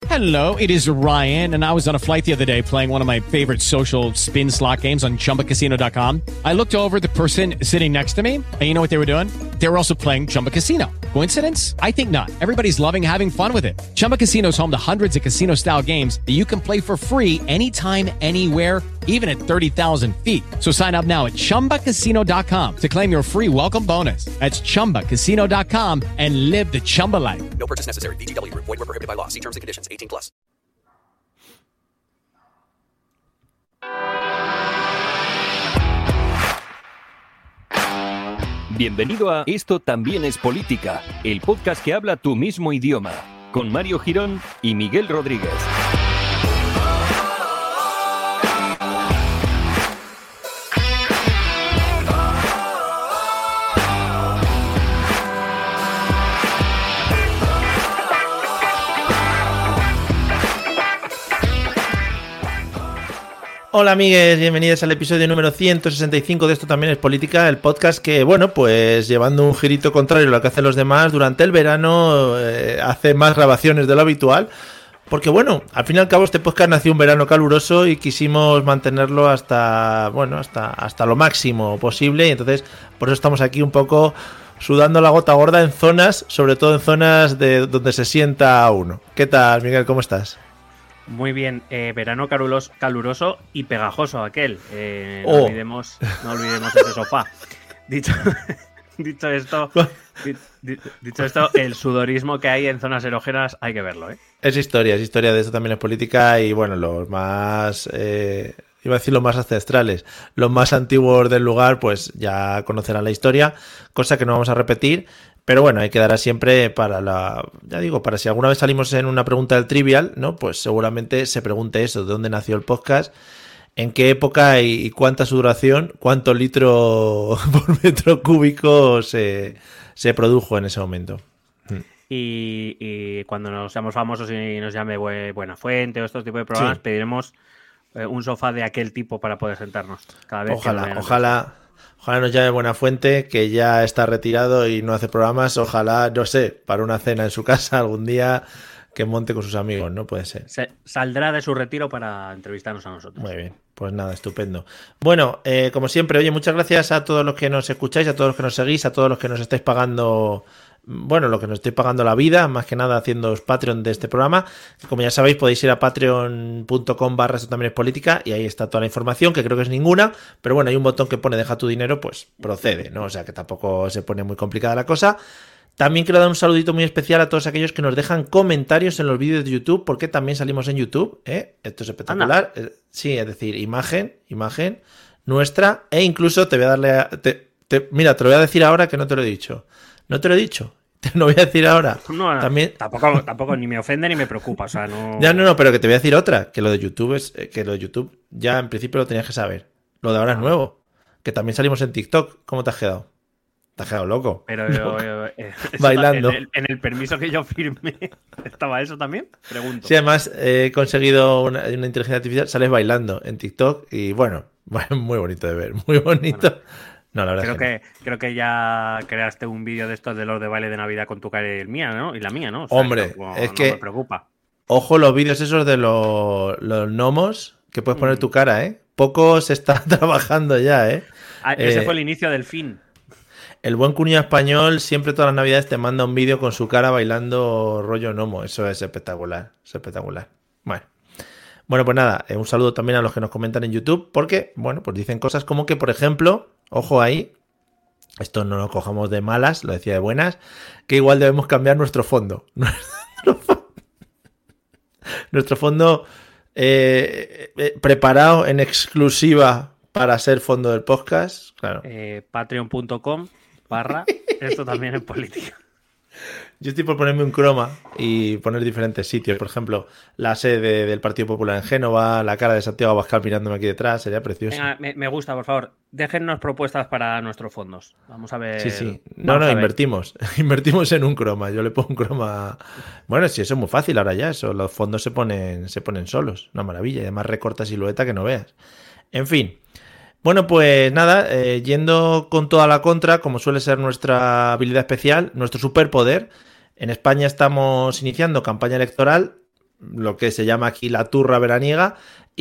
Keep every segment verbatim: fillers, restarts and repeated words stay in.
Hello, it is Ryan, and I was on a flight the other day playing one of my favorite social spin slot games on Chumba Casino dot com. I looked over at the person sitting next to me, and you know what they were doing? They were also playing Chumba Casino. Coincidence? I think not. Everybody's loving having fun with it. Chumba Casino is home to hundreds of casino-style games that you can play for free anytime, anywhere, even at thirty thousand feet. So sign up now at Chumba Casino dot com to claim your free welcome bonus. That's Chumba Casino dot com and live the Chumba life. No purchase necessary. V G W. Void where prohibited by law. See terms and conditions. eighteen plus. Bienvenido a Esto también es política, el podcast que habla tu mismo idioma, con Mario Girón y Miguel Rodríguez. Hola amigues, bienvenidos al episodio número ciento sesenta y cinco de Esto también es política, el podcast que, bueno, pues llevando un girito contrario a lo que hacen los demás, durante el verano eh, hace más grabaciones de lo habitual, porque bueno, al fin y al cabo este podcast nació un verano caluroso y quisimos mantenerlo hasta, bueno, hasta, hasta lo máximo posible, y entonces por eso estamos aquí un poco sudando la gota gorda en zonas, sobre todo en zonas de donde se sienta uno. ¿Qué tal, Miguel? ¿Cómo estás? Muy bien, eh, verano caluroso, caluroso y pegajoso aquel. Eh, no, oh. olvidemos, no olvidemos ese sofá. Dicho, dicho esto, di, di, dicho esto, el sudorismo que hay en zonas erógenas hay que verlo, ¿eh? Es historia, es historia de Esto también es política y bueno, los más, eh, iba a decir los más ancestrales, los más antiguos del lugar, pues ya conocerán la historia, cosa que no vamos a repetir. Pero bueno, ahí quedará siempre para la... Ya digo, para si alguna vez salimos en una pregunta del Trivial, ¿no? Pues seguramente se pregunte eso, ¿de dónde nació el podcast? ¿En qué época y cuánta su duración? ¿Cuánto litro por metro cúbico se, se produjo en ese momento? Y, y cuando nos seamos famosos y nos llame Buenafuente o estos tipos de programas, sí, pediremos eh, un sofá de aquel tipo para poder sentarnos cada vez. Ojalá, ojalá... Ojalá nos llame Buenafuente, que ya está retirado y no hace programas. Ojalá, no sé, para una cena en su casa algún día que monte con sus amigos, ¿no? Puede ser. Se saldrá de su retiro para entrevistarnos a nosotros. Muy bien, pues nada, estupendo. Bueno, eh, como siempre, oye, muchas gracias a todos los que nos escucháis, a todos los que nos seguís, a todos los que nos estáis pagando... Bueno, lo que nos estoy pagando la vida, más que nada haciéndoos Patreon de este programa. Como ya sabéis, podéis ir a patreon punto com barra esto también es política y ahí está toda la información, que creo que es ninguna, pero bueno, hay un botón que pone deja tu dinero, pues procede, ¿no? O sea que tampoco se pone muy complicada la cosa. También quiero dar un saludito muy especial a todos aquellos que nos dejan comentarios en los vídeos de YouTube, porque también salimos en YouTube, ¿eh? Esto es espectacular. Anda. Sí, es decir, imagen, imagen nuestra, e incluso te voy a darle a, te, te, mira, te lo voy a decir ahora que no te lo he dicho. No te lo he dicho. Te lo voy a decir ahora. No, no, también... tampoco, tampoco ni me ofende ni me preocupa. O sea, no... Ya, no, no, pero que te voy a decir otra. Que lo de YouTube es. Que lo de YouTube ya en principio lo tenías que saber. Lo de ahora es nuevo. Que también salimos en TikTok. ¿Cómo te has quedado? Te has quedado loco. Pero yo, yo, eh, bailando. En el, en el permiso que yo firmé, ¿estaba eso también? Pregunto. Sí, además he conseguido una, una inteligencia artificial. Sales bailando en TikTok y bueno, muy bonito de ver. Muy bonito. Bueno. No, la verdad creo es que, que no. creo que ya creaste un vídeo de estos de los de baile de Navidad con tu cara y el mía, ¿no? Y la mía, ¿no? O sea, hombre, no, es no que me preocupa. Ojo los vídeos esos de los, los gnomos que puedes poner mm. tu cara, ¿eh? Poco se está trabajando ya, ¿eh? Ah, ese eh, fue el inicio del fin. El buen cuñado español siempre todas las navidades te manda un vídeo con su cara bailando rollo gnomo. Eso es espectacular, es espectacular. Bueno. Bueno, pues nada, un saludo también a los que nos comentan en YouTube, porque, bueno, pues dicen cosas como que, por ejemplo, ojo ahí, esto no lo cojamos de malas, lo decía de buenas, que igual debemos cambiar nuestro fondo. Nuestro fondo, nuestro fondo eh, eh, preparado en exclusiva para ser fondo del podcast, claro. Eh, patreon punto com barra esto también es política. Yo estoy por ponerme un croma y poner diferentes sitios. Por ejemplo, la sede del Partido Popular en Génova, la cara de Santiago Abascal mirándome aquí detrás, sería precioso. Venga, me, me gusta, por favor. Déjennos propuestas para nuestros fondos. Vamos a ver. Sí, sí. No, no, invertimos. Invertimos en un croma. Yo le pongo un croma. Bueno, sí, eso es muy fácil ahora ya. Eso, los fondos se ponen, se ponen solos. Una maravilla. Y además recorta silueta que no veas. En fin. Bueno, pues nada, eh, yendo con toda la contra, como suele ser nuestra habilidad especial, nuestro superpoder. En España estamos iniciando campaña electoral. lo que se llama aquí la turra veraniega.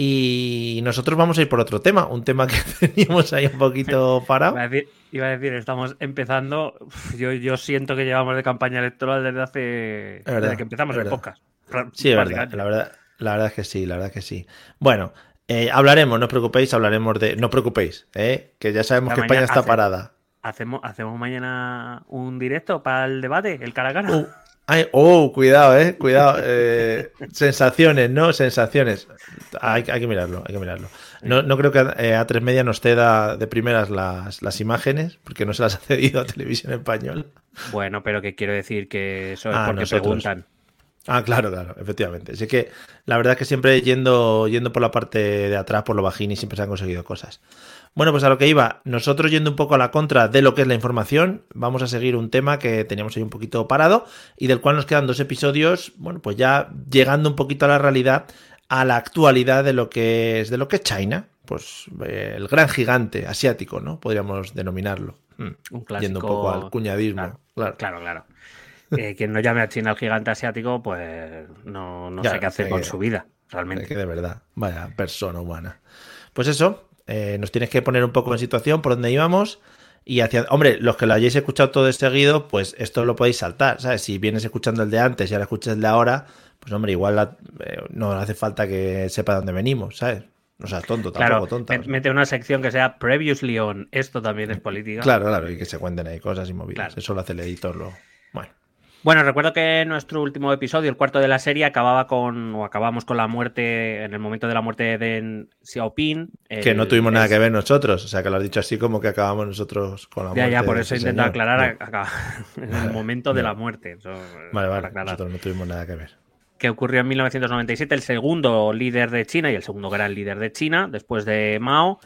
Y nosotros vamos a ir por otro tema, un tema que teníamos ahí un poquito parado. Iba a decir, iba a decir estamos empezando. Yo, yo siento que llevamos de campaña electoral desde hace. Verdad, desde que empezamos el podcast. Sí, es verdad, la verdad, la verdad es que sí, la verdad es que sí. Bueno, eh, hablaremos, no os preocupéis, hablaremos de. No os preocupéis, ¿eh? Que ya sabemos La que España está hace, parada. Hacemos, hacemos mañana un directo para el debate, el cara a cara. Uh, ay, oh, cuidado, eh, cuidado. Eh, sensaciones, ¿no? Sensaciones. Hay, hay que mirarlo, hay que mirarlo. No, no creo que eh, A tres Media nos ceda de primeras las, las imágenes, porque no se las ha cedido a Televisión Española. Bueno, pero que quiero decir que eso es Ah, porque nosotros. preguntan. Ah, claro, claro, efectivamente. Así que la verdad es que siempre yendo, yendo por la parte de atrás, por lo bajín, y siempre se han conseguido cosas. Bueno, pues a lo que iba, nosotros yendo un poco a la contra de lo que es la información, vamos a seguir un tema que teníamos ahí un poquito parado y del cual nos quedan dos episodios, bueno, pues ya llegando un poquito a la realidad, a la actualidad de lo que es de lo que es China, pues eh, el gran gigante asiático, ¿no? Podríamos denominarlo. Un clásico. Yendo un poco al cuñadismo. Claro, claro. claro, claro. Eh, quien no llame a China al gigante asiático, pues no, no Ya, sé qué hacer que- con su vida, realmente. Que de verdad, vaya persona humana. Pues eso, eh, nos tienes que poner un poco en situación por dónde íbamos y hacia... Hombre, los que lo hayáis escuchado todo de seguido, pues esto lo podéis saltar, ¿sabes? Si vienes escuchando el de antes y ahora escuchas el de ahora, pues hombre, igual la- eh, no hace falta que sepa dónde venimos, ¿sabes? O sea, tonto, tampoco Claro, tonta. me- mete una sección que sea Previously on. Esto también es política. Claro, claro, y que se cuenten ahí cosas y movidas. Claro. Eso lo hace el editor luego. Bueno. Bueno, recuerdo que nuestro último episodio, el cuarto de la serie, acababa con, o acabamos con la muerte, en el momento de la muerte de Deng Xiaoping. El, Que no tuvimos nada es, que ver nosotros, o sea, que lo has dicho así como que acabamos nosotros con la Ya, muerte. ya, por de eso he ese intentado señor. aclarar No. acá, en el momento de la muerte. Eso, Vale, para vale, aclarar. nosotros no tuvimos nada que ver. Que ocurrió en mil novecientos noventa y siete, el segundo líder de China y el segundo gran líder de China, después de Mao.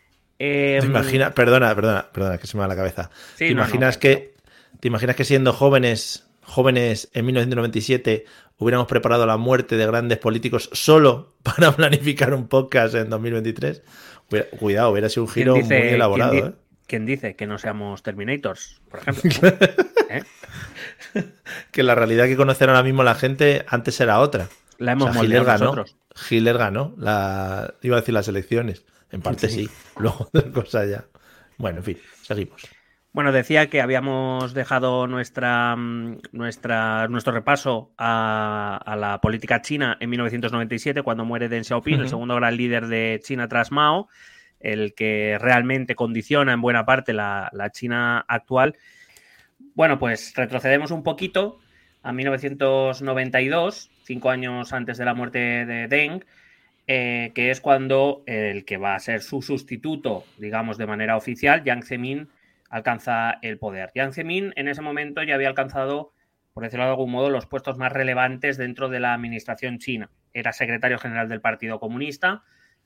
Eh, ¿Te imaginas? Perdona, perdona, perdona, que se me va la cabeza. Sí, ¿Te no, imaginas no, que te imaginas que siendo jóvenes, jóvenes en mil novecientos noventa y siete hubiéramos preparado la muerte de grandes políticos solo para planificar un podcast en dos mil veintitrés? Hubiera- cuidado, hubiera sido un ¿quién giro dice- muy elaborado, ¿quién, ¿eh? di- quién dice que no seamos Terminators, por ejemplo? ¿Eh? Que la realidad que conoce ahora mismo la gente antes era otra. La hemos O sea, moldeado Hitler ganó. nosotros. Hitler ganó. La... Iba a decir las elecciones. En parte sí. Luego otra cosa ya. Bueno, en fin, seguimos. Bueno, decía que habíamos dejado nuestra, mm, nuestra, nuestro repaso a, a la política china en mil novecientos noventa y siete, cuando muere Deng Xiaoping, Ujú. el segundo gran líder de China tras Mao, el que realmente condiciona en buena parte la, la China actual. Bueno, pues retrocedemos un poquito a mil novecientos noventa y dos, cinco años antes de la muerte de Deng, eh, que es cuando el que va a ser su sustituto, digamos de manera oficial, Jiang Zemin, alcanza el poder. Jiang Zemin en ese momento ya había alcanzado, por decirlo de algún modo, los puestos más relevantes dentro de la administración china. Era secretario general del Partido Comunista,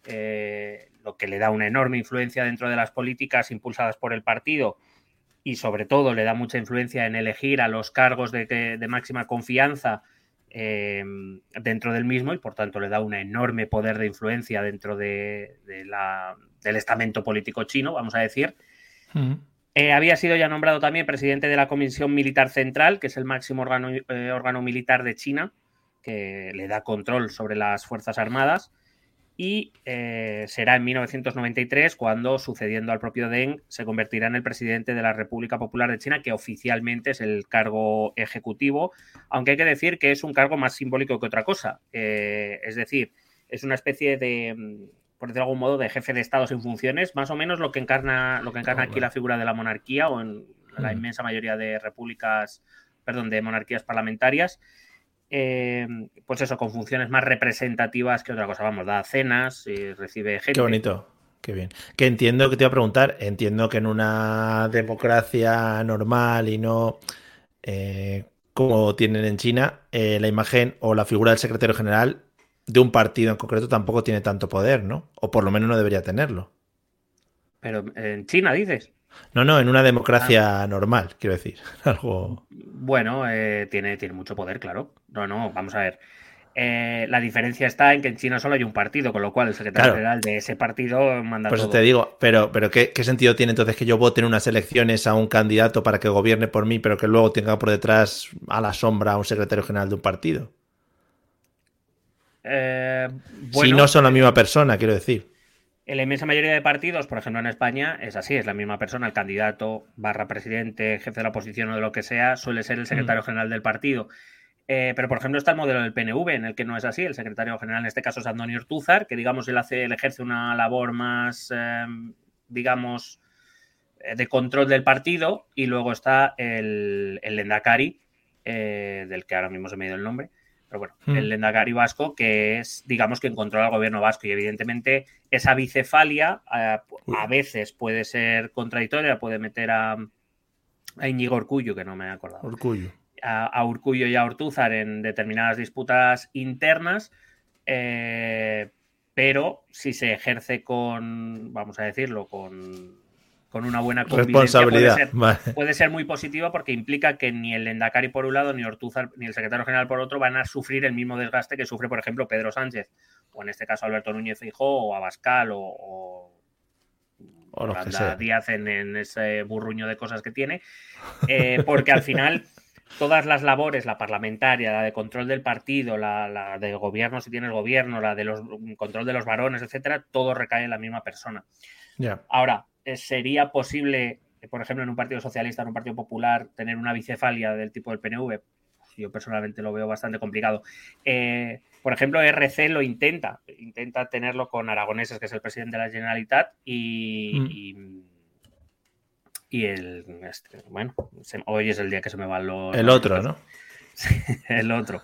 eh, lo que le da una enorme influencia dentro de las políticas impulsadas por el partido y sobre todo le da mucha influencia en elegir a los cargos de, de, de máxima confianza eh, dentro del mismo y por tanto le da un enorme poder de influencia dentro de, de la, del estamento político chino, vamos a decir. Ujú. Eh, había sido ya nombrado también presidente de la Comisión Militar Central, que es el máximo órgano, eh, órgano militar de China, que le da control sobre las Fuerzas Armadas. Y eh, será en mil novecientos noventa y tres cuando, sucediendo al propio Deng, se convertirá en el presidente de la República Popular de China, que oficialmente es el cargo ejecutivo, aunque hay que decir que es un cargo más simbólico que otra cosa. Eh, es decir, es una especie de, por decirlo de algún modo, de jefe de Estado sin funciones, más o menos lo que encarna, lo que encarna aquí la figura de la monarquía o en la inmensa mayoría de repúblicas, perdón, de monarquías parlamentarias. Eh, pues eso, con funciones más representativas que otra cosa. Vamos, da cenas y recibe gente. Qué bonito, qué bien. Que entiendo que te iba a preguntar, entiendo que en una democracia normal y no eh, como tienen en China, eh, la imagen o la figura del secretario general de un partido en concreto tampoco tiene tanto poder, ¿no? O por lo menos no debería tenerlo. Pero en China, dices. No, no, en una democracia ah. normal, quiero decir. Algo. Bueno, eh, tiene, tiene mucho poder, claro. No, no, vamos a ver. Eh, la diferencia está en que en China solo hay un partido, con lo cual el secretario claro. general de ese partido manda Por todo. eso te digo, pero, pero ¿qué, ¿qué sentido tiene entonces que yo vote en unas elecciones a un candidato para que gobierne por mí, pero que luego tenga por detrás a la sombra a un secretario general de un partido? Eh, bueno, si no son la misma persona, quiero decir. En la inmensa mayoría de partidos, por ejemplo en España, es así, es la misma persona, el candidato barra presidente, jefe de la oposición o de lo que sea, suele ser el secretario mm. general del partido. Eh, pero, por ejemplo, está el modelo del P N V, en el que no es así. El secretario general, en este caso, es Antonio Ortúzar, que, digamos, él, hace, él ejerce una labor más, eh, digamos, de control del partido. Y luego está el, el Lehendakari, eh, del que ahora mismo se me ha ido el nombre, pero bueno, mm. el Lehendakari vasco, que es, digamos, quien controla el gobierno vasco. Y, evidentemente, esa bicefalia eh, a veces puede ser contradictoria, puede meter a, a Íñigo Urkullu, que no me he acordado. Urkullu. A, a Urkullu y a Ortúzar en determinadas disputas internas, eh, pero si se ejerce con, vamos a decirlo, con, con una buena convivencia, puede ser, vale. puede ser muy positiva, porque implica que ni el Lehendakari por un lado, ni Ortúzar, ni el secretario general por otro van a sufrir el mismo desgaste que sufre, por ejemplo, Pedro Sánchez, o en este caso Alberto Núñez Feijóo, o Abascal, o, o o los que sea. Díaz en, en ese burruño de cosas que tiene, eh, porque al final todas las labores, la parlamentaria, la de control del partido, la, la de gobierno si tienes gobierno, la de los control de los varones, etcétera, todo recae en la misma persona. Yeah. Ahora, ¿sería posible, por ejemplo, en un partido socialista, en un partido popular, tener una bicefalia del tipo del P N V? Yo personalmente lo veo bastante complicado. Eh, por ejemplo, R C lo intenta, intenta tenerlo con Aragoneses, que es el presidente de la Generalitat, y... Mm. y Y el, este, bueno, se, hoy es el día que se me van los... El otro, ¿no? el otro.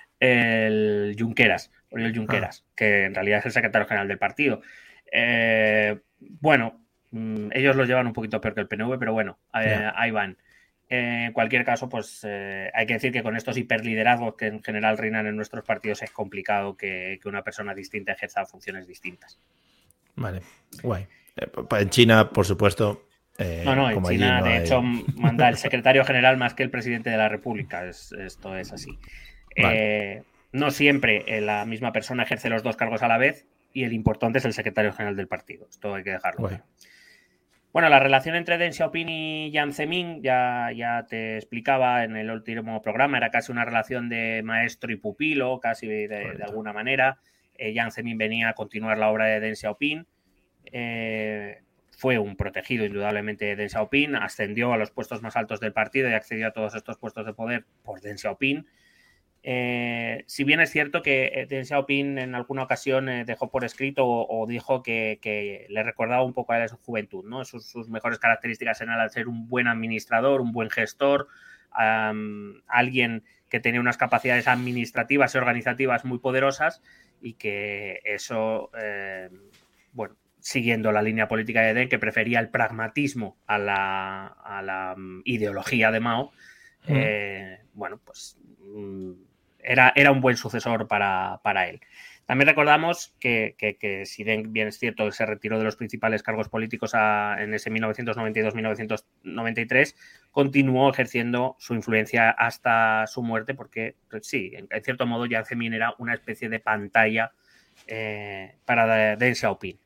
El Junqueras, Oriol Junqueras, ah. que en realidad es el secretario general del partido. Eh, bueno, ellos lo llevan un poquito peor que el P N V, pero bueno, eh, yeah. ahí van. Eh, en cualquier caso, pues eh, hay que decir que con estos hiperliderazgos que en general reinan en nuestros partidos es complicado que, que una persona distinta ejerza funciones distintas. Vale, guay. En China, por supuesto... Eh, no, no, en China, no de hay... hecho, manda el secretario general más que el presidente de la República. Es, esto es así. Vale. Eh, no siempre la misma persona ejerce los dos cargos a la vez, y el importante es el secretario general del partido. Esto hay que dejarlo. Claro. Bueno, la relación entre Deng Xiaoping y Jiang Zemin, ya, ya te explicaba en el último programa, era casi una relación de maestro y pupilo, casi de, de alguna manera. Eh, Jiang Zemin venía a continuar la obra de Deng Xiaoping. Eh, Fue un protegido, indudablemente, de Deng Xiaoping, ascendió a los puestos más altos del partido y accedió a todos estos puestos de poder por Deng Xiaoping. Eh, si bien es cierto que Deng Xiaoping en alguna ocasión eh, dejó por escrito o, o dijo que, que le recordaba un poco a él a su juventud, ¿no? Sus, sus mejores características eran al ser un buen administrador, un buen gestor, um, alguien que tenía unas capacidades administrativas y organizativas muy poderosas, y que eso, eh, bueno, siguiendo la línea política de Deng, que prefería el pragmatismo a la, a la ideología de Mao, mm. eh, bueno, pues era, era un buen sucesor para, para él. También recordamos que, que, que si Deng, bien es cierto, se retiró de los principales cargos políticos a, en ese mil novecientos noventa y dos a mil novecientos noventa y tres, continuó ejerciendo su influencia hasta su muerte, porque pues sí, en, en cierto modo Jiang Zemin era una especie de pantalla eh, para Deng Xiaoping.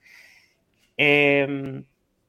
Eh,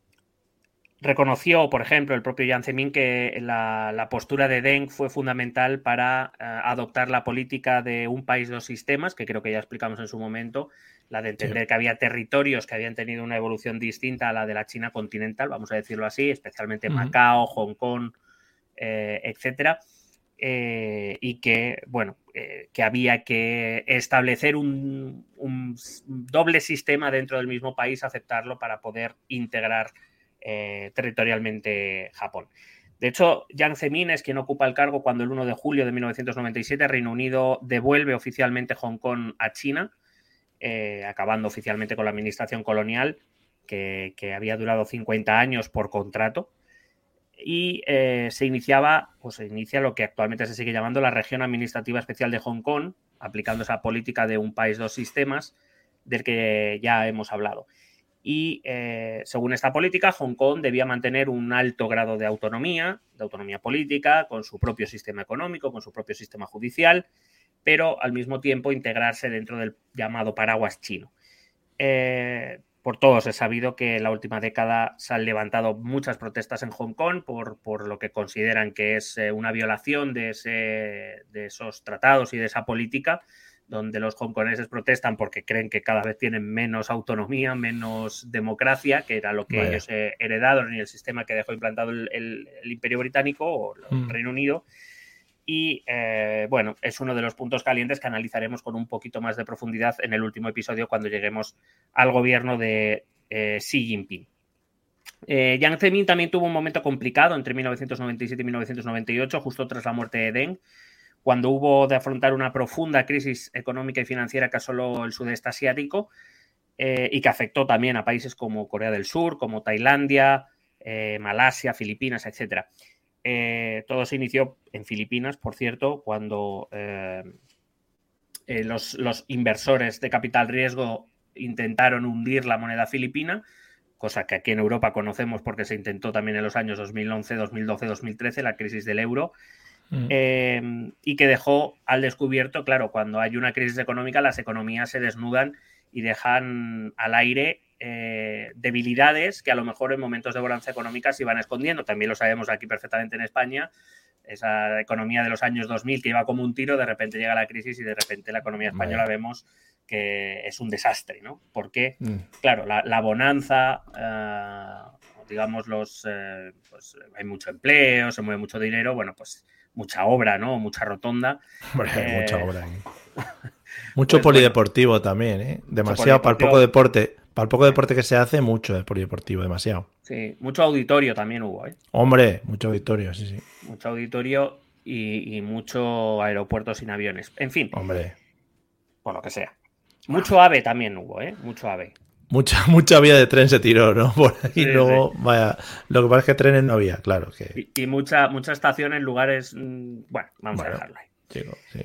reconoció, por ejemplo, el propio Jiang Zemin que la, la postura de Deng fue fundamental para uh, adoptar la política de un país, dos sistemas, que creo que ya explicamos en su momento, la de entender sí. que había territorios que habían tenido una evolución distinta a la de la China continental, vamos a decirlo así, especialmente uh-huh. Macao, Hong Kong, eh, etcétera. Eh, y que, bueno, eh, que había que establecer un, un doble sistema dentro del mismo país, aceptarlo para poder integrar eh, territorialmente Japón. De hecho, Jiang Zemin es quien ocupa el cargo cuando el uno de julio de mil novecientos noventa y siete Reino Unido devuelve oficialmente Hong Kong a China, eh, acabando oficialmente con la administración colonial que, que había durado cincuenta años por contrato. Y eh, se iniciaba, pues se inicia lo que actualmente se sigue llamando la Región Administrativa Especial de Hong Kong, aplicando esa política de un país, dos sistemas, del que ya hemos hablado. Y eh, según esta política, Hong Kong debía mantener un alto grado de autonomía, de autonomía política, con su propio sistema económico, con su propio sistema judicial, pero al mismo tiempo integrarse dentro del llamado paraguas chino. Eh, Por todos es sabido que en la última década se han levantado muchas protestas en Hong Kong por, por lo que consideran que es una violación de, ese, de esos tratados y de esa política donde los hongkoneses protestan porque creen que cada vez tienen menos autonomía, menos democracia, que era lo que Vaya. ellos eh, heredaron y el sistema que dejó implantado el, el, el Imperio Británico o el mm. Reino Unido. Y, eh, bueno, es uno de los puntos calientes que analizaremos con un poquito más de profundidad en el último episodio cuando lleguemos al gobierno de eh, Xi Jinping. Eh, Jiang Zemin también tuvo un momento complicado entre mil novecientos noventa y siete y mil novecientos noventa y ocho, justo tras la muerte de Deng, cuando hubo de afrontar una profunda crisis económica y financiera que asoló el sudeste asiático eh, y que afectó también a países como Corea del Sur, como Tailandia, eh, Malasia, Filipinas, etcétera. Eh, todo se inició en Filipinas, por cierto, cuando eh, eh, los, los inversores de capital riesgo intentaron hundir la moneda filipina, cosa que aquí en Europa conocemos porque se intentó también en los años dos mil once, dos mil doce, dos mil trece, la crisis del euro, mm. eh, y que dejó al descubierto, claro, cuando hay una crisis económica, las economías se desnudan y dejan al aire Eh, debilidades que a lo mejor en momentos de bonanza económica se iban escondiendo. También lo sabemos aquí perfectamente en España, esa economía de los años dos mil que iba como un tiro, de repente llega la crisis y de repente la economía española Vaya. vemos que es un desastre, ¿no? Porque, mm. claro, la, la bonanza, eh, digamos, los eh, pues hay mucho empleo, se mueve mucho dinero, bueno, pues mucha obra, ¿no? Mucha rotonda. Bueno, eh, mucha obra. ¿eh? Mucho pues, polideportivo bueno, también, ¿eh? Demasiado para el poco deporte. Para el poco deporte que se hace, mucho de polideportivo, demasiado. Sí, mucho auditorio también hubo, ¿eh? Hombre, mucho auditorio, sí, sí. Mucho auditorio y, y mucho aeropuerto sin aviones. En fin. Hombre. Por lo que sea. Mucho AVE también hubo, ¿eh? Mucho AVE. Mucha, mucha vía de tren se tiró, ¿no? Por ahí sí, luego, sí. vaya. Lo que pasa es que trenes no había, claro. Que... Y, y mucha, mucha estación en lugares. Mmm, bueno, vamos bueno, a dejarlo ahí. Chico, sí.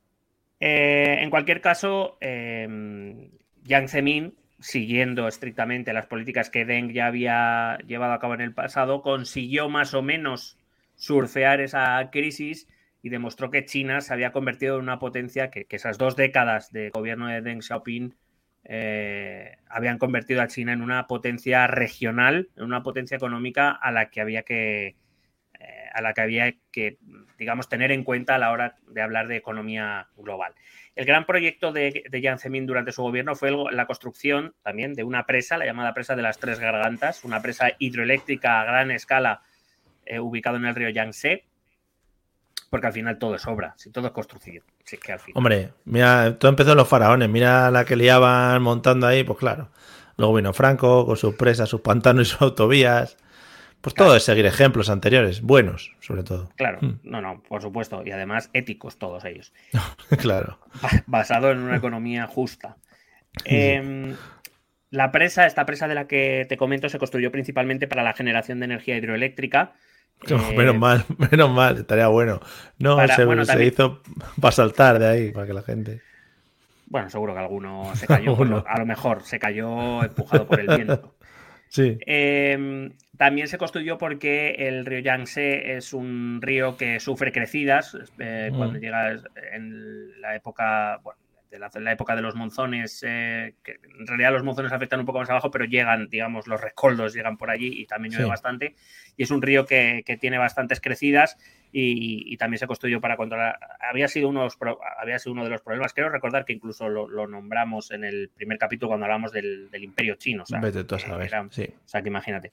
Eh, en cualquier caso, eh, Jiang Zemin, siguiendo estrictamente las políticas que Deng ya había llevado a cabo en el pasado, consiguió más o menos surfear esa crisis y demostró que China se había convertido en una potencia que, que esas dos décadas de gobierno de Deng Xiaoping eh, habían convertido a China en una potencia regional, en una potencia económica a la que había que eh, a la que había que, digamos, tener en cuenta a la hora de hablar de economía global. El gran proyecto de, de Jiang Zemin durante su gobierno fue el, la construcción también de una presa, la llamada presa de las Tres Gargantas, una presa hidroeléctrica a gran escala eh, ubicado en el río Yangtze, porque al final todo es obra, si todo es construcción. Si es que al final... Hombre, mira, todo empezó en los faraones, mira la que liaban montando ahí, pues claro. Luego vino Franco con sus presas, sus pantanos y sus autovías. Pues claro. Todo es seguir ejemplos anteriores, buenos, sobre todo. Claro, mm. no, no, por supuesto. Y además éticos todos ellos. Claro. Basado en una economía justa. Eh, la presa, esta presa de la que te comento, se construyó principalmente para la generación de energía hidroeléctrica. No, eh, menos mal, menos mal, estaría bueno. No, para, se, bueno, se también... hizo para saltar de ahí, para que la gente... Bueno, seguro que alguno se cayó. Lo, a lo mejor se cayó empujado por el viento. Sí. Eh, también se construyó porque el río Yangtze es un río que sufre crecidas eh, mm. cuando llega en la época, bueno, de la, la época de los monzones, eh, que en realidad los monzones afectan un poco más abajo, pero llegan, digamos, los rescoldos llegan por allí y también llueve sí. bastante. Y es un río que, que tiene bastantes crecidas y, y también se construyó para controlar. Había sido, unos, había sido uno de los problemas. Quiero recordar que incluso lo, lo nombramos en el primer capítulo cuando hablamos del, del Imperio Chino. O sea, Vete tú a saber. Era, sí. O sea, que imagínate.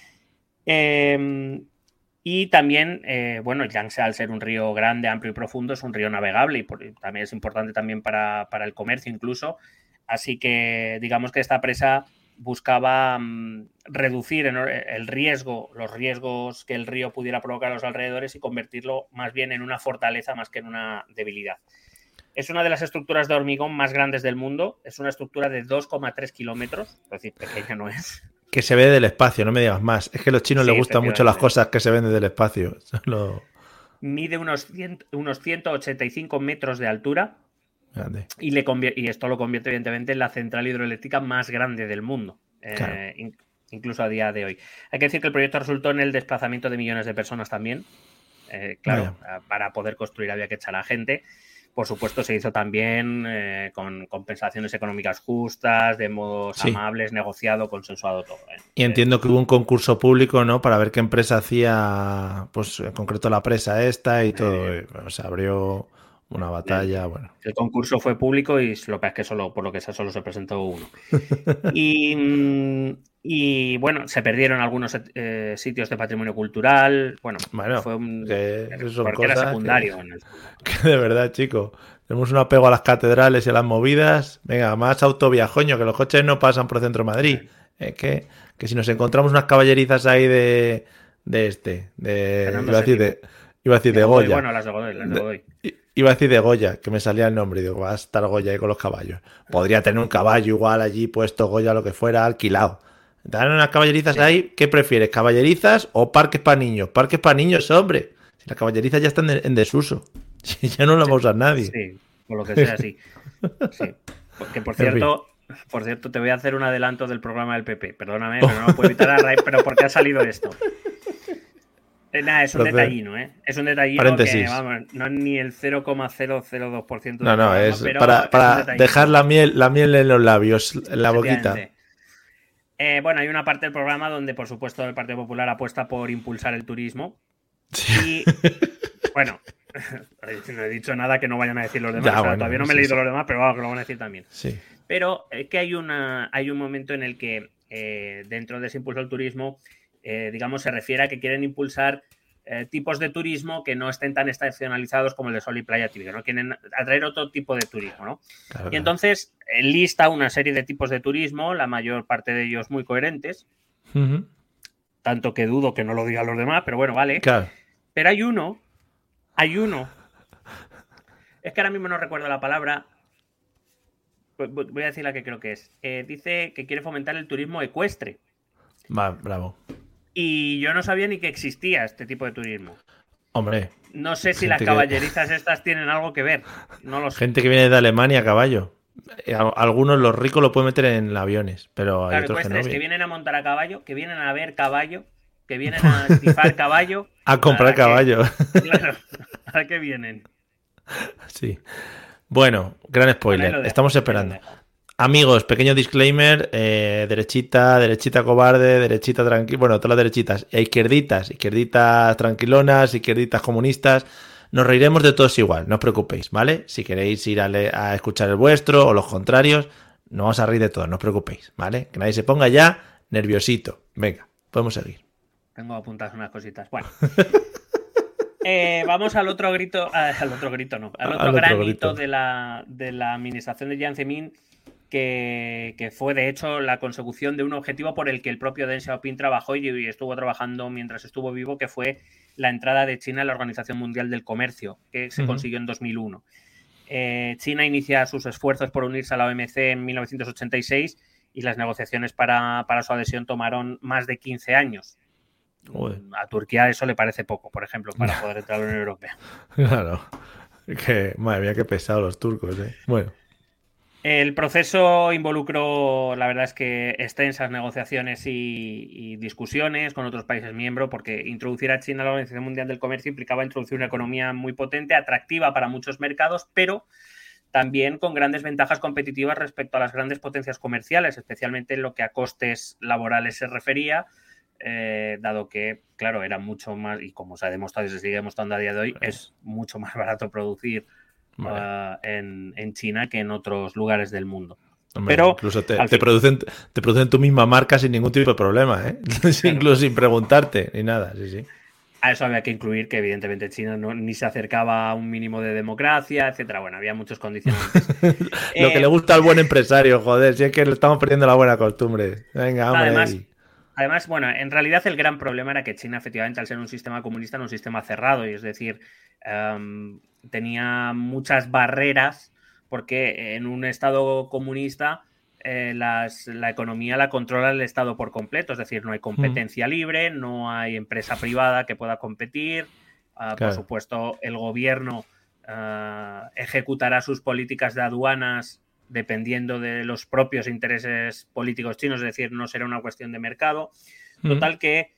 Eh, y también, eh, bueno, Yangtze, al ser un río grande, amplio y profundo, es un río navegable y por, también es importante también para, para el comercio incluso. Así que digamos que esta presa buscaba um, reducir el riesgo, los riesgos que el río pudiera provocar a los alrededores y convertirlo más bien en una fortaleza más que en una debilidad. Es una de las estructuras de hormigón más grandes del mundo. Es una estructura de dos coma tres kilómetros, es decir, pequeña no es. Que se ve del espacio, no me digas más. Es que a los chinos sí, les gustan mucho las cosas que se ven desde el espacio. Solo... Mide unos, cien, unos ciento ochenta y cinco metros de altura. Grande. Y, le y esto lo convierte evidentemente en la central hidroeléctrica más grande del mundo, claro. eh, in incluso a día de hoy. Hay que decir que el proyecto resultó en el desplazamiento de millones de personas también. Eh, claro, Vaya. Para poder construir había que echar a gente. Por supuesto, se hizo también eh, con compensaciones económicas justas, de modos sí. amables, negociado, consensuado todo. ¿eh? Y entiendo que hubo un concurso público, ¿no? Para ver qué empresa hacía, pues en concreto la presa esta y todo. Eh, se abrió una batalla, el, bueno. El concurso fue público y lo que es que solo, por lo que sea, solo se presentó uno. y, y bueno, se perdieron algunos eh, sitios de patrimonio cultural. Bueno, bueno fue un que son porque cosas era secundario. Que, en el... que de verdad, chico. Tenemos un apego a las catedrales y a las movidas. Venga, más autoviajoño, que los coches no pasan por centro de Madrid. Sí. Es que, que si nos encontramos unas caballerizas ahí de, de este, de iba a decir de, iba a decir de, de Goya. Bueno, las de Godoy, las de Godoy. De, iba a decir de Goya, que me salía el nombre y digo, va a estar Goya ahí con los caballos. Podría tener un caballo igual allí puesto, Goya, lo que fuera, alquilado. Dan unas caballerizas sí. ahí, ¿qué prefieres? ¿Caballerizas o parques para niños? Parques para niños, hombre. Si las caballerizas ya están en desuso. Ya no las va a usar nadie. Sí, por lo que sea, sí. sí. Porque, por cierto, por cierto, te voy a hacer un adelanto del programa del P P. Perdóname, pero no lo puedo evitar a raíz, pero ¿por qué ha salido esto? Eh, nada, es un Entonces, detallino, ¿eh? Es un detallino paréntesis. que, vamos, no es ni el cero coma cero cero dos por ciento. No, no, programa, es para, para es dejar la miel, la miel en los labios, en la boquita. Eh, bueno, hay una parte del programa donde, por supuesto, el Partido Popular apuesta por impulsar el turismo. Sí. Y, bueno, no he dicho nada que no vayan a decir los demás. Ya, o sea, bueno, todavía no me he leído sí, los demás, pero vamos, que lo van a decir también. Sí. Pero es eh, que hay, una, hay un momento en el que, eh, dentro de ese impulso al turismo, eh, digamos, se refiere a que quieren impulsar eh, tipos de turismo que no estén tan estacionalizados como el de sol y playa típico, ¿no? Quieren atraer otro tipo de turismo, ¿no? Claro, y entonces eh, lista una serie de tipos de turismo, la mayor parte de ellos muy coherentes, uh-huh. tanto que dudo que no lo digan los demás, pero bueno, vale. Claro. Pero hay uno, hay uno, es que ahora mismo no recuerdo la palabra, voy a decir la que creo que es, eh, dice que quiere fomentar el turismo ecuestre. Va, bravo. Y yo no sabía ni que existía este tipo de turismo. Hombre. No sé si las caballerizas que... estas tienen algo que ver. No lo sé. Gente que viene de Alemania a caballo. Algunos, los ricos, lo pueden meter en aviones, pero hay claro, otros que no. Que vienen a montar a caballo, que vienen a ver caballo, que vienen a estifar caballo. A comprar ¿a caballo. Qué? Claro, ¿a qué vienen? Sí. Bueno, gran spoiler. Bueno, Estamos esperando. Amigos, pequeño disclaimer, eh, derechita, derechita cobarde, derechita tranquila, bueno, todas las derechitas, e izquierditas, izquierditas tranquilonas, izquierditas comunistas, nos reiremos de todos igual, no os preocupéis, ¿vale? Si queréis ir a, le- a escuchar el vuestro o los contrarios, nos vamos a reír de todos, no os preocupéis, ¿vale? Que nadie se ponga ya nerviosito. Venga, podemos seguir. Tengo apuntadas unas cositas. Bueno. Eh, vamos al otro grito, al otro grito no, al otro, al otro gran grito. hito de la, de la administración de Jiang Zemin, que, que fue de hecho la consecución de un objetivo por el que el propio Deng Xiaoping trabajó y, y estuvo trabajando mientras estuvo vivo, que fue la entrada de China en la Organización Mundial del Comercio, que se uh-huh. consiguió en dos mil uno. Eh, China inicia sus esfuerzos por unirse a la O M C en mil novecientos ochenta y seis y las negociaciones para, para su adhesión tomaron más de quince años. Joder. A Turquía eso le parece poco, por ejemplo, para poder entrar a la Unión Europea. Claro. Que, madre mía, qué pesados los turcos, ¿eh? Bueno. El proceso involucró, la verdad es que extensas negociaciones y, y discusiones con otros países miembros, porque introducir a China a la Organización Mundial del Comercio implicaba introducir una economía muy potente, atractiva para muchos mercados, pero también con grandes ventajas competitivas respecto a las grandes potencias comerciales, especialmente en lo que a costes laborales se refería, eh, dado que, claro, era mucho más, y como se ha demostrado y se sigue demostrando a día de hoy, es mucho más barato producir Vale. Uh, en, en China que en otros lugares del mundo. Hombre, pero incluso te, te, producen, te producen tu misma marca sin ningún tipo de problema, ¿eh? Claro. Incluso sin preguntarte ni nada. Sí, sí. A eso había que incluir que evidentemente China no, ni se acercaba a un mínimo de democracia, etcétera. Bueno, había muchos condicionantes. Lo eh, que le gusta al buen empresario, joder, si es que le estamos perdiendo la buena costumbre. Venga, hombre. Además, además, bueno, en realidad el gran problema era que China, efectivamente, al ser un sistema comunista, era un sistema cerrado, y es decir, um, tenía muchas barreras porque en un estado comunista eh, las, la economía la controla el estado por completo, es decir, no hay competencia mm. libre, no hay empresa privada que pueda competir, uh, claro. Por supuesto el gobierno uh, ejecutará sus políticas de aduanas dependiendo de los propios intereses políticos chinos, es decir, no será una cuestión de mercado. Mm. Total que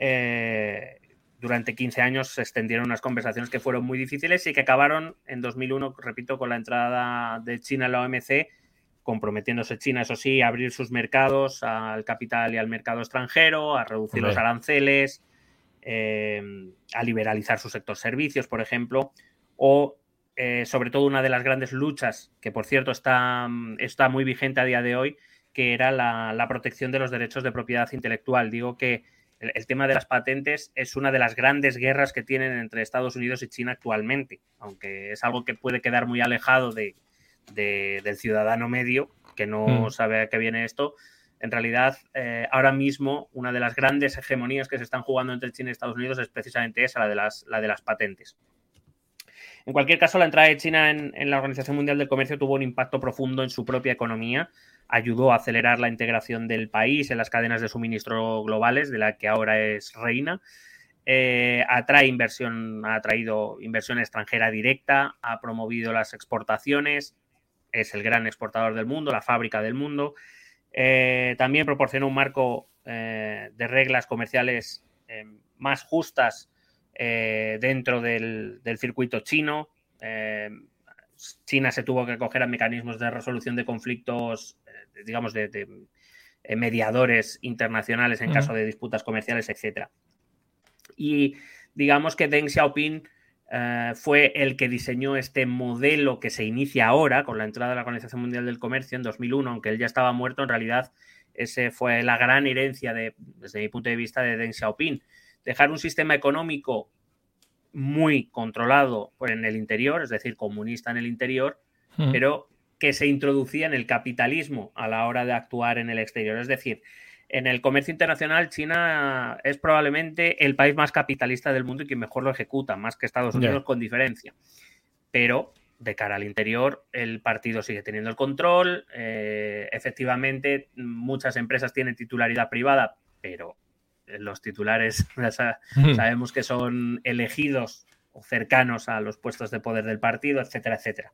eh, durante quince años se extendieron unas conversaciones que fueron muy difíciles y que acabaron en dos mil uno, repito, con la entrada de China en la O M C, comprometiéndose China, eso sí, a abrir sus mercados al capital y al mercado extranjero, a reducir Hombre. los aranceles, eh, a liberalizar su sector servicios, por ejemplo, o eh, sobre todo una de las grandes luchas, que por cierto está, está muy vigente a día de hoy, que era la, la protección de los derechos de propiedad intelectual. Digo que el, el tema de las patentes es una de las grandes guerras que tienen entre Estados Unidos y China actualmente, aunque es algo que puede quedar muy alejado de, de, del ciudadano medio, que no mm. sabe a qué viene esto. En realidad, eh, ahora mismo, una de las grandes hegemonías que se están jugando entre China y Estados Unidos es precisamente esa, la de las, la de las patentes. En cualquier caso, la entrada de China en, en la Organización Mundial del Comercio tuvo un impacto profundo en su propia economía, ayudó a acelerar la integración del país en las cadenas de suministro globales, de la que ahora es reina, eh, atrae inversión, ha atraído inversión extranjera directa, ha promovido las exportaciones, es el gran exportador del mundo, la fábrica del mundo, eh, también proporcionó un marco eh, de reglas comerciales eh, más justas Eh, dentro del, del circuito chino. Eh, China se tuvo que acoger a mecanismos de resolución de conflictos, eh, digamos, de, de eh, mediadores internacionales en uh-huh. caso de disputas comerciales, etcétera. Y digamos que Deng Xiaoping eh, fue el que diseñó este modelo que se inicia ahora con la entrada de la Organización Mundial del Comercio en dos mil uno, aunque él ya estaba muerto. En realidad, ese fue la gran herencia, de, desde mi punto de vista, de Deng Xiaoping. Dejar un sistema económico muy controlado en el interior, es decir, comunista en el interior, uh-huh. pero que se introducía en el capitalismo a la hora de actuar en el exterior. Es decir, en el comercio internacional, China es probablemente el país más capitalista del mundo y que mejor lo ejecuta, más que Estados Unidos, yeah. con diferencia. Pero de cara al interior, el partido sigue teniendo el control. Eh, efectivamente, muchas empresas tienen titularidad privada, pero los titulares sabemos que son elegidos o cercanos a los puestos de poder del partido, etcétera, etcétera.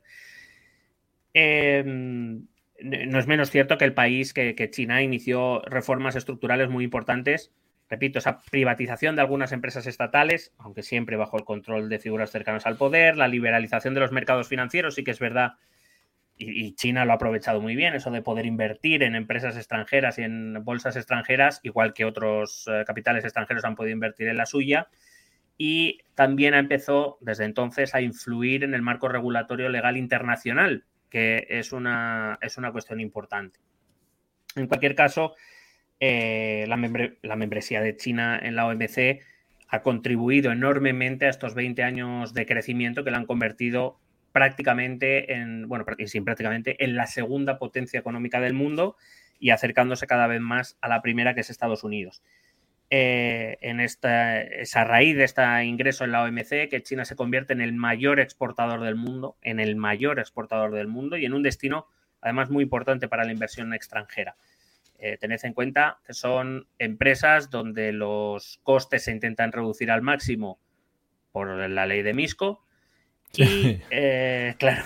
Eh, no es menos cierto que el país, que, que China inició reformas estructurales muy importantes. Repito, esa privatización de algunas empresas estatales, aunque siempre bajo el control de figuras cercanas al poder, la liberalización de los mercados financieros, sí que es verdad, y China lo ha aprovechado muy bien, eso de poder invertir en empresas extranjeras y en bolsas extranjeras, igual que otros eh, capitales extranjeros han podido invertir en la suya, y también empezó desde entonces a influir en el marco regulatorio legal internacional, que es una, es una cuestión importante. En cualquier caso, eh, la, membre, la membresía de China en la O M C ha contribuido enormemente a estos veinte años de crecimiento que la han convertido prácticamente en, bueno, sin prácticamente, en la segunda potencia económica del mundo y acercándose cada vez más a la primera, que es Estados Unidos. Eh, en esta, esa raíz de este ingreso en la O M C, que China se convierte en el mayor exportador del mundo, en el mayor exportador del mundo y en un destino, además, muy importante para la inversión extranjera. Eh, tened en cuenta que son empresas donde los costes se intentan reducir al máximo por la ley de Misco. Y, eh, claro,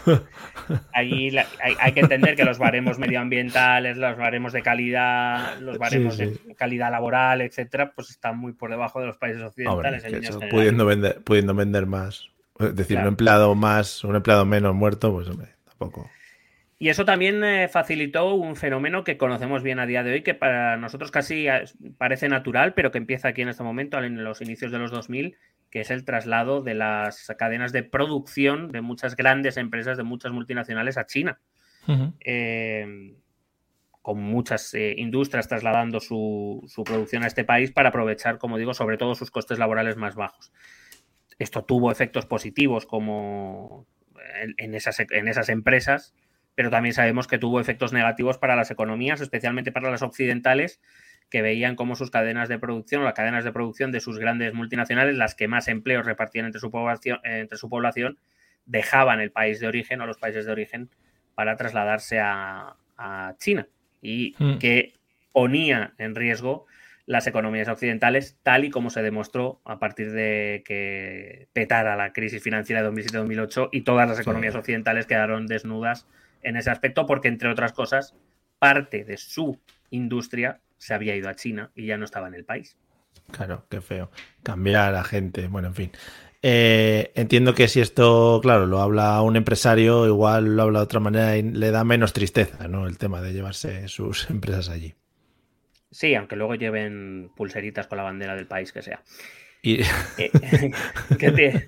ahí la, hay, hay que entender que los baremos medioambientales, los baremos de calidad, los baremos sí, sí. de calidad laboral, etcétera, pues están muy por debajo de los países occidentales. Hombre, en eso, pudiendo, vender, pudiendo vender más, es decir, claro. un empleado más, un empleado menos muerto, pues hombre, tampoco. Y eso también eh, facilitó un fenómeno que conocemos bien a día de hoy, que para nosotros casi parece natural, pero que empieza aquí en este momento, en los inicios de los dos mil, que es el traslado de las cadenas de producción de muchas grandes empresas, de muchas multinacionales a China. Uh-huh. Eh, con muchas eh, industrias trasladando su, su producción a este país para aprovechar, como digo, sobre todo sus costes laborales más bajos. Esto tuvo efectos positivos como en, en, esas, en esas empresas, pero también sabemos que tuvo efectos negativos para las economías, especialmente para las occidentales, que veían cómo sus cadenas de producción o las cadenas de producción de sus grandes multinacionales, las que más empleos repartían entre su población, entre su población dejaban el país de origen o los países de origen para trasladarse a, a China y mm. que ponía en riesgo las economías occidentales, tal y como se demostró a partir de que petara la crisis financiera de dos mil siete dos mil ocho y todas las economías sí. occidentales quedaron desnudas en ese aspecto porque, entre otras cosas, parte de su industria se había ido a China y ya no estaba en el país. Claro, qué feo. Cambiar a gente, bueno, en fin. Eh, entiendo que si esto, claro, lo habla un empresario, igual lo habla de otra manera y le da menos tristeza, ¿no? El tema de llevarse sus empresas allí. Sí, aunque luego lleven pulseritas con la bandera del país que sea. Y... Eh, ¿qué te...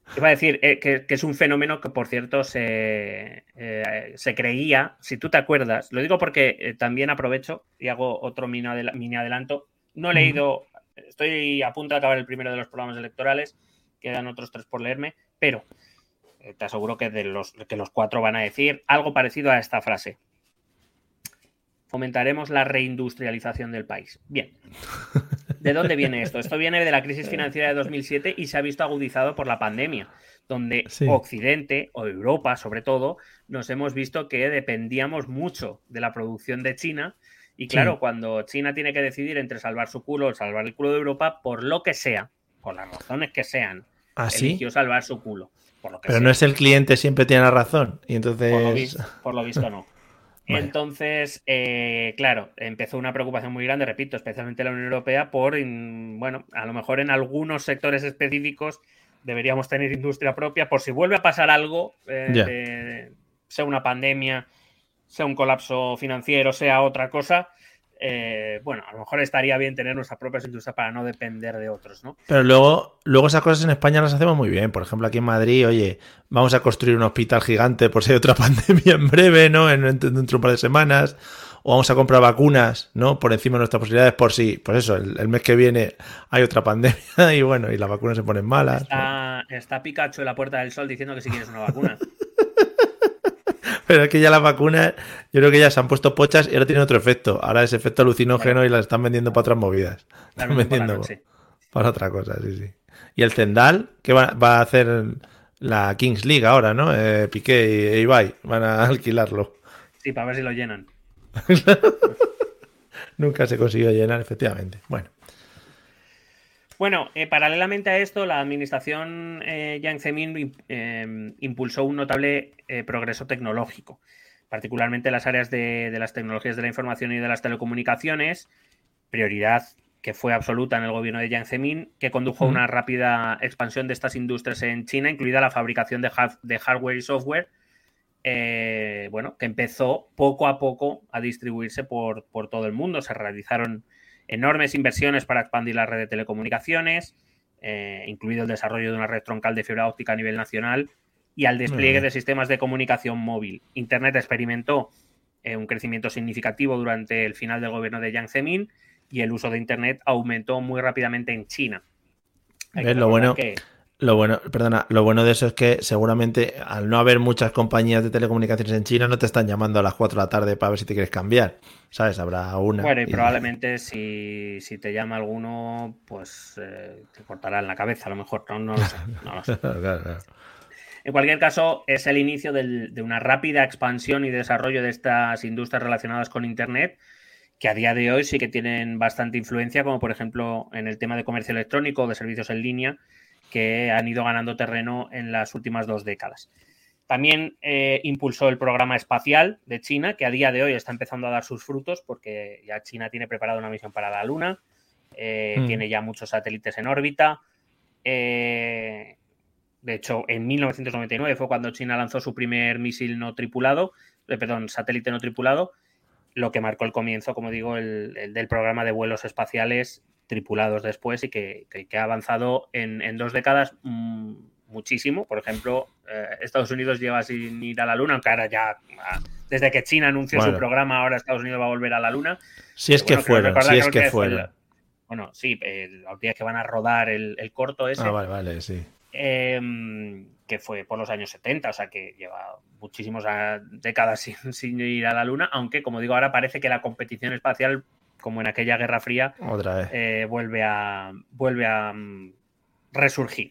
Iba a decir eh, que, que es un fenómeno que, por cierto, se, eh, se creía, si tú te acuerdas, lo digo porque eh, también aprovecho y hago otro mini, adel mini adelanto. No he leído, estoy a punto de acabar el primero de los programas electorales, quedan otros tres por leerme, pero eh, te aseguro que, de los, que los cuatro van a decir algo parecido a esta frase. Fomentaremos la reindustrialización del país. Bien. ¿De dónde viene esto? Esto viene de la crisis financiera de dos mil siete y se ha visto agudizado por la pandemia, donde sí. Occidente, o Europa sobre todo, nos hemos visto que dependíamos mucho de la producción de China. Y claro, sí. cuando China tiene que decidir entre salvar su culo o salvar el culo de Europa, por lo que sea, por las razones que sean, ¿Ah, eligió sí? salvar su culo. Por lo que Pero sea. no es el cliente siempre tiene la razón. Y entonces... Por lo visto, por lo visto no. Vale. Entonces, eh, claro, empezó una preocupación muy grande, repito, especialmente la Unión Europea, por, bueno, a lo mejor en algunos sectores específicos deberíamos tener industria propia por si vuelve a pasar algo, eh, yeah. de, sea una pandemia, sea un colapso financiero, sea otra cosa. Eh, bueno, a lo mejor estaría bien tener nuestras propias industrias para no depender de otros, ¿no? Pero luego, luego esas cosas en España las hacemos muy bien. Por ejemplo, aquí en Madrid, oye, vamos a construir un hospital gigante por si hay otra pandemia en breve, ¿no? En, en, dentro de un par de semanas. O vamos a comprar vacunas, ¿no? Por encima de nuestras posibilidades por si, pues eso, el, el mes que viene hay otra pandemia y bueno, y las vacunas se ponen malas. Está, ¿no? Está Pikachu en la Puerta del Sol diciendo que si quieres una vacuna. Pero es que ya las vacunas, yo creo que ya se han puesto pochas y ahora tienen otro efecto. Ahora es efecto alucinógeno claro. Y las están vendiendo para otras movidas. Están vendiendo para, para otra cosa, sí, sí. Y el Zendal, que va, va a hacer la Kings League ahora, ¿no? Eh, Piqué e Ibai van a alquilarlo. Sí, para ver si lo llenan. Nunca se consiguió llenar, efectivamente. Bueno. Bueno, eh, paralelamente a esto, la administración eh, Jiang Zemin eh, impulsó un notable eh, progreso tecnológico, particularmente en las áreas de, de las tecnologías de la información y de las telecomunicaciones, prioridad que fue absoluta en el gobierno de Jiang Zemin, que condujo a una rápida expansión de estas industrias en China, incluida la fabricación de, hard de hardware y software, eh, bueno, que empezó poco a poco a distribuirse por, por todo el mundo. Se realizaron enormes inversiones para expandir la red de telecomunicaciones, eh, incluido el desarrollo de una red troncal de fibra óptica a nivel nacional y al despliegue de sistemas de comunicación móvil. Internet experimentó eh, un crecimiento significativo durante el final del gobierno de Jiang Zemin y el uso de Internet aumentó muy rápidamente en China. ¿Ves? Lo bueno, que... lo bueno, perdona, lo bueno de eso es que seguramente al no haber muchas compañías de telecomunicaciones en China no te están llamando a las cuatro de la tarde para ver si te quieres cambiar. ¿Sabes? Habrá una. Bueno, y, y... probablemente si, si te llama alguno, pues eh, te cortará en la cabeza a lo mejor. No, no lo sé. No lo sé. Claro, claro. En cualquier caso, es el inicio del, de una rápida expansión y desarrollo de estas industrias relacionadas con Internet, que a día de hoy sí que tienen bastante influencia, como por ejemplo en el tema de comercio electrónico o de servicios en línea, que han ido ganando terreno en las últimas dos décadas. También eh, impulsó el programa espacial de China, que a día de hoy está empezando a dar sus frutos, porque ya China tiene preparada una misión para la Luna, eh, mm. tiene ya muchos satélites en órbita. Eh, de hecho, en mil novecientos noventa y nueve fue cuando China lanzó su primer misil no tripulado, eh, perdón, satélite no tripulado, lo que marcó el comienzo, como digo, el, el del programa de vuelos espaciales tripulados después y que, que, que ha avanzado en, en dos décadas mmm, muchísimo. Por ejemplo, eh, Estados Unidos lleva sin ir a la Luna, aunque ahora ya, desde que China anunció bueno. su programa, ahora Estados Unidos va a volver a la Luna. Si es bueno, que fueron, recordar, si es que, que fueron. El, bueno, sí, el, los días que van a rodar el, el corto ese. Ah, vale, vale, sí. Eh, que fue por los años setenta, o sea que lleva muchísimas décadas sin, sin ir a la Luna, aunque, como digo, ahora parece que la competición espacial, como en aquella Guerra Fría, otra vez eh, vuelve a, vuelve a um, resurgir.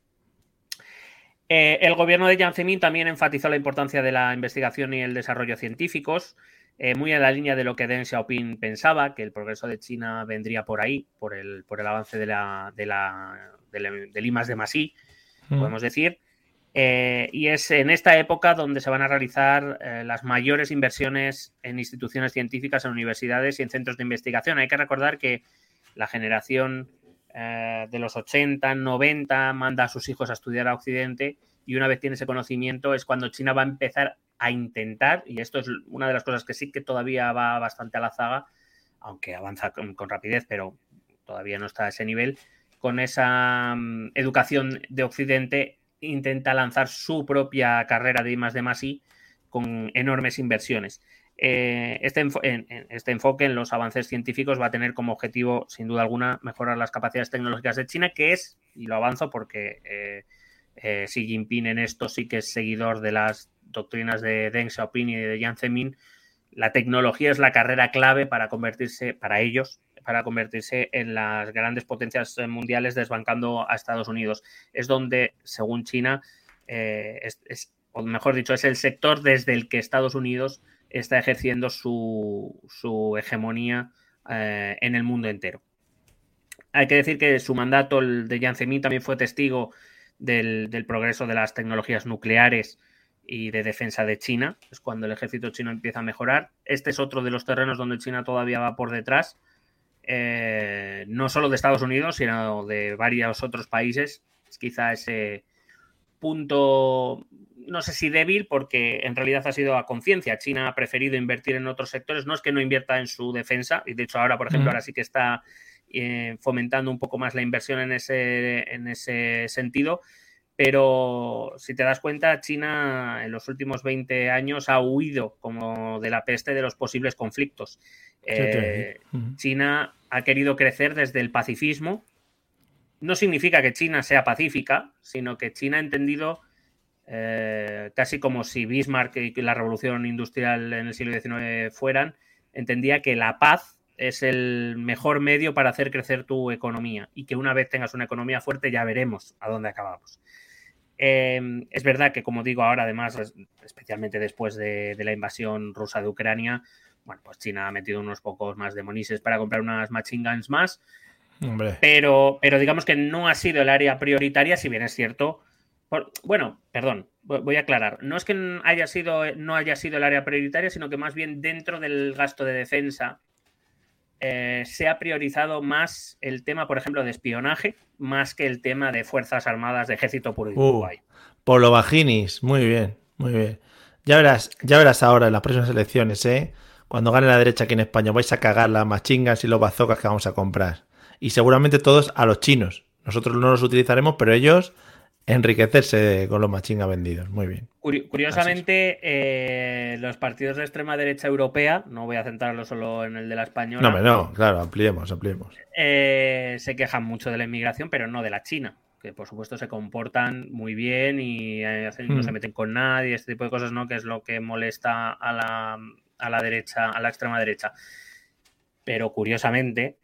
Eh, el gobierno de Jiang Zemin también enfatizó la importancia de la investigación y el desarrollo científicos, eh, muy en la línea de lo que Deng Xiaoping pensaba, que el progreso de China vendría por ahí, por el, por el avance de la, de la, de la, del I más D más I, mm. podemos decir. Eh, y es en esta época donde se van a realizar eh, las mayores inversiones en instituciones científicas, en universidades y en centros de investigación. Hay que recordar que la generación eh, de los ochenta, noventa manda a sus hijos a estudiar a Occidente y una vez tiene ese conocimiento es cuando China va a empezar a intentar, y esto es una de las cosas que sí que todavía va bastante a la zaga, aunque avanza con, con rapidez, pero todavía no está a ese nivel, con esa um, educación de Occidente intenta lanzar su propia carrera de I más D más I con enormes inversiones. Eh, este, enfo- en, en este enfoque en los avances científicos va a tener como objetivo, sin duda alguna, mejorar las capacidades tecnológicas de China, que es, y lo avanzo porque eh, eh, Xi Jinping en esto sí que es seguidor de las doctrinas de Deng Xiaoping y de Jiang Zemin. La tecnología es la carrera clave para convertirse, para ellos, para convertirse en las grandes potencias mundiales, desbancando a Estados Unidos. Es donde, según China, eh, es, es, o mejor dicho, es el sector desde el que Estados Unidos está ejerciendo su, su hegemonía eh, en el mundo entero. Hay que decir que su mandato, el de Jiang Zemin, también fue testigo del, del progreso de las tecnologías nucleares y de defensa de China. Es cuando el ejército chino empieza a mejorar. Este es otro de los terrenos donde China todavía va por detrás, eh, no solo de Estados Unidos, sino de varios otros países. Es quizá ese punto, no sé si débil, porque en realidad ha sido a conciencia. China ha preferido invertir en otros sectores. No es que no invierta en su defensa, y de hecho ahora, por ejemplo, ahora sí que está eh, fomentando un poco más la inversión en ese, en ese sentido. Pero si te das cuenta, China en los últimos veinte años ha huido como de la peste de los posibles conflictos. Eh, China ha querido crecer desde el pacifismo. No significa que China sea pacífica, sino que China ha entendido, eh, casi como si Bismarck y la revolución industrial en el siglo diecinueve fueran, entendía que la paz es el mejor medio para hacer crecer tu economía y que una vez tengas una economía fuerte ya veremos a dónde acabamos. Eh, es verdad que, como digo ahora, además, especialmente después de, de la invasión rusa de Ucrania, bueno, pues China ha metido unos pocos más de monises para comprar unas machine guns más. Hombre. Pero, pero digamos que no ha sido el área prioritaria, si bien es cierto. Por, bueno, perdón, voy a aclarar. No es que haya sido, no haya sido el área prioritaria, sino que más bien dentro del gasto de defensa eh, se ha priorizado más el tema, por ejemplo, de espionaje, más que el tema de Fuerzas Armadas de Ejército Puro y Duro. Uh, Polo Vaginis, muy bien, muy bien. Ya verás, ya verás ahora en las próximas elecciones, ¿eh? Cuando gane la derecha aquí en España, vais a cagar las machingas y los bazocas que vamos a comprar. Y seguramente todos a los chinos. Nosotros no los utilizaremos, pero ellos enriquecerse con los machingas vendidos. Muy bien. Curiosamente, eh, los partidos de extrema derecha europea, no voy a centrarlo solo en el de la española. No, no, claro, ampliemos, ampliemos. Eh, se quejan mucho de la inmigración, pero no de la China, que por supuesto se comportan muy bien y eh, no hmm. se meten con nadie, este tipo de cosas, ¿no? Que es lo que molesta a la, a la derecha, a la extrema derecha. Pero curiosamente,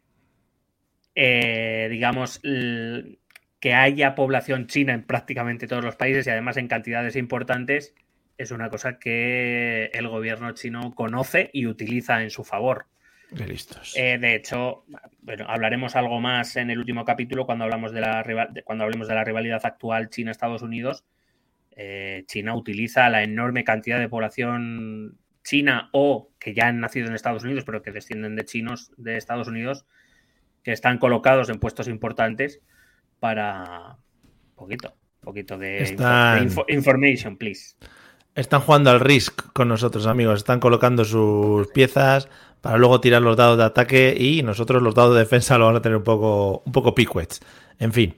eh, digamos, l- que haya población china en prácticamente todos los países y además en cantidades importantes es una cosa que el gobierno chino conoce y utiliza en su favor. Qué listos. Eh, de hecho, bueno, hablaremos algo más en el último capítulo cuando hablamos de la de, cuando hablemos de la rivalidad actual China-Estados Unidos. Eh, China utiliza la enorme cantidad de población china o que ya han nacido en Estados Unidos pero que descienden de chinos de Estados Unidos que están colocados en puestos importantes para poquito, poquito de, están, info, de info, information, please. Están jugando al Risk con nosotros, amigos. Están colocando sus piezas para luego tirar los dados de ataque y nosotros los dados de defensa lo vamos a tener un poco, un poco picuets. En fin.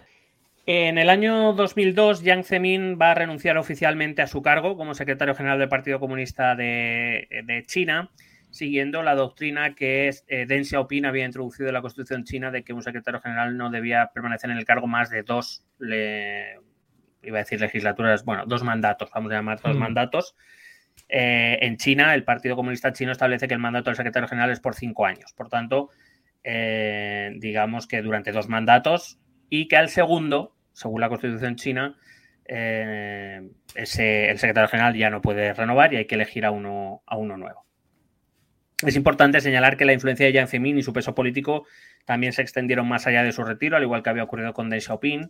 En el año dos mil dos, Jiang Zemin va a renunciar oficialmente a su cargo como secretario general del Partido Comunista de, de China, siguiendo la doctrina que es, eh, Deng Xiaoping había introducido en la Constitución china de que un secretario general no debía permanecer en el cargo más de dos, le, iba a decir legislaturas, bueno, dos mandatos, vamos a llamar dos mm. mandatos. Eh, en China, el Partido Comunista Chino establece que el mandato del secretario general es por cinco años. Por tanto, eh, digamos que durante dos mandatos y que al segundo, según la Constitución china, eh, ese, el secretario general ya no puede renovar y hay que elegir a uno, a uno nuevo. Es importante señalar que la influencia de Jiang Zemin y su peso político también se extendieron más allá de su retiro, al igual que había ocurrido con Deng Xiaoping.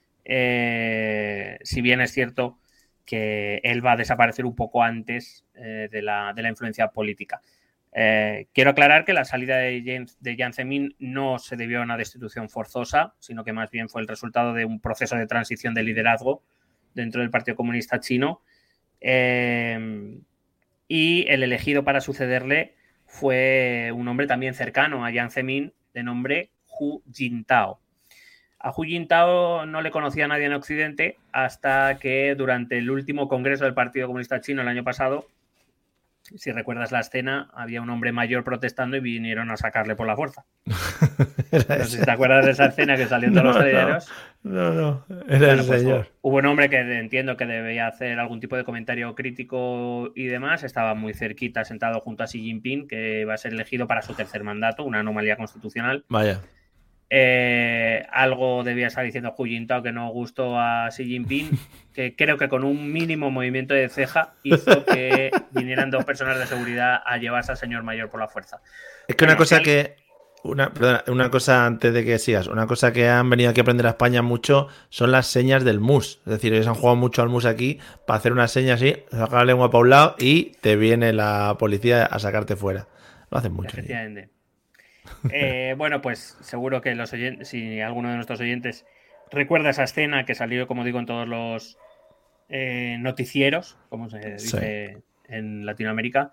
Eh, si bien es cierto que él va a desaparecer un poco antes eh, de, la, de la influencia política. Eh, quiero aclarar que la salida de, James, de Jiang Zemin no se debió a una destitución forzosa, sino que más bien fue el resultado de un proceso de transición de liderazgo dentro del Partido Comunista Chino. Eh, y el elegido para sucederle fue un hombre también cercano a Jiang Zemin, de nombre Hu Jintao. A Hu Jintao no le conocía a nadie en Occidente hasta que durante el último congreso del Partido Comunista Chino el año pasado, si recuerdas la escena, había un hombre mayor protestando y vinieron a sacarle por la fuerza. No sé si te acuerdas de esa escena que salió todos no, los herederos. No, no, no, era bueno, el pues, señor. Hubo un hombre que entiendo que debía hacer algún tipo de comentario crítico y demás. Estaba muy cerquita, sentado junto a Xi Jinping, que va a ser elegido para su tercer mandato, una anomalía constitucional. Vaya. Eh, algo debía estar diciendo Hu Jintao que no gustó a Xi Jinping, que creo que con un mínimo movimiento de ceja hizo que vinieran dos personas de seguridad a llevarse al señor mayor por la fuerza. Es que bueno, una cosa si que una, perdona, una cosa antes de que sigas, una cosa que han venido aquí a aprender a España mucho son las señas del mus. Es decir, ellos han jugado mucho al mus aquí para hacer una seña así, sacar la lengua para un lado y te viene la policía a sacarte fuera. Lo hacen mucho. Efectivamente. Eh, bueno, pues seguro que los oyentes, si alguno de nuestros oyentes recuerda esa escena que salió, como digo, en todos los eh, noticieros, como se dice sí. en Latinoamérica,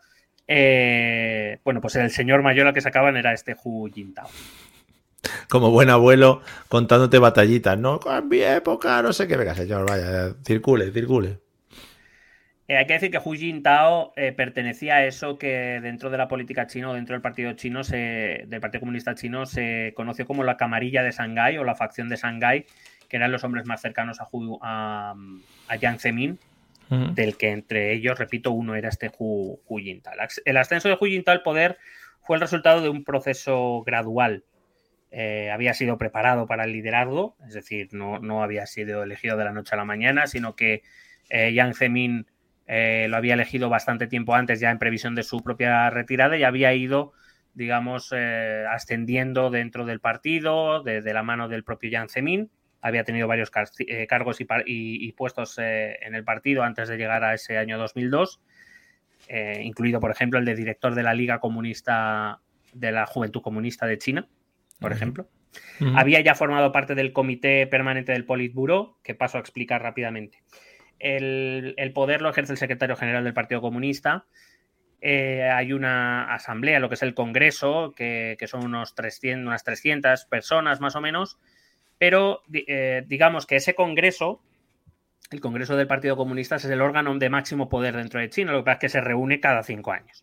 eh, bueno, pues el señor mayor al que sacaban era este Hu Jintao. Como buen abuelo contándote batallitas, ¿no? En mi época, no sé qué, venga, señor, vaya, circule, circule. Eh, hay que decir que Hu Jintao eh, pertenecía a eso que dentro de la política china o dentro del partido chino, se, del Partido Comunista Chino, se conoció como la camarilla de Shanghái o la facción de Shanghái, que eran los hombres más cercanos a, Hu, a, a Jiang Zemin, uh-huh. del que entre ellos, repito, uno era este Hu, Hu Jintao. El ascenso de Hu Jintao al poder fue el resultado de un proceso gradual. Eh, había sido preparado para el liderazgo, es decir, no, no había sido elegido de la noche a la mañana, sino que eh, Jiang Zemin Eh, lo había elegido bastante tiempo antes, ya en previsión de su propia retirada, y había ido, digamos, eh, ascendiendo dentro del partido, de, de la mano del propio Jiang Zemin. Había tenido varios car eh, cargos y, y, y puestos eh, en el partido antes de llegar a ese año dos mil dos, eh, incluido, por ejemplo, el de director de la Liga Comunista de la Juventud Comunista de China, por uh-huh. ejemplo. Uh-huh. Había ya formado parte del Comité Permanente del Politburó, que paso a explicar rápidamente. El, el poder lo ejerce el secretario general del Partido Comunista. Eh, hay una asamblea, lo que es el Congreso, que, que son unos trescientos, unas trescientas personas más o menos, pero eh, digamos que ese Congreso, el Congreso del Partido Comunista, es el órgano de máximo poder dentro de China, lo que pasa es que se reúne cada cinco años.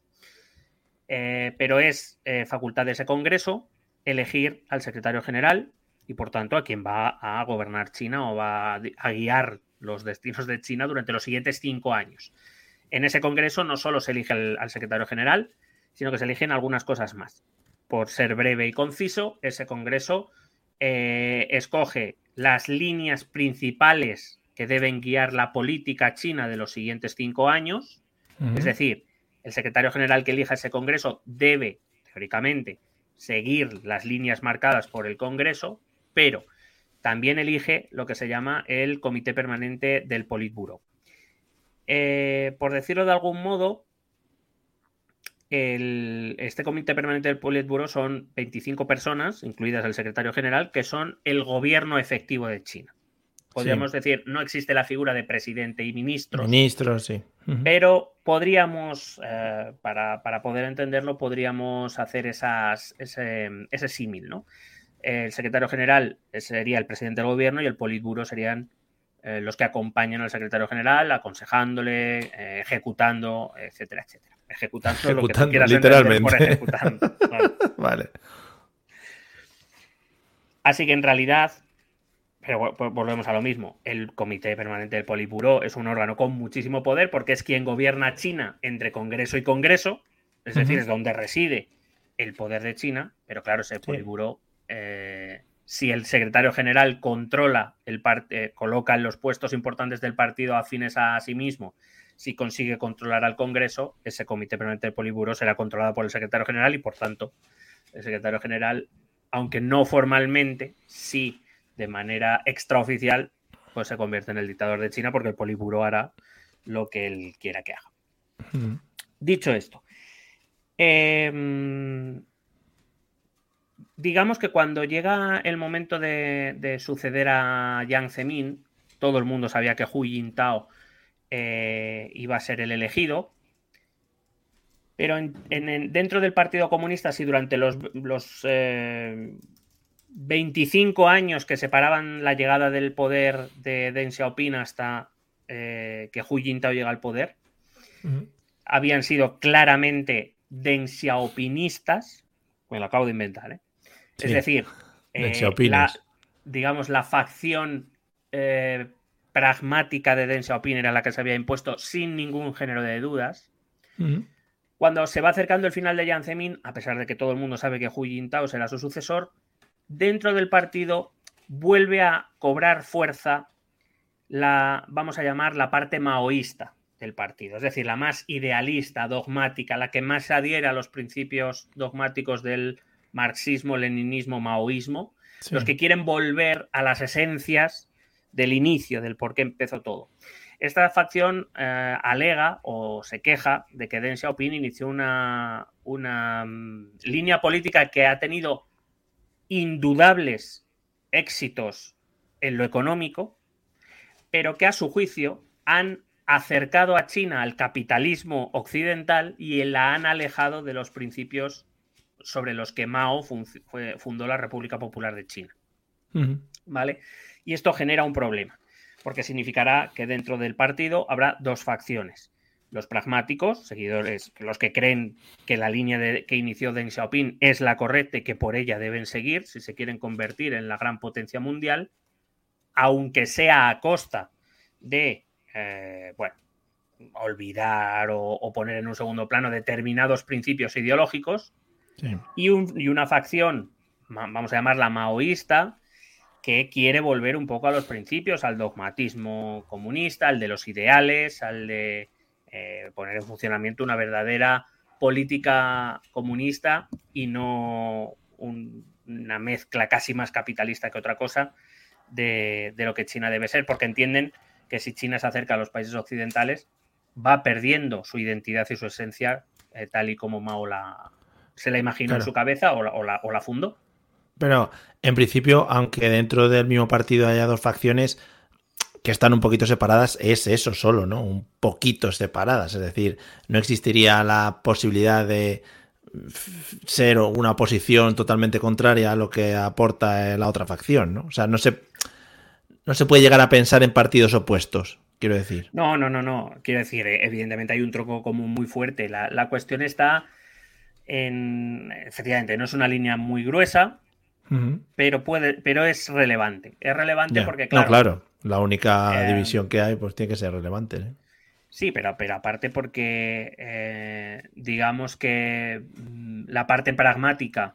Eh, pero es eh, facultad de ese Congreso elegir al secretario general y, por tanto, a quien va a gobernar China o va a guiar los destinos de China durante los siguientes cinco años. En ese congreso no solo se elige el, al secretario general, sino que se eligen algunas cosas más. Por ser breve y conciso, ese congreso eh, escoge las líneas principales que deben guiar la política china de los siguientes cinco años. Uh-huh. Es decir, el secretario general que elija ese congreso debe, teóricamente, seguir las líneas marcadas por el congreso, pero también elige lo que se llama el Comité Permanente del Politburó. Eh, por decirlo de algún modo, el, este Comité Permanente del Politburó son veinticinco personas, incluidas el secretario general, que son el gobierno efectivo de China. Podríamos sí. decir, no existe la figura de presidente y ministros. Ministros, sí. Uh-huh. Pero podríamos, eh, para, para poder entenderlo, podríamos hacer esas, ese, ese símil, ¿no? El secretario general sería el presidente del gobierno y el politburó serían eh, los que acompañan al secretario general, aconsejándole, eh, ejecutando, etcétera, etcétera. Ejecutando, ejecutando lo que tú quieras literalmente. Por ejecutando. Vale. Vale. Así que en realidad, pero volvemos a lo mismo, el Comité Permanente del Politburó es un órgano con muchísimo poder porque es quien gobierna China entre Congreso y Congreso, es decir, uh-huh. es donde reside el poder de China, pero claro, ese Politburó sí. Eh, si el secretario general controla el part- eh, coloca en los puestos importantes del partido afines a sí mismo, si consigue controlar al Congreso, ese Comité Permanente del Politburó será controlado por el secretario general y, por tanto, el secretario general, aunque no formalmente, sí de manera extraoficial, pues se convierte en el dictador de China porque el Politburó hará lo que él quiera que haga. Mm. Dicho esto, eh, digamos que cuando llega el momento de, de suceder a Jiang Zemin, todo el mundo sabía que Hu Jintao eh, iba a ser el elegido, pero en, en, dentro del Partido Comunista, sí, durante los, los, eh, veinticinco años que separaban la llegada del poder de Deng Xiaoping hasta eh, que Hu Jintao llega al poder. Uh-huh. Habían sido claramente Deng Xiaopinistas. Me lo acabo de inventar, ¿eh? Sí. Es decir, eh, la, digamos, la facción eh, pragmática de Deng Xiaoping era la que se había impuesto sin ningún género de dudas. Uh-huh. Cuando se va acercando el final de Jiang Zemin, a pesar de que todo el mundo sabe que Hu Jintao será su sucesor, dentro del partido vuelve a cobrar fuerza la, vamos a llamar, la parte maoísta del partido, es decir, la más idealista, dogmática, la que más se adhiere a los principios dogmáticos del marxismo, leninismo, maoísmo, sí. Los que quieren volver a las esencias del inicio, del por qué empezó todo. Esta facción eh, alega o se queja de que Deng Xiaoping inició una, una um, línea política que ha tenido indudables éxitos en lo económico, pero que a su juicio han acercado a China al capitalismo occidental y la han alejado de los principios sobre los que Mao fundó la República Popular de China. Uh-huh. ¿Vale? Y esto genera un problema, porque significará que dentro del partido habrá dos facciones. Los pragmáticos, seguidores, los que creen que la línea de, que inició Deng Xiaoping es la correcta y que por ella deben seguir si se quieren convertir en la gran potencia mundial, aunque sea a costa de, eh, bueno, olvidar o, o poner en un segundo plano determinados principios ideológicos, sí. y, un, y una facción, vamos a llamarla maoísta, que quiere volver un poco a los principios, al dogmatismo comunista, al de los ideales, al de eh, poner en funcionamiento una verdadera política comunista y no un, una mezcla casi más capitalista que otra cosa de, de lo que China debe ser, porque entienden que si China se acerca a los países occidentales va perdiendo su identidad y su esencia eh, tal y como Mao la, se la imaginó claro. en su cabeza o la, o la, o la fundó. Pero, en principio, aunque dentro del mismo partido haya dos facciones que están un poquito separadas, es eso solo, ¿no? Un poquito separadas. Es decir, no existiría la posibilidad de ser una oposición totalmente contraria a lo que aporta la otra facción, ¿no? O sea, no se, no se puede llegar a pensar en partidos opuestos, quiero decir. No, no, no, no. Quiero decir, evidentemente hay un tronco común muy fuerte. La, la cuestión está en... Efectivamente, no es una línea muy gruesa, Uh-huh. Pero puede, pero es relevante. Es relevante yeah. porque, claro. No, claro. La única eh, división que hay, pues tiene que ser relevante, ¿eh? Sí, pero, pero aparte porque eh, digamos que la parte pragmática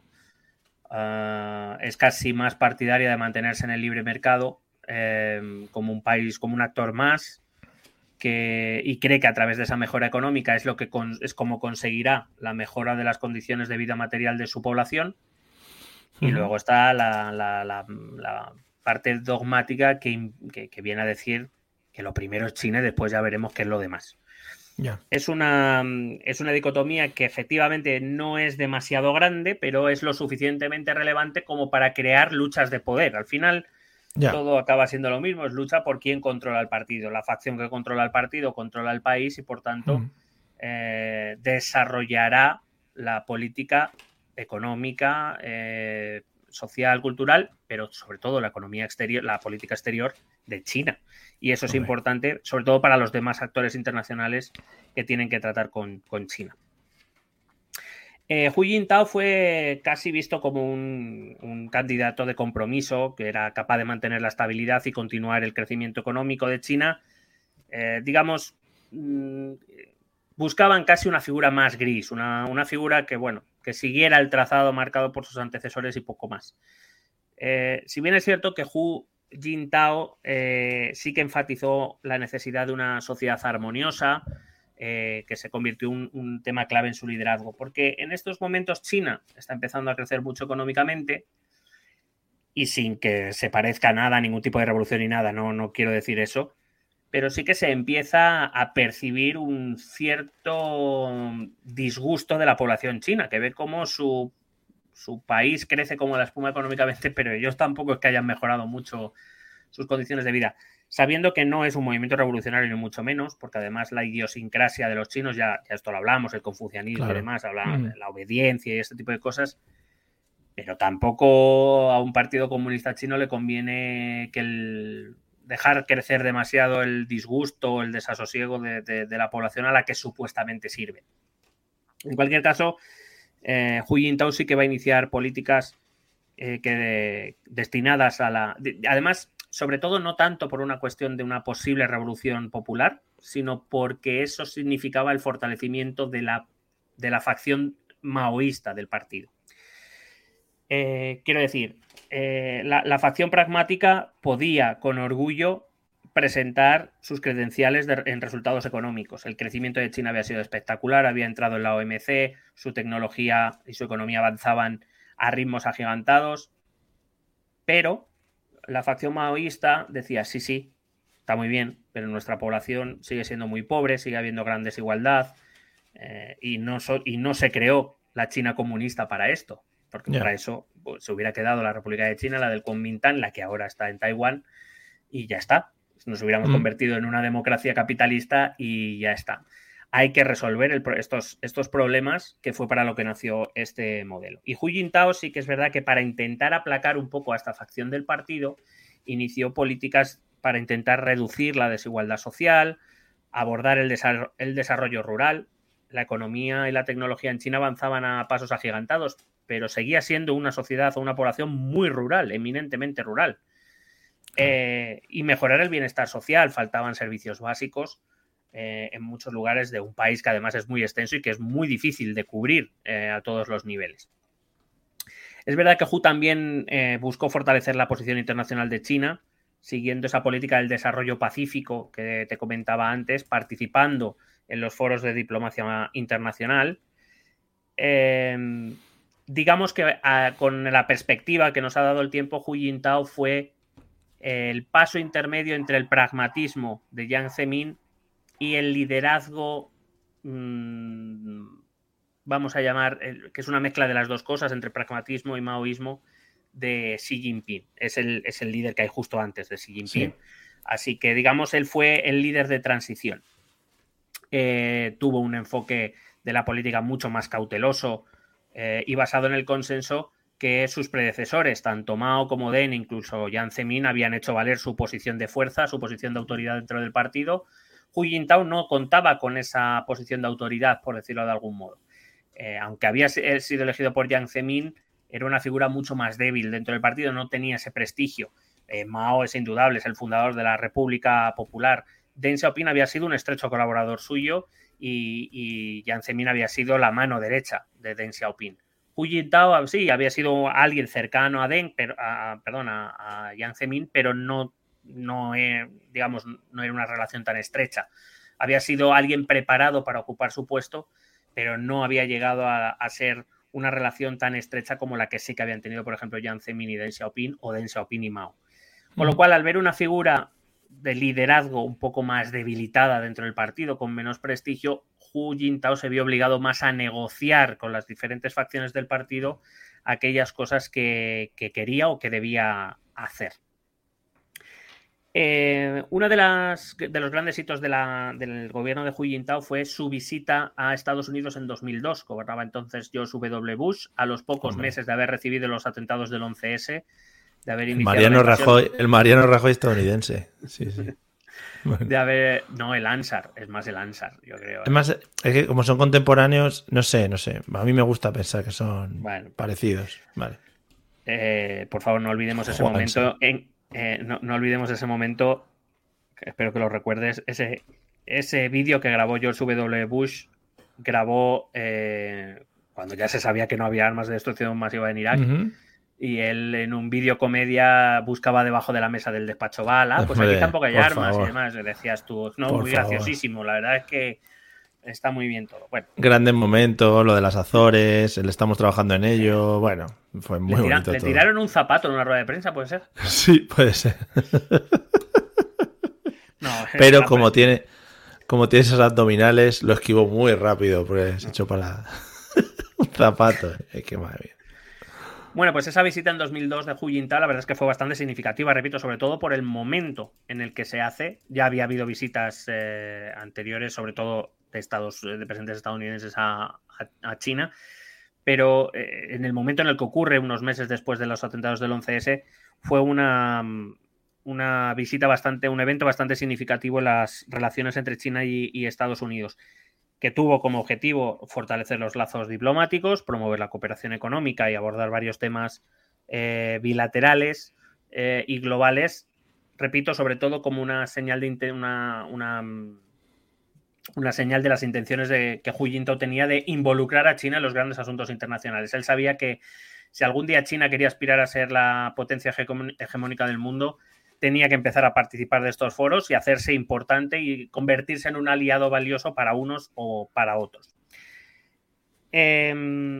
uh, es casi más partidaria de mantenerse en el libre mercado eh, como un país, como un actor más, que, y cree que a través de esa mejora económica es lo que con, es como conseguirá la mejora de las condiciones de vida material de su población. Y uh-huh. luego está la, la, la, la parte dogmática que, que, que viene a decir que lo primero es China y después ya veremos qué es lo demás. Yeah. Es una, es una dicotomía que efectivamente no es demasiado grande, pero es lo suficientemente relevante como para crear luchas de poder. Al final yeah. todo acaba siendo lo mismo, es lucha por quién controla el partido. La facción que controla el partido controla el país y por tanto uh-huh. eh, desarrollará la política económica, eh, social, cultural, pero sobre todo la economía exterior, la política exterior de China. Y eso es okay. importante, sobre todo para los demás actores internacionales que tienen que tratar con, con China. Eh, Hu Jintao fue casi visto como un, un candidato de compromiso que era capaz de mantener la estabilidad y continuar el crecimiento económico de China. Eh, digamos, mmm, buscaban casi una figura más gris, una, una figura que, bueno, que siguiera el trazado marcado por sus antecesores y poco más. Eh, si bien es cierto que Hu Jintao eh, sí que enfatizó la necesidad de una sociedad armoniosa, eh, que se convirtió en un, un tema clave en su liderazgo, porque en estos momentos China está empezando a crecer mucho económicamente y sin que se parezca a nada, a ningún tipo de revolución ni nada, no, no quiero decir eso, pero sí que se empieza a percibir un cierto disgusto de la población china, que ve cómo su, su país crece como la espuma económicamente, pero ellos tampoco es que hayan mejorado mucho sus condiciones de vida, sabiendo que no es un movimiento revolucionario ni mucho menos, porque además la idiosincrasia de los chinos, ya, ya esto lo hablamos, el confucianismo claro. y demás, hablamos mm. de la obediencia y este tipo de cosas, pero tampoco a un partido comunista chino le conviene que el dejar crecer demasiado el disgusto o el desasosiego de, de, de la población a la que supuestamente sirve. En cualquier caso, eh, Hu Jintao sí que va a iniciar políticas eh, que de, destinadas a la... De, además, sobre todo no tanto por una cuestión de una posible revolución popular, sino porque eso significaba el fortalecimiento de la, de la facción maoísta del partido. Eh, quiero decir, eh, la, la facción pragmática podía con orgullo presentar sus credenciales de, en resultados económicos. El crecimiento de China había sido espectacular, había entrado en la O M C, su tecnología y su economía avanzaban a ritmos agigantados, pero la facción maoísta decía, sí, sí, está muy bien, pero nuestra población sigue siendo muy pobre, sigue habiendo gran desigualdad, eh, y, no so, y no se creó la China comunista para esto. Porque yeah. para eso pues, se hubiera quedado la República de China, la del Kuomintang, la que ahora está en Taiwán, y ya está. Nos hubiéramos mm. convertido en una democracia capitalista y ya está. Hay que resolver el, estos, estos problemas, que fue para lo que nació este modelo. Y Hu Jintao sí que es verdad que para intentar aplacar un poco a esta facción del partido, inició políticas para intentar reducir la desigualdad social, abordar el, desarrollo, el desarrollo rural. La economía y la tecnología en China avanzaban a pasos agigantados, pero seguía siendo una sociedad o una población muy rural, eminentemente rural. Eh, y mejorar el bienestar social. Faltaban servicios básicos eh, en muchos lugares de un país que además es muy extenso y que es muy difícil de cubrir eh, a todos los niveles. Es verdad que Hu también eh, buscó fortalecer la posición internacional de China, siguiendo esa política del desarrollo pacífico que te comentaba antes, participando en los foros de diplomacia internacional. Eh, digamos que a, con la perspectiva que nos ha dado el tiempo, Hu Jintao fue eh, el paso intermedio entre el pragmatismo de Jiang Zemin y el liderazgo, mmm, vamos a llamar, el, que es una mezcla de las dos cosas, entre pragmatismo y maoísmo, de Xi Jinping. Es el, es el líder que hay justo antes de Xi Jinping. Sí. Así que, digamos, él fue el líder de transición. Eh, tuvo un enfoque de la política mucho más cauteloso eh, y basado en el consenso que sus predecesores, tanto Mao como Deng, incluso Jiang Zemin, habían hecho valer su posición de fuerza, su posición de autoridad dentro del partido. Hu Jintao no contaba con esa posición de autoridad, por decirlo de algún modo. Eh, aunque había sido elegido por Jiang Zemin, era una figura mucho más débil dentro del partido, no tenía ese prestigio. Eh, Mao es indudable, es el fundador de la República Popular. Deng Xiaoping había sido un estrecho colaborador suyo y, y Jiang Zemin había sido la mano derecha de Deng Xiaoping. Hu Jintao sí había sido alguien cercano a Deng, pero, a, perdón, a, a Jiang Zemin, pero no, no, eh, digamos, no era una relación tan estrecha. Había sido alguien preparado para ocupar su puesto, pero no había llegado a, a ser una relación tan estrecha como la que sí que habían tenido, por ejemplo, Jiang Zemin y Deng Xiaoping, o Deng Xiaoping y Mao. Con lo cual, al ver una figura de liderazgo un poco más debilitada dentro del partido, con menos prestigio, Hu Jintao se vio obligado más a negociar con las diferentes facciones del partido aquellas cosas que, que quería o que debía hacer. Eh, uno de, las, de los grandes hitos de la, del gobierno de Hu Jintao fue su visita a Estados Unidos en dos mil dos. Gobernaba entonces George W. Bush, a los pocos Hombre. meses de haber recibido los atentados del once ese, de haber iniciado Mariano Rajoy, el Mariano Rajoy estadounidense. Sí, sí. Bueno. De haber, no, el Ansar, es más el Ansar, yo creo. Es más, es que como son contemporáneos, no sé, no sé. A mí me gusta pensar que son bueno, parecidos. Vale. Eh, por favor, no olvidemos ese Juan, momento. En, eh, no, no olvidemos ese momento. Que espero que lo recuerdes. Ese, ese vídeo que grabó George W. Bush, grabó eh, cuando ya se sabía que no había armas de destrucción masiva en Irak. Uh-huh. Y él en un vídeo comedia buscaba debajo de la mesa del despacho bala, pues aquí tampoco hay armas favor. y demás, decías tú, no, por muy favor. graciosísimo, la verdad es que está muy bien todo. Bueno. Grandes momentos, lo de las Azores, le estamos trabajando en ello, bueno, fue muy le tira, bonito ¿Le todo. tiraron un zapato en una rueda de prensa, puede ser? Sí, puede ser. no, Pero como tiene, como tiene esas abdominales, lo esquivó muy rápido, porque se echó para la... un zapato, es que madre mía. Bueno, pues esa visita en dos mil dos de Hu Jintao la verdad es que fue bastante significativa, repito, sobre todo por el momento en el que se hace. Ya había habido visitas eh, anteriores, sobre todo de, estados, de presidentes estadounidenses a, a, a China, pero eh, en el momento en el que ocurre, unos meses después de los atentados del once ese, fue una, una visita bastante, un evento bastante significativo en las relaciones entre China y, y Estados Unidos, que tuvo como objetivo fortalecer los lazos diplomáticos, promover la cooperación económica y abordar varios temas eh, bilaterales eh, y globales, repito, sobre todo como una señal de una, una, una señal de las intenciones de, que Hu Jintao tenía de involucrar a China en los grandes asuntos internacionales. Él sabía que si algún día China quería aspirar a ser la potencia hegemónica del mundo, tenía que empezar a participar de estos foros y hacerse importante y convertirse en un aliado valioso para unos o para otros. Eh,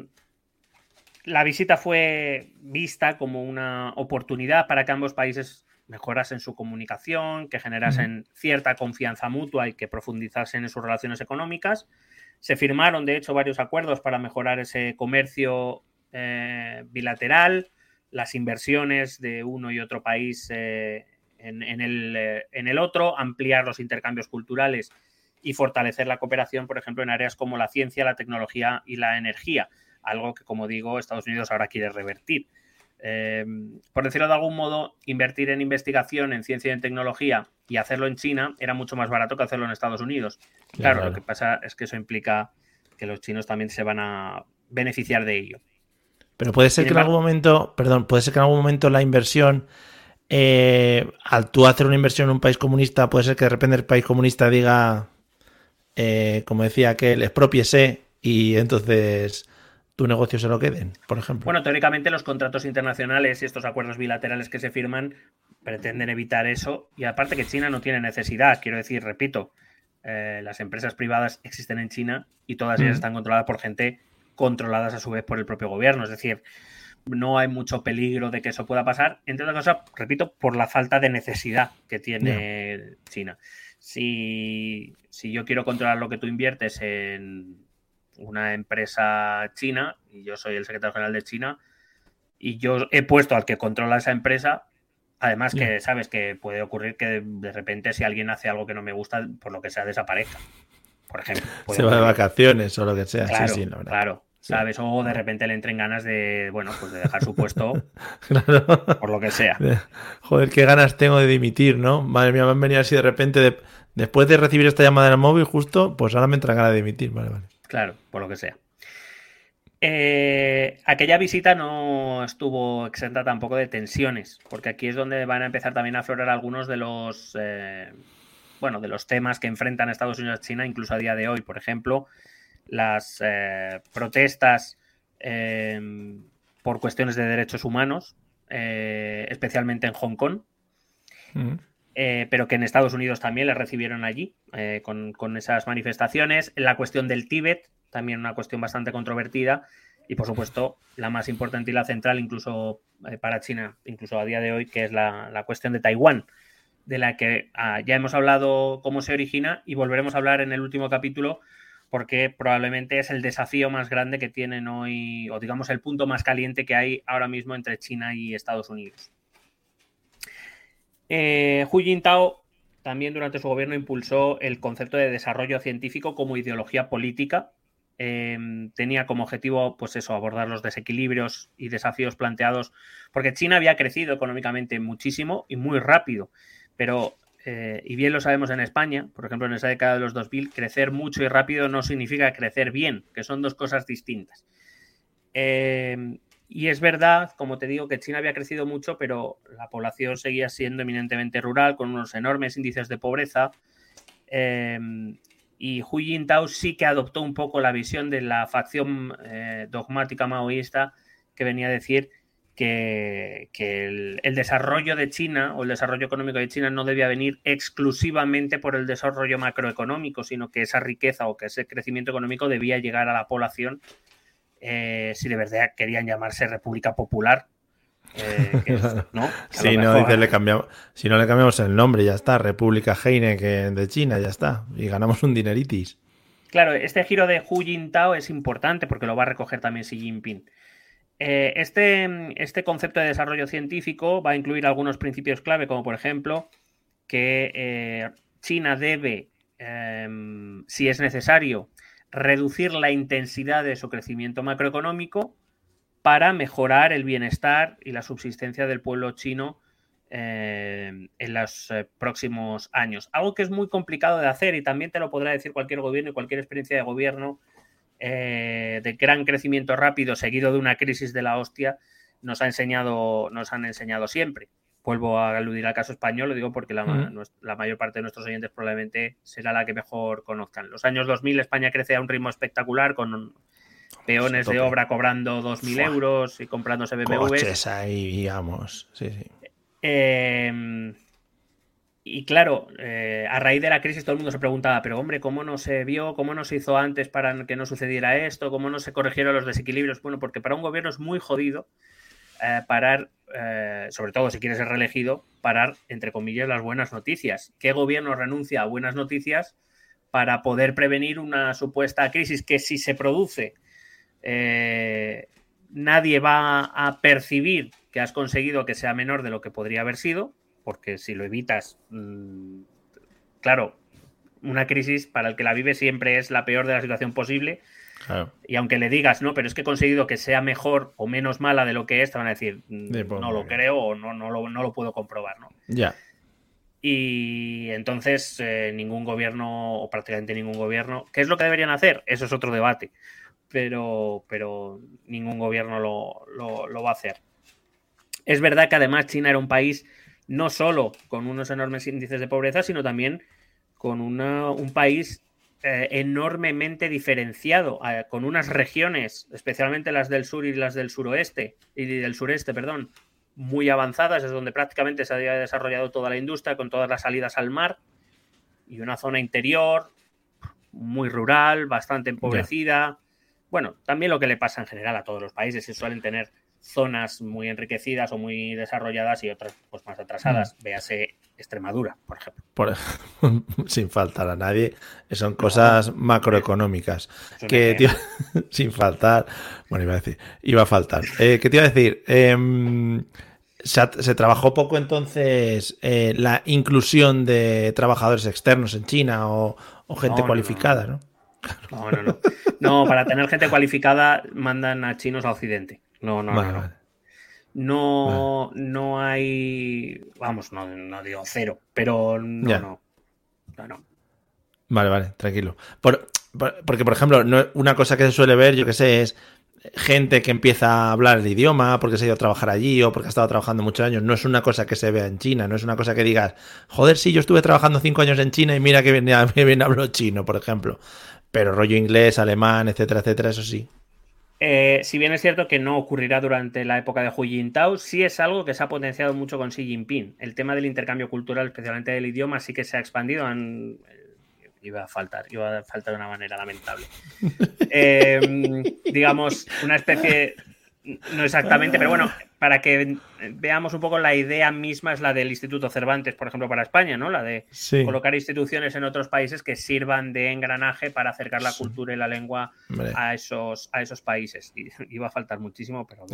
la visita fue vista como una oportunidad para que ambos países mejorasen su comunicación, que generasen uh-huh. cierta confianza mutua y que profundizasen en sus relaciones económicas. Se firmaron, de hecho, varios acuerdos para mejorar ese comercio eh, bilateral, las inversiones de uno y otro país eh, en, en, el, eh, en el otro, ampliar los intercambios culturales y fortalecer la cooperación, por ejemplo, en áreas como la ciencia, la tecnología y la energía, algo que, como digo, Estados Unidos ahora quiere revertir. Eh, por decirlo de algún modo, invertir en investigación, en ciencia y en tecnología y hacerlo en China era mucho más barato que hacerlo en Estados Unidos. Claro, claro, claro. Lo que pasa es que eso implica que los chinos también se van a beneficiar de ello. Pero puede ser Sin que embargo, en algún momento, perdón, puede ser que en algún momento la inversión, eh, al tú hacer una inversión en un país comunista, puede ser que de repente el país comunista diga, eh, como decía aquel, expropiese y entonces tu negocio se lo queden, por ejemplo. Bueno, teóricamente los contratos internacionales y estos acuerdos bilaterales que se firman pretenden evitar eso, y aparte que China no tiene necesidad, quiero decir, repito, eh, las empresas privadas existen en China y todas ellas mm. están controladas por gente controladas a su vez por el propio gobierno, es decir, no hay mucho peligro de que eso pueda pasar, entre otras cosas, repito, por la falta de necesidad que tiene yeah. China. Si, si yo quiero controlar lo que tú inviertes en una empresa china y yo soy el secretario general de China y yo he puesto al que controla esa empresa, además yeah. que sabes que puede ocurrir que de repente si alguien hace algo que no me gusta, por lo que sea, desaparezca, por ejemplo. Se va de vacaciones o lo que sea. Claro, sí, sí, la verdad. Claro. Sí. ¿Sabes? O de repente le entren ganas de, bueno, pues de dejar su puesto claro. por lo que sea. Joder, qué ganas tengo de dimitir, ¿no? Madre mía, me han venido así de repente, de, después de recibir esta llamada en el móvil justo, pues ahora me entra ganas de dimitir, vale, vale. Claro, por lo que sea. Eh, aquella visita no estuvo exenta tampoco de tensiones, porque aquí es donde van a empezar también a aflorar algunos de los, eh, bueno, de los temas que enfrentan Estados Unidos y China, incluso a día de hoy. Por ejemplo, las eh, protestas eh, por cuestiones de derechos humanos, eh, especialmente en Hong Kong, mm. eh, pero que en Estados Unidos también les recibieron allí eh, con, con esas manifestaciones. La cuestión del Tíbet, también una cuestión bastante controvertida, y por supuesto la más importante y la central incluso eh, para China, incluso a día de hoy, que es la, la cuestión de Taiwán, de la que ah, ya hemos hablado cómo se origina y volveremos a hablar en el último capítulo, porque probablemente es el desafío más grande que tienen hoy, o digamos el punto más caliente que hay ahora mismo entre China y Estados Unidos. Eh, Hu Jintao también durante su gobierno impulsó el concepto de desarrollo científico como ideología política. Eh, tenía como objetivo, pues eso, abordar los desequilibrios y desafíos planteados, porque China había crecido económicamente muchísimo y muy rápido, pero Eh, y bien lo sabemos en España, por ejemplo, en esa década de los dos mil, crecer mucho y rápido no significa crecer bien, que son dos cosas distintas. Eh, y es verdad, como te digo, que China había crecido mucho, pero la población seguía siendo eminentemente rural, con unos enormes índices de pobreza. Eh, y Hu Jintao sí que adoptó un poco la visión de la facción eh, dogmática maoísta, que venía a decir que, que el, el desarrollo de China o el desarrollo económico de China no debía venir exclusivamente por el desarrollo macroeconómico, sino que esa riqueza o que ese crecimiento económico debía llegar a la población eh, si de verdad querían llamarse República Popular. Eh, que es, ¿no? Sí, no, dice, le cambiamos, si no le cambiamos el nombre, ya está, República Heineken de China, ya está, y ganamos un dineritis. Claro, este giro de Hu Jintao es importante porque lo va a recoger también Xi Jinping. Eh, este, este concepto de desarrollo científico va a incluir algunos principios clave, como por ejemplo que eh, China debe, eh, si es necesario, reducir la intensidad de su crecimiento macroeconómico para mejorar el bienestar y la subsistencia del pueblo chino eh, en los eh, próximos años. Algo que es muy complicado de hacer y también te lo podrá decir cualquier gobierno y cualquier experiencia de gobierno eh, de gran crecimiento rápido seguido de una crisis de la hostia nos ha enseñado, nos han enseñado siempre. Vuelvo a aludir al caso español, lo digo porque la, mm. la mayor parte de nuestros oyentes probablemente será la que mejor conozcan. Los años dos mil España crece a un ritmo espectacular con peones de obra cobrando dos mil euros y comprándose B M Ws. Coches ahí, digamos. Sí, sí. Eh, y claro, eh, a raíz de la crisis todo el mundo se preguntaba, pero hombre, ¿cómo no se vio? ¿Cómo no se hizo antes para que no sucediera esto? ¿Cómo no se corrigieron los desequilibrios? Bueno, porque para un gobierno es muy jodido eh, parar, eh, sobre todo si quieres ser reelegido, parar, entre comillas, las buenas noticias. ¿Qué gobierno renuncia a buenas noticias para poder prevenir una supuesta crisis que si se produce eh, nadie va a percibir que has conseguido que sea menor de lo que podría haber sido? Porque si lo evitas, mmm, claro, una crisis para el que la vive siempre es la peor de la situación posible. Claro. Y aunque le digas, no, pero es que he conseguido que sea mejor o menos mala de lo que es, te van a decir, no lo creo o no, no, lo, no lo puedo comprobar, ¿no? Ya. Yeah. Y entonces eh, ningún gobierno, o prácticamente ningún gobierno, ¿qué es lo que deberían hacer? Eso es otro debate, pero, pero ningún gobierno lo, lo, lo va a hacer. Es verdad que además China era un país no solo con unos enormes índices de pobreza, sino también con una, un país eh, enormemente diferenciado, eh, con unas regiones, especialmente las del sur y las del suroeste, y del sureste, perdón, muy avanzadas, es donde prácticamente se había desarrollado toda la industria, con todas las salidas al mar, y una zona interior muy rural, bastante empobrecida. Yeah. Bueno, también lo que le pasa en general a todos los países, que suelen tener zonas muy enriquecidas o muy desarrolladas y otras pues más atrasadas. Mm. Véase Extremadura, por ejemplo. Por, sin faltar a nadie, son cosas no, macroeconómicas. Que, tío, sin faltar, bueno, iba a decir, iba a faltar. Eh, ¿Qué te iba a decir? Eh, se, se trabajó poco entonces eh, la inclusión de trabajadores externos en China o, o gente no, cualificada, ¿no? No, no, no. No, para tener gente cualificada mandan a chinos a Occidente. No, no, vale, no. Vale. No, vale. no hay. Vamos, no, no digo cero, pero no, yeah. no, no, no. Vale, vale, tranquilo. Por, por, porque, por ejemplo, no, una cosa que se suele ver, yo que sé, es gente que empieza a hablar el idioma porque se ha ido a trabajar allí o porque ha estado trabajando muchos años. No es una cosa que se vea en China, no es una cosa que digas, joder, sí, yo estuve trabajando cinco años en China y mira que bien, bien hablo chino, por ejemplo. Pero rollo inglés, alemán, etcétera, etcétera, eso sí. Eh, si bien es cierto que no ocurrirá durante la época de Hu Jintao, sí es algo que se ha potenciado mucho con Xi Jinping. El tema del intercambio cultural, especialmente del idioma, sí que se ha expandido. En... Iba a faltar, iba a faltar de una manera lamentable. Eh, digamos, una especie, no exactamente, pero bueno, para que veamos un poco la idea misma es la del Instituto Cervantes, por ejemplo, para España, ¿no? La de sí. colocar instituciones en otros países que sirvan de engranaje para acercar la cultura y la lengua a esos, a esos países. Y, iba a faltar muchísimo, pero...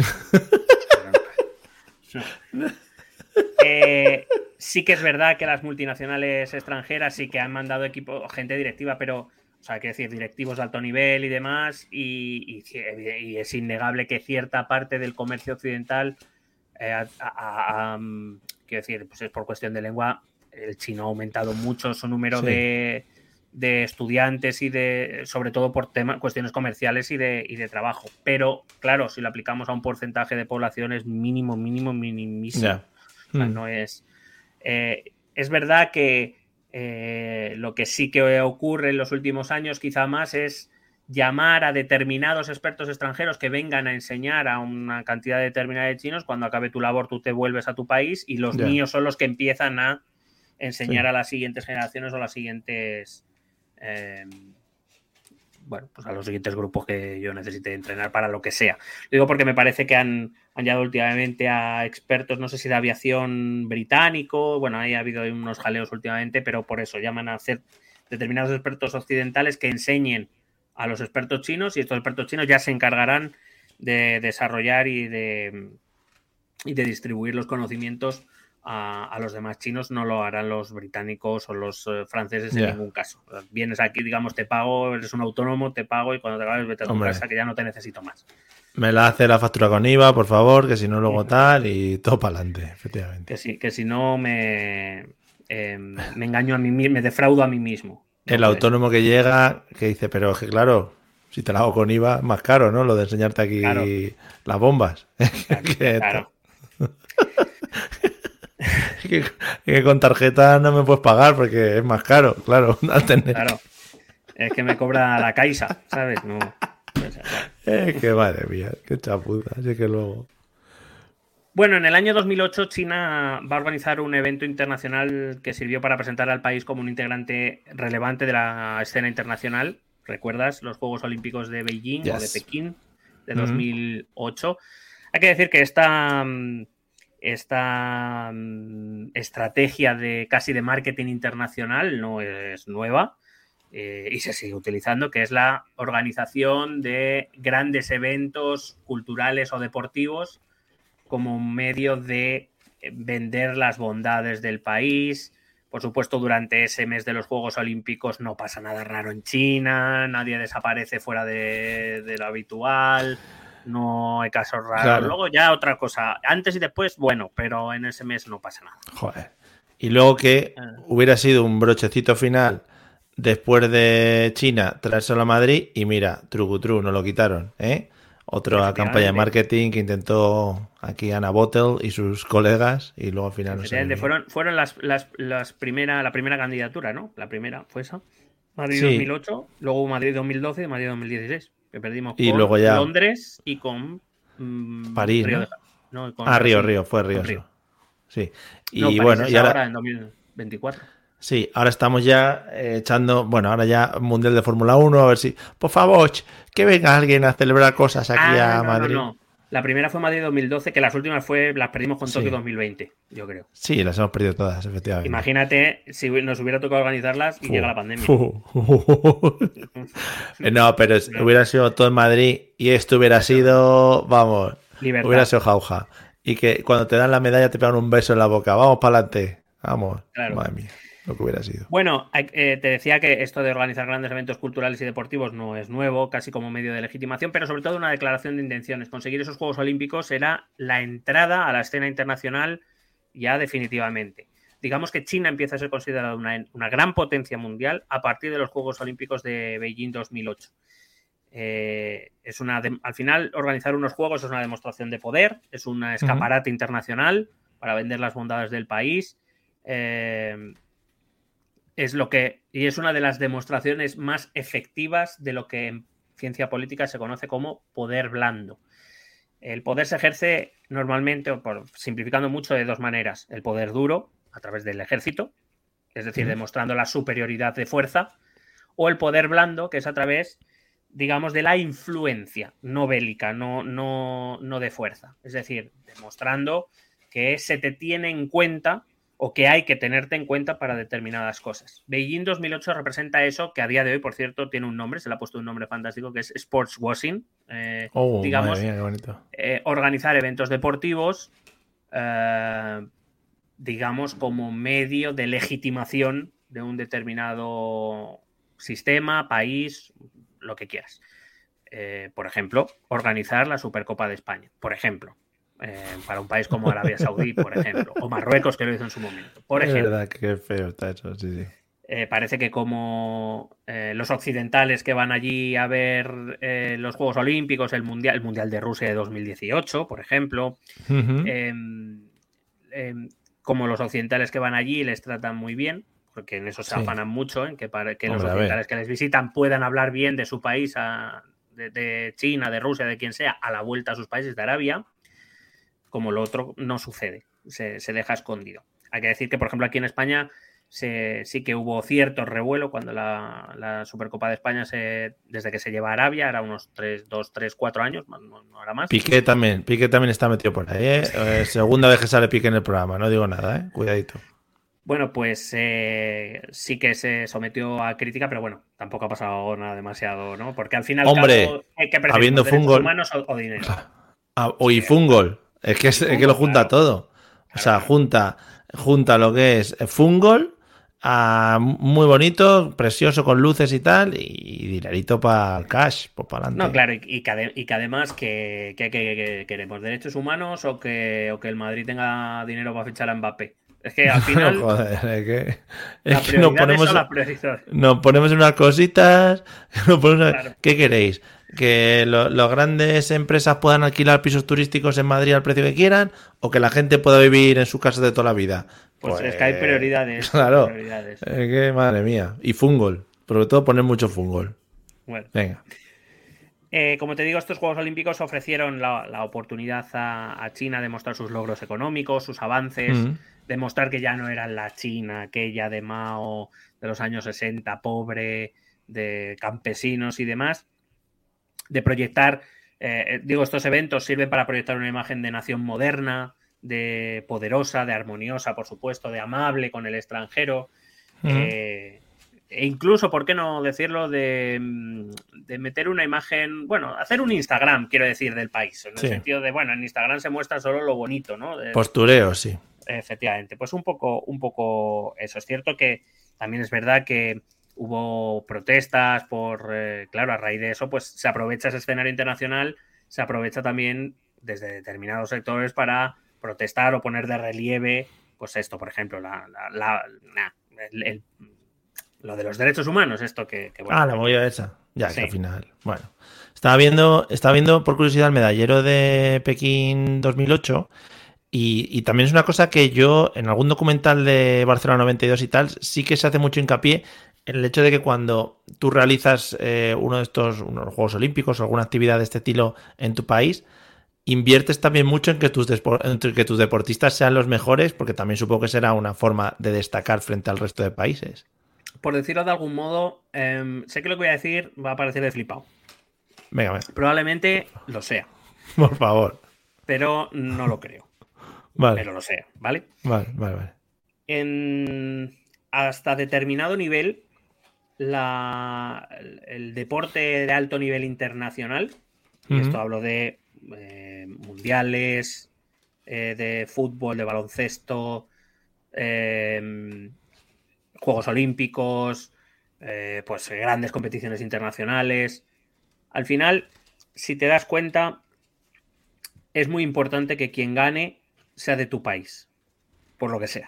pero no. Eh, sí que es verdad que las multinacionales extranjeras sí que han mandado equipo, gente directiva, pero, o sea, quiero decir, directivos de alto nivel y demás, y, y, y es innegable que cierta parte del comercio occidental, eh, a, a, a, quiero decir, pues es por cuestión de lengua, el chino ha aumentado mucho su número sí. de, de estudiantes y de, sobre todo por temas, cuestiones comerciales y de, y de trabajo. Pero, claro, si lo aplicamos a un porcentaje de población es mínimo, mínimo, minimísimo. Yeah. O sea, no es, eh, es verdad que eh, lo que sí que ocurre en los últimos años quizá más es llamar a determinados expertos extranjeros que vengan a enseñar a una cantidad determinada de chinos. Cuando acabe tu labor tú te vuelves a tu país y los yeah. míos son los que empiezan a enseñar sí. a las siguientes generaciones o a las siguientes eh, bueno, pues a los siguientes grupos que yo necesite entrenar para lo que sea. Lo digo porque me parece que han añadido últimamente a expertos, no sé si de aviación británico, bueno, ahí ha habido unos jaleos últimamente, pero por eso llaman a hacer determinados expertos occidentales que enseñen a los expertos chinos y estos expertos chinos ya se encargarán de desarrollar y de, y de distribuir los conocimientos a, a los demás chinos, no lo harán los británicos o los uh, franceses en Yeah. ningún caso. Vienes aquí, digamos, te pago, eres un autónomo, te pago y cuando te acabes vete a tu Hombre. casa que ya no te necesito más. Me la hace la factura con I V A, por favor, que si no luego tal y todo para adelante, efectivamente. Que si, que si no me, eh, me engaño a mí mismo, me defraudo a mí mismo. No El puede autónomo que llega, que dice, pero es que claro, si te la hago con I V A, más caro, ¿no? Lo de enseñarte aquí Claro. las bombas. ser. que, Claro. que, que con tarjeta no me puedes pagar porque es más caro, claro. al tener- Claro. Es que me cobra la Caixa, ¿sabes? No. Pues, claro. Es que madre mía, qué chapuza. Así que luego. Bueno, en el año dos mil ocho China va a organizar un evento internacional que sirvió para presentar al país como un integrante relevante de la escena internacional. ¿Recuerdas los Juegos Olímpicos de Beijing o de Yes. Pekín de Ujú. dos mil ocho? Hay que decir que esta, mm, esta mm, estrategia de casi de marketing internacional no es nueva. Eh, y se sigue utilizando, que es la organización de grandes eventos culturales o deportivos como un medio de vender las bondades del país. Por supuesto, durante ese mes de los Juegos Olímpicos no pasa nada raro en China, nadie desaparece fuera de, de lo habitual, no hay casos raros. Claro. Luego ya otra cosa, antes y después, bueno, pero en ese mes no pasa nada. Joder. Y luego que Ah. hubiera sido un brochecito final después de China traérselo a Madrid y mira, trucutru, nos lo quitaron, ¿eh? Otra Efectivamente. campaña de marketing que intentó aquí Anna Bottle y sus colegas y luego al final no se Efectivamente, fueron, fueron las, las, las primera, la primera candidatura, ¿no? La primera fue esa. Madrid Sí. dos mil ocho, luego Madrid dos mil doce y Madrid dos mil dieciséis. Que perdimos Y con luego ya- Londres y con mm, París, Río ¿no? de Ja- no, con Ah, Río, Brasil. Río, fue Río. Con sí. Río. Sí. Y No, París bueno, es y ahora, ahora en dos mil veinticuatro. sí, ahora estamos ya eh, echando, bueno, ahora ya Mundial de Fórmula uno, a ver si, por favor, ch, que venga alguien a celebrar cosas aquí Ah, a no, no, Madrid. no. La primera fue Madrid dos mil doce, que las últimas fue las perdimos con Sí. Tokio dos mil veinte, yo creo. Sí, las hemos perdido todas, efectivamente. Imagínate si nos hubiera tocado organizarlas y Fu, llega la pandemia. fu. No, pero es- hubiera sido todo en Madrid y esto hubiera sido, vamos, Libertad. hubiera sido jauja. Y que cuando te dan la medalla te pegan un beso en la boca. Vamos para adelante. Vamos. Claro. Madre mía, lo que hubiera sido. Bueno, hay- eh, te decía que esto de organizar grandes eventos culturales y deportivos no es nuevo, casi como medio de legitimación, pero sobre todo una declaración de intenciones. Conseguir esos Juegos Olímpicos era la entrada a la escena internacional ya definitivamente. Digamos que China empieza a ser considerada una, una gran potencia mundial a partir de los Juegos Olímpicos de Beijing dos mil ocho. Eh, es una de- al final, organizar unos juegos es una demostración de poder, es un escaparate internacional para vender las bondades del país. Eh, es lo que, y es una de las demostraciones más efectivas de lo que en ciencia política se conoce como poder blando. El poder se ejerce normalmente, o por, simplificando mucho, de dos maneras. El poder duro, a través del ejército, es decir, Ujú. demostrando la superioridad de fuerza, o el poder blando, que es a través, digamos, de la influencia, no bélica, no, no, no de fuerza. Es decir, demostrando que se te tiene en cuenta o que hay que tenerte en cuenta para determinadas cosas. Beijing dos mil ocho representa eso, que a día de hoy, por cierto, tiene un nombre, se le ha puesto un nombre fantástico, que es sports washing. Eh, Oh, digamos, madre mía, qué bonito. eh, organizar eventos deportivos, eh, digamos, como medio de legitimación de un determinado sistema, país, lo que quieras. Eh, por ejemplo, organizar la Supercopa de España, por ejemplo. Eh, para un país como Arabia Saudí, por ejemplo, o Marruecos, que lo hizo en su momento. Por es ejemplo, verdad que feo está eso, sí, sí. eh, parece que como eh, los occidentales que van allí a ver eh, los Juegos Olímpicos, el Mundial, el Mundial de Rusia de dos mil dieciocho, por ejemplo, Ujú. eh, eh, como los occidentales que van allí les tratan muy bien, porque en eso se Sí. afanan mucho, en que, para que los Hombre, a ver. occidentales que les visitan puedan hablar bien de su país, a- de, de China, de Rusia, de quien sea, a la vuelta a sus países de Arabia. Como lo otro no sucede, se, se deja escondido. Hay que decir que, por ejemplo, aquí en España se, sí que hubo cierto revuelo cuando la, la Supercopa de España, se, desde que se lleva a Arabia, era unos tres, dos, tres, cuatro años, no, no era más. Piqué también, Piqué también está metido por ahí, ¿eh? Eh, segunda vez que sale Piqué en el programa, no digo nada, ¿eh? Cuidadito. Bueno, pues eh, sí que se sometió a crítica, pero bueno, tampoco ha pasado nada demasiado, ¿no? Porque al final, Hombre, hay que preferir habiendo derechos fungol- humanos o, o dinero. Ah, o y Fungol, es que, es, es que lo junta todo. O sea, junta, junta lo que es Fungol, a muy bonito, precioso, con luces y tal, y dinerito para el cash, pues para adelante. No, claro, y, y, que, ade- y que además que, que, que- que queremos derechos humanos o que, o que el Madrid tenga dinero para fichar a Mbappé. Es que al final No, joder, es que, las es que nos prioridades ponemos, son las prioridades. nos ponemos unas cositas. Nos ponemos- Claro. ¿Qué queréis? ¿Que lo- las grandes empresas puedan alquilar pisos turísticos en Madrid al precio que quieran? ¿O que la gente pueda vivir en sus casas de toda la vida? Pues, es que hay prioridades. Claro. prioridades. Es que, madre mía. Y Fungol. Sobre todo poner mucho Fungol. Bueno. Venga. Eh, como te digo, estos Juegos Olímpicos ofrecieron la, la oportunidad a, a China de mostrar sus logros económicos, sus avances, Mm. demostrar que ya no eran la China aquella de Mao de los años sesenta, pobre, de campesinos y demás, de proyectar, eh, digo, estos eventos sirven para proyectar una imagen de nación moderna, de poderosa, de armoniosa, por supuesto, de amable con el extranjero, Mm. eh, e incluso, ¿por qué no decirlo?, de, de meter una imagen, bueno, hacer un Instagram, quiero decir, del país, en el Sí. sentido de, bueno, en Instagram se muestra solo lo bonito, ¿no? De, Postureo, sí. Efectivamente, pues un poco, un poco eso. Es cierto que también es verdad que hubo protestas por, eh, claro, a raíz de eso, pues se aprovecha ese escenario internacional, se aprovecha también desde determinados sectores para protestar o poner de relieve, pues esto, por ejemplo, la, la, la- nah, el- el- lo de los derechos humanos, esto que, que, bueno, Ah, la movida esa. Ya, Sí. que al final. Bueno. Estaba viendo, estaba viendo por curiosidad el medallero de Pekín dos mil ocho. Y, y también es una cosa que yo, en algún documental de Barcelona noventa y dos y tal, sí que se hace mucho hincapié en el hecho de que cuando tú realizas eh, uno de estos unos Juegos Olímpicos o alguna actividad de este estilo en tu país, inviertes también mucho en que tus, despo- en que tus deportistas sean los mejores, porque también supongo que será una forma de destacar frente al resto de países. por decirlo de algún modo, eh, sé que lo que voy a decir va a parecer de flipado. Venga, venga, Probablemente lo sea, por favor. pero no lo creo. Vale, Pero lo sea, ¿vale? vale, vale, vale. En, hasta determinado nivel, la, el, el deporte de alto nivel internacional, y Ujú. esto hablo de eh, mundiales, eh, de fútbol, de baloncesto, eh, Juegos Olímpicos, eh, pues grandes competiciones internacionales. Al final, si te das cuenta, es muy importante que quien gane sea de tu país, por lo que sea.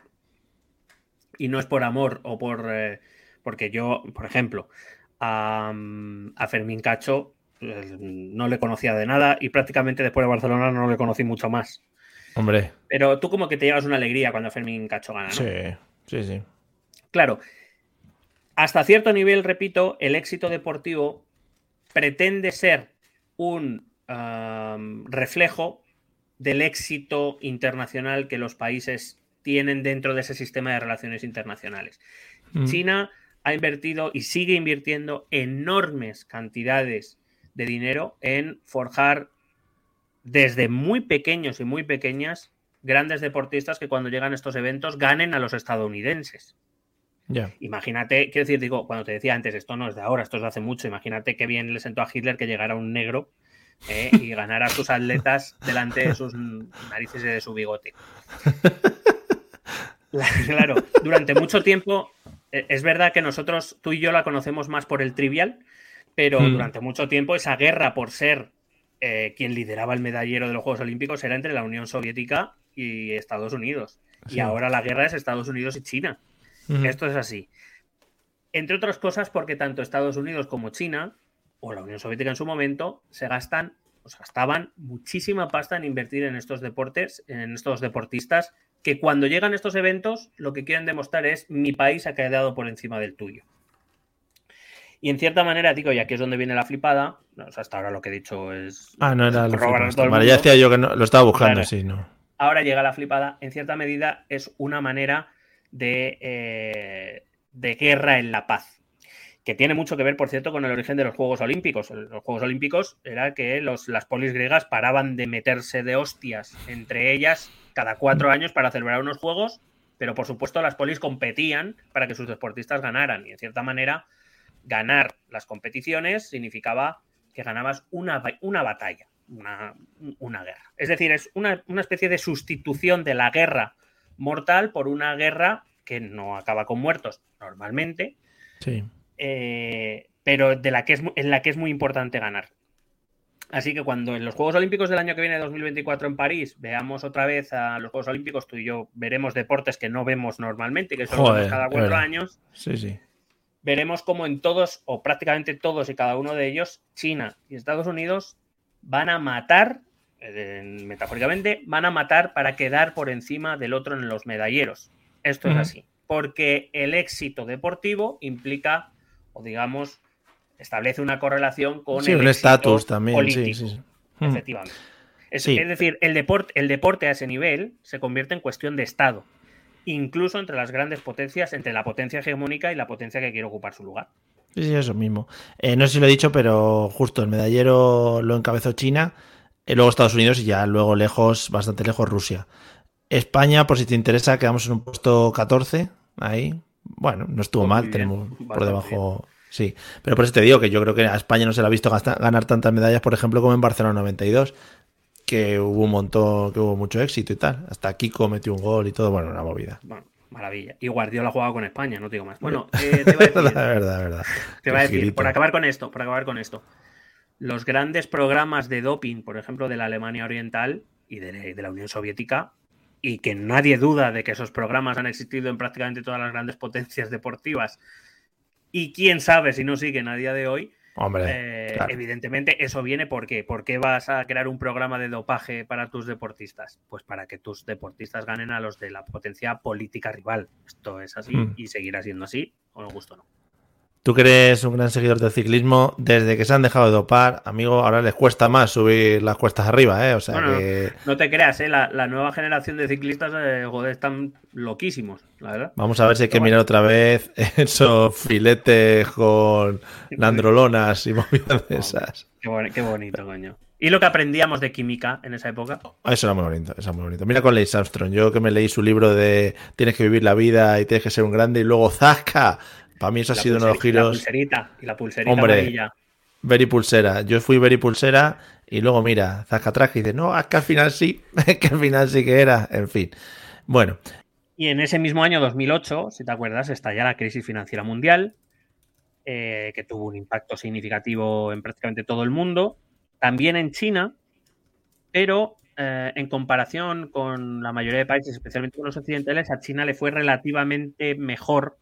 Y no es por amor o por... Eh, porque yo, por ejemplo, a, a Fermín Cacho eh, no le conocía de nada y prácticamente después de Barcelona no le conocí mucho más. Hombre, Pero tú como que te llevas una alegría cuando Fermín Cacho gana, ¿no? sí, sí, sí. Claro, hasta cierto nivel, repito, el éxito deportivo pretende ser un um, reflejo del éxito internacional que los países tienen dentro de ese sistema de relaciones internacionales. Mm. China ha invertido y sigue invirtiendo enormes cantidades de dinero en forjar desde muy pequeños y muy pequeñas grandes deportistas que cuando llegan a estos eventos ganen a los estadounidenses. Ya. Imagínate, quiero decir, digo, cuando te decía antes, esto no es de ahora, esto es de hace mucho, imagínate qué bien le sentó a Hitler que llegara un negro eh, y ganara a sus atletas delante de sus narices y de su bigote. Claro, durante mucho tiempo, es verdad que nosotros, tú y yo la conocemos más por el trivial, pero Hmm. durante mucho tiempo esa guerra por ser eh, quien lideraba el medallero de los Juegos Olímpicos era entre la Unión Soviética y Estados Unidos. Sí. Y ahora la guerra es Estados Unidos y China. Ujú. Esto es así. Entre otras cosas porque tanto Estados Unidos como China, o la Unión Soviética en su momento, se gastan, o se gastaban muchísima pasta en invertir en estos deportes, en estos deportistas, que cuando llegan estos eventos lo que quieren demostrar es mi país ha quedado por encima del tuyo. Y en cierta manera, digo, y aquí es donde viene la flipada, no, o sea, hasta ahora lo que he dicho es... Ah, no era es lo robar a flipas. todo el Vale, ya mundo. decía yo que no, lo estaba buscando, Claro. sí, no. Ahora llega la flipada, en cierta medida es una manera de, eh, de guerra en la paz, que tiene mucho que ver, por cierto, con el origen de los Juegos Olímpicos. Los Juegos Olímpicos era que los, las polis griegas paraban de meterse de hostias entre ellas cada cuatro años para celebrar unos juegos, pero por supuesto las polis competían para que sus deportistas ganaran, y en cierta manera ganar las competiciones significaba que ganabas una, una batalla. una, una guerra. Es decir, es una, una especie de sustitución de la guerra mortal por una guerra que no acaba con muertos normalmente, sí. eh, pero de la que es, en la que es muy importante ganar. Así que cuando en los Juegos Olímpicos del año que viene, dos mil veinticuatro, en París, veamos otra vez a los Juegos Olímpicos, tú y yo veremos deportes que no vemos normalmente, que solo Joder, vemos cada cuatro años. Sí, sí. Veremos cómo en todos, o prácticamente todos y cada uno de ellos, China y Estados Unidos van a matar, eh, metafóricamente, van a matar para quedar por encima del otro en los medalleros. Esto uh-huh. es así. Porque el éxito deportivo implica, o digamos, establece una correlación con sí, el un estatus también, político, sí, sí, sí. Efectivamente. Es, sí. es decir, el deporte, el deporte a ese nivel se convierte en cuestión de Estado. Incluso entre las grandes potencias, entre la potencia hegemónica y la potencia que quiere ocupar su lugar. Sí, sí, eso mismo. Eh, no sé si lo he dicho, pero justo el medallero lo encabezó China, eh, luego Estados Unidos y ya luego lejos, bastante lejos Rusia. España, por si te interesa, quedamos en un puesto catorce, ahí. Bueno, no estuvo mal, tenemos por debajo... Bien. Sí, pero por eso te digo que yo creo que a España no se le ha visto gastar, ganar tantas medallas, por ejemplo, como en Barcelona noventa y dos, que hubo un montón, que hubo mucho éxito y tal. Hasta Kiko metió un gol y todo, bueno, una movida. Bueno, maravilla. Y Guardiola ha jugado con España, no te digo más. Bueno, eh, te voy a decir... la verdad, la verdad. Te voy a decir, por acabar con esto, por acabar con esto. Los grandes programas de doping, por ejemplo, de la Alemania Oriental y de, de la Unión Soviética, y que nadie duda de que esos programas han existido en prácticamente todas las grandes potencias deportivas, y quién sabe si no siguen a día de hoy. Hombre, eh, claro. Evidentemente eso viene ¿por qué? ¿Por qué vas a crear un programa de dopaje para tus deportistas? Pues para que tus deportistas ganen a los de la potencia política rival. Esto es así mm. y seguirá siendo así, o nos gusta o no. Tú que eres un gran seguidor del ciclismo, desde que se han dejado de dopar, amigo, ahora les cuesta más subir las cuestas arriba, ¿eh? O sea bueno, que... No, no te creas, ¿eh? La, la nueva generación de ciclistas, eh, joder, están loquísimos, la verdad. Vamos a ver si hay que mirar otra vez esos filetes con nandrolonas y movidas de esas. Qué, bon- qué bonito, coño. ¿Y lo que aprendíamos de química en esa época? Eso era muy bonito, eso era muy bonito. Mira con Lance Armstrong, yo que me leí su libro de Tienes que vivir la vida y tienes que ser un grande y luego ¡zasca! Para mí eso ha sido uno de los giros. La pulserita, y la pulserita Hombre, amarilla. Very pulsera. Yo fui very pulsera y luego mira, zasca atrás y dice, no, es que al final sí, es que al final sí que era. En fin. Bueno. Y en ese mismo año dos mil ocho, si te acuerdas, estalla la crisis financiera mundial, eh, que tuvo un impacto significativo en prácticamente todo el mundo, también en China, pero eh, en comparación con la mayoría de países, especialmente con los occidentales, a China le fue relativamente mejor.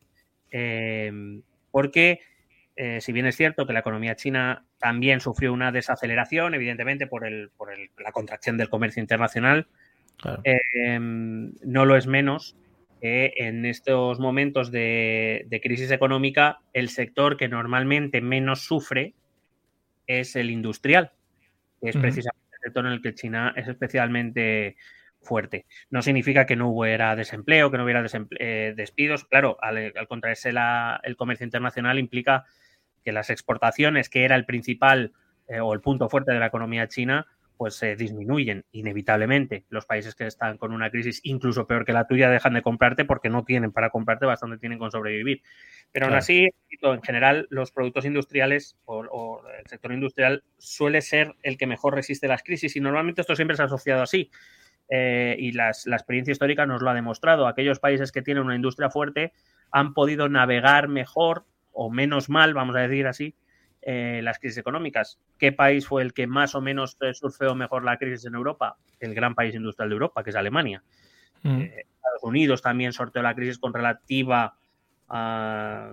Eh, porque eh, si bien es cierto que la economía china también sufrió una desaceleración, evidentemente por, el, por el, la contracción del comercio internacional, claro. eh, no lo es menos que en estos momentos de, de crisis económica el sector que normalmente menos sufre es el industrial, que es uh-huh. precisamente el sector en el que China es especialmente fuerte. No significa que no hubiera desempleo, que no hubiera desemple- eh, despidos. Claro, al, al contraerse la, el comercio internacional implica que las exportaciones, que era el principal eh, o el punto fuerte de la economía china, pues eh, disminuyen inevitablemente. Los países que están con una crisis incluso peor que la tuya dejan de comprarte porque no tienen para comprarte, bastante tienen con sobrevivir. Pero claro. Aún así, en general, los productos industriales o, o el sector industrial suele ser el que mejor resiste las crisis y normalmente esto siempre se ha asociado así. Eh, y las, la experiencia histórica nos lo ha demostrado. Aquellos países que tienen una industria fuerte han podido navegar mejor o menos mal, vamos a decir así, eh, las crisis económicas. ¿Qué país fue el que más o menos surfeó mejor la crisis en Europa? El gran país industrial de Europa, que es Alemania. Mm. Eh, Estados Unidos también sorteó la crisis con relativa, uh,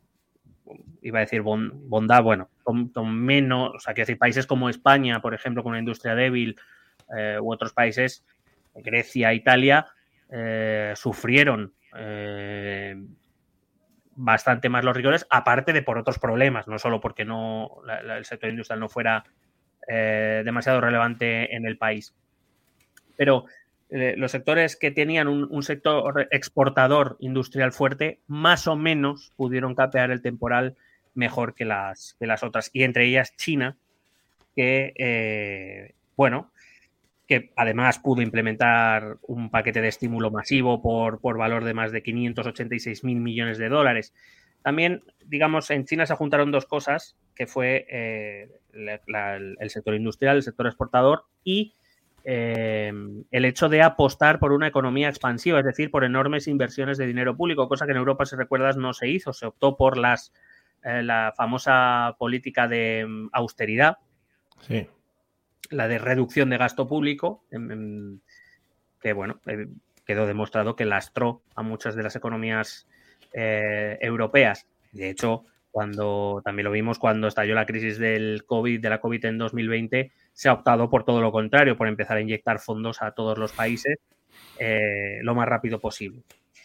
iba a decir bondad, bueno, con, con menos, o sea, quiero decir, países como España, por ejemplo, con una industria débil, eh, u otros países, Grecia, Italia, eh, sufrieron eh, bastante más los rigores, aparte de por otros problemas, no solo porque no la, la, el sector industrial no fuera eh, demasiado relevante en el país. Pero eh, los sectores que tenían un, un sector exportador industrial fuerte, más o menos pudieron capear el temporal mejor que las, que las otras, y entre ellas China, que, eh, bueno, que además pudo implementar un paquete de estímulo masivo por, por valor de más de quinientos ochenta y seis mil millones de dólares. También, digamos, en China se juntaron dos cosas, que fue eh, la, la, el sector industrial, el sector exportador y eh, el hecho de apostar por una economía expansiva, es decir, por enormes inversiones de dinero público, cosa que en Europa, si recuerdas, no se hizo. Se optó por las eh, la famosa política de um, austeridad, sí. la de reducción de gasto público, en, en, que, bueno, eh, quedó demostrado que lastró a muchas de las economías eh, europeas. De hecho, cuando también lo vimos cuando estalló la crisis del COVID, de la COVID en dos mil veinte, se ha optado por todo lo contrario, por empezar a inyectar fondos a todos los países eh, lo más rápido posible.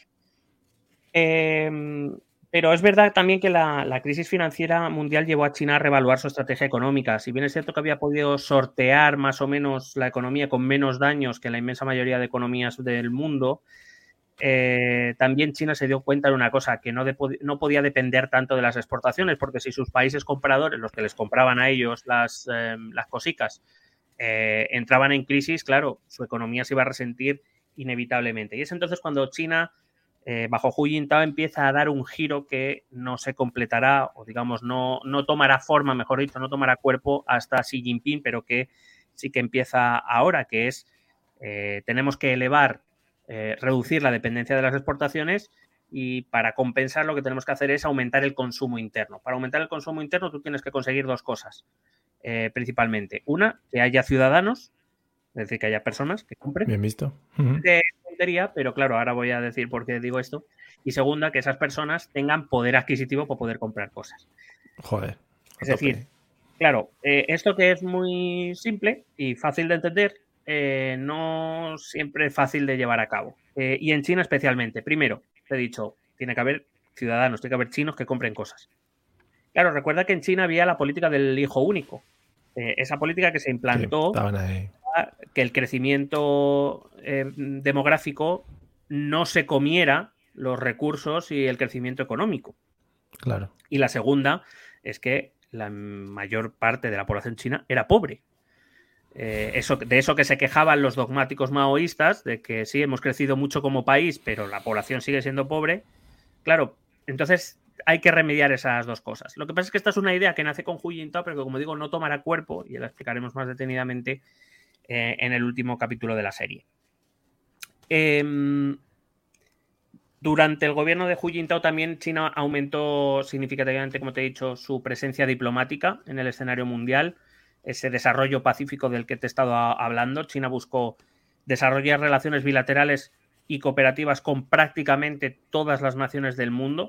Eh, pero es verdad también que la, la crisis financiera mundial llevó a China a reevaluar su estrategia económica. Si bien es cierto que había podido sortear más o menos la economía con menos daños que la inmensa mayoría de economías del mundo, Eh, también China se dio cuenta de una cosa, que no, de, no podía depender tanto de las exportaciones, porque si sus países compradores, los que les compraban a ellos las, eh, las cosicas, eh, entraban en crisis, claro, su economía se iba a resentir inevitablemente. Y es entonces cuando China, eh, bajo Hu Jintao, empieza a dar un giro que no se completará, o digamos, no, no tomará forma, mejor dicho, no tomará cuerpo hasta Xi Jinping, pero que sí que empieza ahora, que es, eh, tenemos que elevar Eh, reducir la dependencia de las exportaciones y para compensar lo que tenemos que hacer es aumentar el consumo interno. Para aumentar el consumo interno tú tienes que conseguir dos cosas, eh, principalmente. Una, que haya ciudadanos, es decir, que haya personas que compren. Bien visto. Uh-huh. De tontería, pero claro, ahora voy a decir por qué digo esto. Y segunda, que esas personas tengan poder adquisitivo para poder comprar cosas. Joder. Es decir, claro, eh, esto que es muy simple y fácil de entender, Eh, no siempre es fácil de llevar a cabo. Eh, y en China especialmente. Primero, te he dicho, tiene que haber ciudadanos, tiene que haber chinos que compren cosas. Claro, recuerda que en China había la política del hijo único. Eh, esa política que se implantó, sí, que el crecimiento eh, demográfico no se comiera los recursos y el crecimiento económico. Claro. Y la segunda es que la mayor parte de la población china era pobre. Eh, eso, de eso que se quejaban los dogmáticos maoístas, de que sí, hemos crecido mucho como país, pero la población sigue siendo pobre. Claro, entonces hay que remediar esas dos cosas. Lo que pasa es que esta es una idea que nace con Hu Jintao, pero que, como digo, no tomará cuerpo, y la explicaremos más detenidamente eh, en el último capítulo de la serie. Eh, durante el gobierno de Hu Jintao también China aumentó significativamente, como te he dicho, su presencia diplomática en el escenario mundial. Ese desarrollo pacífico del que te he estado hablando. China buscó desarrollar relaciones bilaterales y cooperativas con prácticamente todas las naciones del mundo.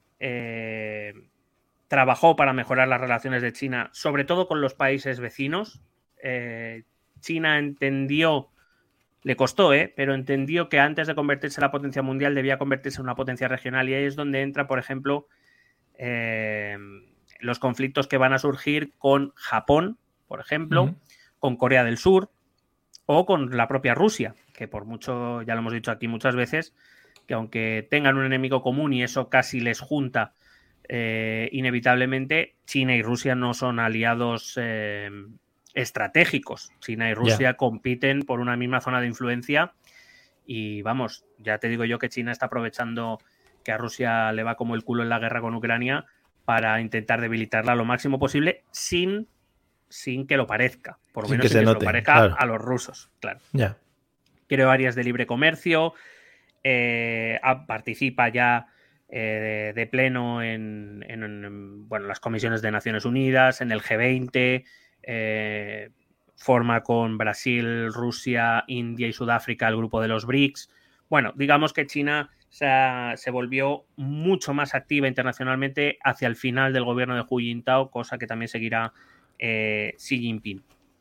Eh, trabajó para mejorar las relaciones de China, sobre todo con los países vecinos. Eh, China entendió, le costó, ¿eh? pero entendió que antes de convertirse en la potencia mundial debía convertirse en una potencia regional, y ahí es donde entra, por ejemplo, eh, los conflictos que van a surgir con Japón, por ejemplo, uh-huh. con Corea del Sur o con la propia Rusia, que por mucho, ya lo hemos dicho aquí muchas veces, que aunque tengan un enemigo común y eso casi les junta eh, inevitablemente, China y Rusia no son aliados eh, estratégicos. China y Rusia yeah. compiten por una misma zona de influencia y vamos, ya te digo yo que China está aprovechando que a Rusia le va como el culo en la guerra con Ucrania para intentar debilitarla lo máximo posible sin sin que lo parezca, por lo menos sin que, sin que se lo parezca claro. a los rusos, claro. Yeah. Creó áreas de libre comercio, eh, participa ya eh, de, de pleno en, en, en bueno, las comisiones de Naciones Unidas, en el G veinte, eh, forma con Brasil, Rusia, India y Sudáfrica el grupo de los BRICS. Bueno, digamos que China se, ha, se volvió mucho más activa internacionalmente hacia el final del gobierno de Hu Jintao, cosa que también seguirá Eh, Xi Jinping.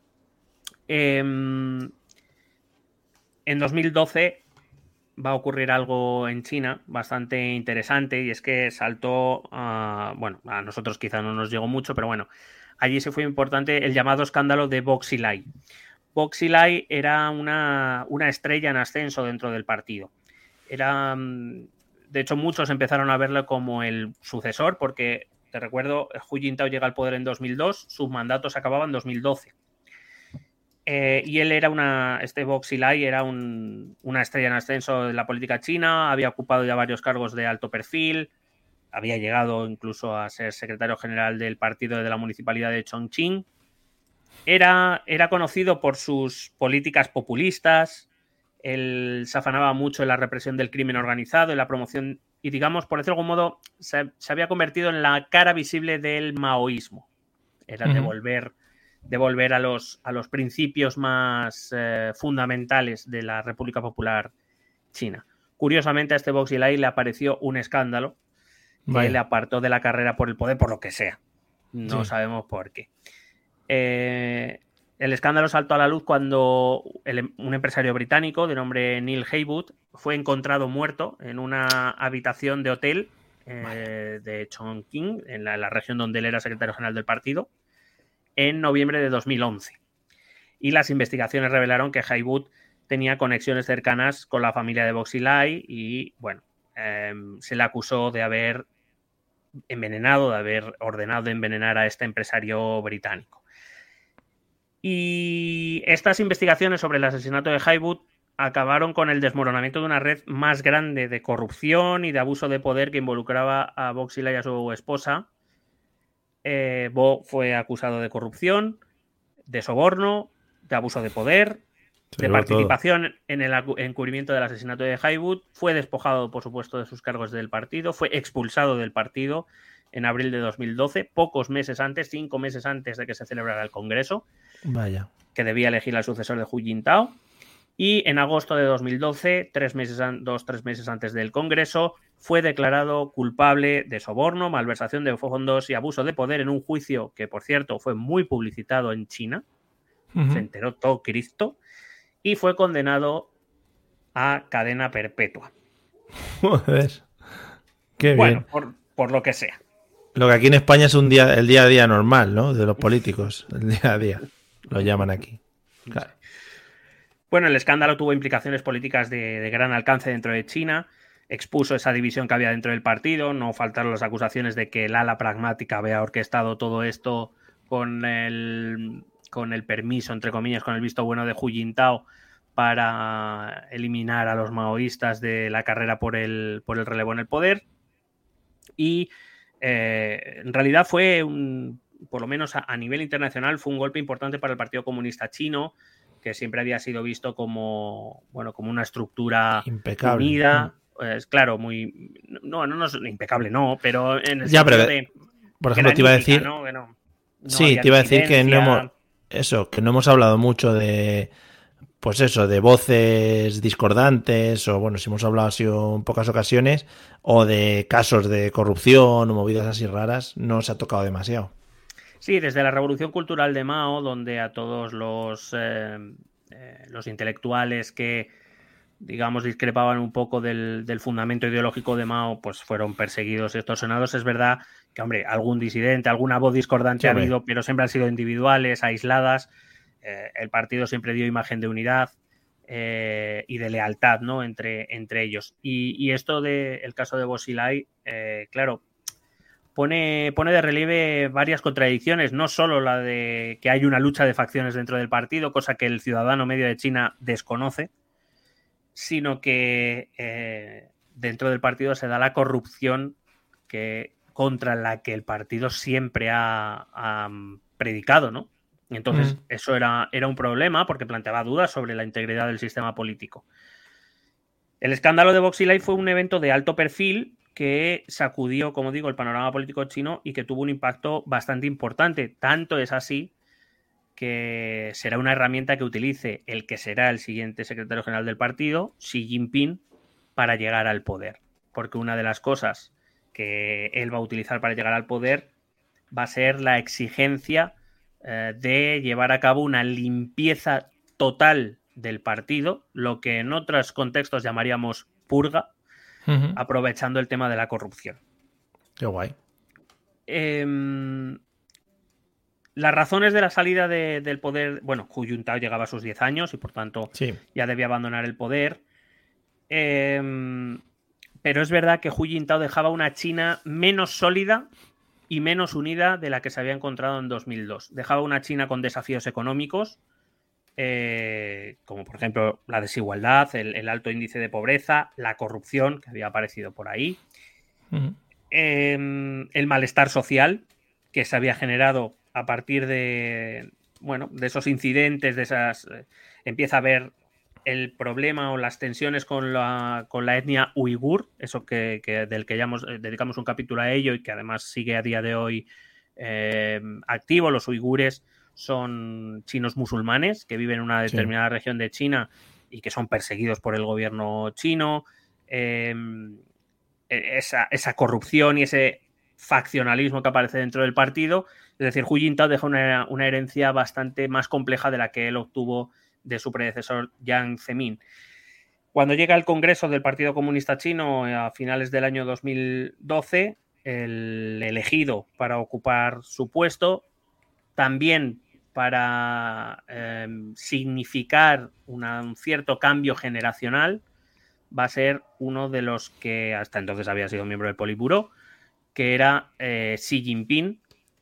Eh, en dos mil doce va a ocurrir algo en China bastante interesante, y es que saltó a, bueno, a nosotros quizá no nos llegó mucho, pero bueno, allí se fue importante el llamado escándalo de Bo Xilai. Bo Xilai era una, una estrella en ascenso dentro del partido. Era, de hecho, muchos empezaron a verlo como el sucesor, porque te recuerdo, Hu Jintao llega al poder en dos mil dos, sus mandatos acababan en dos mil doce. Eh, y él era una, este Bo Xilai era un, una estrella en ascenso de la política china, había ocupado ya varios cargos de alto perfil, había llegado incluso a ser secretario general del partido de la municipalidad de Chongqing, Era, era conocido por sus políticas populistas. Él se afanaba mucho en la represión del crimen organizado, en la promoción, y digamos, por decirlo de algún modo, se, se había convertido en la cara visible del maoísmo. Era uh-huh. de volver, de volver a, los, a los principios más eh, fundamentales de la República Popular China. Curiosamente, a este Bo Xilai le apareció un escándalo Vaya. que le apartó de la carrera por el poder, por lo que sea. No sí. sabemos por qué. Eh, el escándalo saltó a la luz cuando el, un empresario británico de nombre Neil Heywood fue encontrado muerto en una habitación de hotel eh, de Chongqing, en la, en la región donde él era secretario general del partido, en noviembre de dos mil once. Y las investigaciones revelaron que Heywood tenía conexiones cercanas con la familia de Bo Xilai y, bueno, eh, se le acusó de haber envenenado, de haber ordenado envenenar a este empresario británico. Y estas investigaciones sobre el asesinato de Heywood acabaron con el desmoronamiento de una red más grande de corrupción y de abuso de poder que involucraba a Bo Xilai y a su esposa. Eh, Bo fue acusado de corrupción, de soborno, de abuso de poder, de participación todo. en el encubrimiento del asesinato de Heywood. Fue despojado, por supuesto, de sus cargos del partido. Fue expulsado del partido en abril de dos mil doce, pocos meses antes, cinco meses antes de que se celebrara el Congreso. Vaya. Que debía elegir al sucesor de Hu Jintao. Y en agosto de dos mil doce, tres meses an- dos, tres meses antes del Congreso, fue declarado culpable de soborno, malversación de fondos y abuso de poder en un juicio que, por cierto, fue muy publicitado en China. Uh-huh. Se enteró todo Cristo. Y fue condenado a cadena perpetua. Joder. Qué bueno, bien. Por, por lo que sea. Lo que aquí en España es un día, el día a día normal, ¿no? De los políticos. El día a día. Lo llaman aquí. Claro. Bueno, el escándalo tuvo implicaciones políticas de, de gran alcance dentro de China. Expuso esa división que había dentro del partido. No faltaron las acusaciones de que el ala pragmática había orquestado todo esto con el, con el permiso, entre comillas, con el visto bueno de Hu Jintao para eliminar a los maoístas de la carrera por el, por el relevo en el poder. Y eh, en realidad fue un, por lo menos a, a nivel internacional, fue un golpe importante para el Partido Comunista Chino, que siempre había sido visto como, bueno, como una estructura impecable, unida. Pues, claro, muy... No, no, no es impecable, no, pero en el ya, sentido pero, de... por ejemplo, te iba a decir... ¿no? Que no, no sí, te iba a decir que no hemos... Eso, que no hemos hablado mucho de... Pues eso, de voces discordantes, o bueno, si hemos hablado así en pocas ocasiones, o de casos de corrupción o movidas así raras, no se ha tocado demasiado. Sí, desde la Revolución Cultural de Mao, donde a todos los, eh, eh, los intelectuales que, digamos, discrepaban un poco del, del fundamento ideológico de Mao, pues fueron perseguidos y extorsionados. Es verdad que, hombre, algún disidente, alguna voz discordante sí, ha habido, pero siempre han sido individuales, aisladas. Eh, el partido siempre dio imagen de unidad eh, y de lealtad, ¿no? entre, entre ellos. Y, y esto del de, caso de Bo Xilai, eh, claro, pone, pone de relieve varias contradicciones, no solo la de que hay una lucha de facciones dentro del partido, cosa que el ciudadano medio de China desconoce, sino que eh, dentro del partido se da la corrupción que, contra la que el partido siempre ha, ha predicado, ¿no? Entonces, mm. eso era, era un problema porque planteaba dudas sobre la integridad del sistema político. El escándalo de Bo Xilai fue un evento de alto perfil que sacudió, como digo, el panorama político chino y que tuvo un impacto bastante importante. Tanto es así que será una herramienta que utilice el que será el siguiente secretario general del partido, Xi Jinping, para llegar al poder. Porque una de las cosas que él va a utilizar para llegar al poder va a ser la exigencia de llevar a cabo una limpieza total del partido, lo que en otros contextos llamaríamos purga, uh-huh. aprovechando el tema de la corrupción. Qué guay. Eh, las razones de la salida de, del poder, bueno, Hu Jintao llegaba a sus diez años y por tanto sí. ya debía abandonar el poder. Eh, pero es verdad que Hu Jintao dejaba una China menos sólida y menos unida de la que se había encontrado en dos mil dos. Dejaba una China con desafíos económicos, eh, como por ejemplo la desigualdad, el, el alto índice de pobreza, la corrupción que había aparecido por ahí, uh-huh. eh, el malestar social que se había generado a partir de, bueno, de esos incidentes, de esas, eh, empieza a ver el problema o las tensiones con la, con la etnia uigur, eso que, que del que ya hemos, eh, dedicamos un capítulo a ello y que además sigue a día de hoy eh, activo. Los uigures son chinos musulmanes que viven en una determinada sí. región de China y que son perseguidos por el gobierno chino. Eh, esa, esa corrupción y ese faccionalismo que aparece dentro del partido. Es decir, Hu Jintao deja una, una herencia bastante más compleja de la que él obtuvo de su predecesor Jiang Zemin. Cuando llega al Congreso del Partido Comunista Chino a finales del año dos mil doce, el elegido para ocupar su puesto, también para eh, significar una, un cierto cambio generacional, va a ser uno de los que hasta entonces había sido miembro del Politburó, que era eh, Xi Jinping,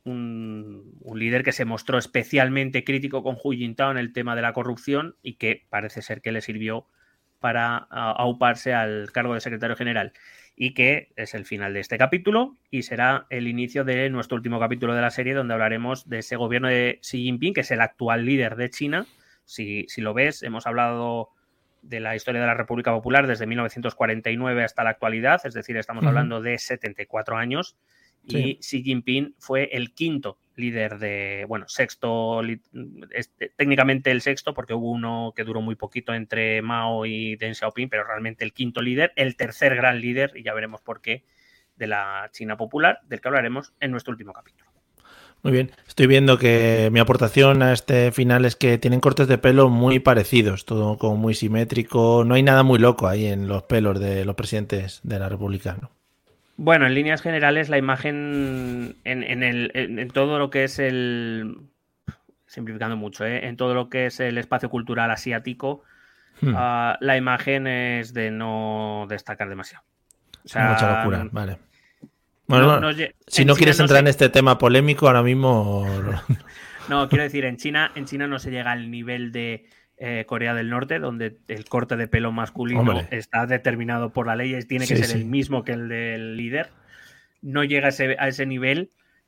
un, un líder que se mostró especialmente crítico con Hu Jintao en el tema de la corrupción y que parece ser que le sirvió para auparse al cargo de secretario general, y que es el final de este capítulo y será el inicio de nuestro último capítulo de la serie, donde hablaremos de ese gobierno de Xi Jinping, que es el actual líder de China. Si, si lo ves, hemos hablado de la historia de la República Popular desde mil novecientos cuarenta y nueve hasta la actualidad, es decir, estamos uh-huh. hablando de setenta y cuatro años, sí. y Xi Jinping fue el quinto líder de, bueno, sexto, este, técnicamente el sexto, porque hubo uno que duró muy poquito entre Mao y Deng Xiaoping, pero realmente el quinto líder, el tercer gran líder, y ya veremos por qué, de la China popular, del que hablaremos en nuestro último capítulo. Muy bien, estoy viendo que mi aportación a este final es que tienen cortes de pelo muy parecidos, todo como muy simétrico, no hay nada muy loco ahí en los pelos de los presidentes de la República, ¿no? Bueno, en líneas generales la imagen en, en, el, en, en todo lo que es el, simplificando mucho, ¿eh? en todo lo que es el espacio cultural asiático, hmm. uh, la imagen es de no destacar demasiado. O sea, mucha locura, vale. Bueno, no, no, no, si no quieres no entrar se... en este tema polémico, ahora mismo... No, quiero decir, en China, en China no se llega al nivel de eh, Corea del Norte, donde el corte de pelo masculino Hombre. está determinado por la ley y tiene que sí, ser sí. el mismo que el del líder. No llega a ese, a ese nivel,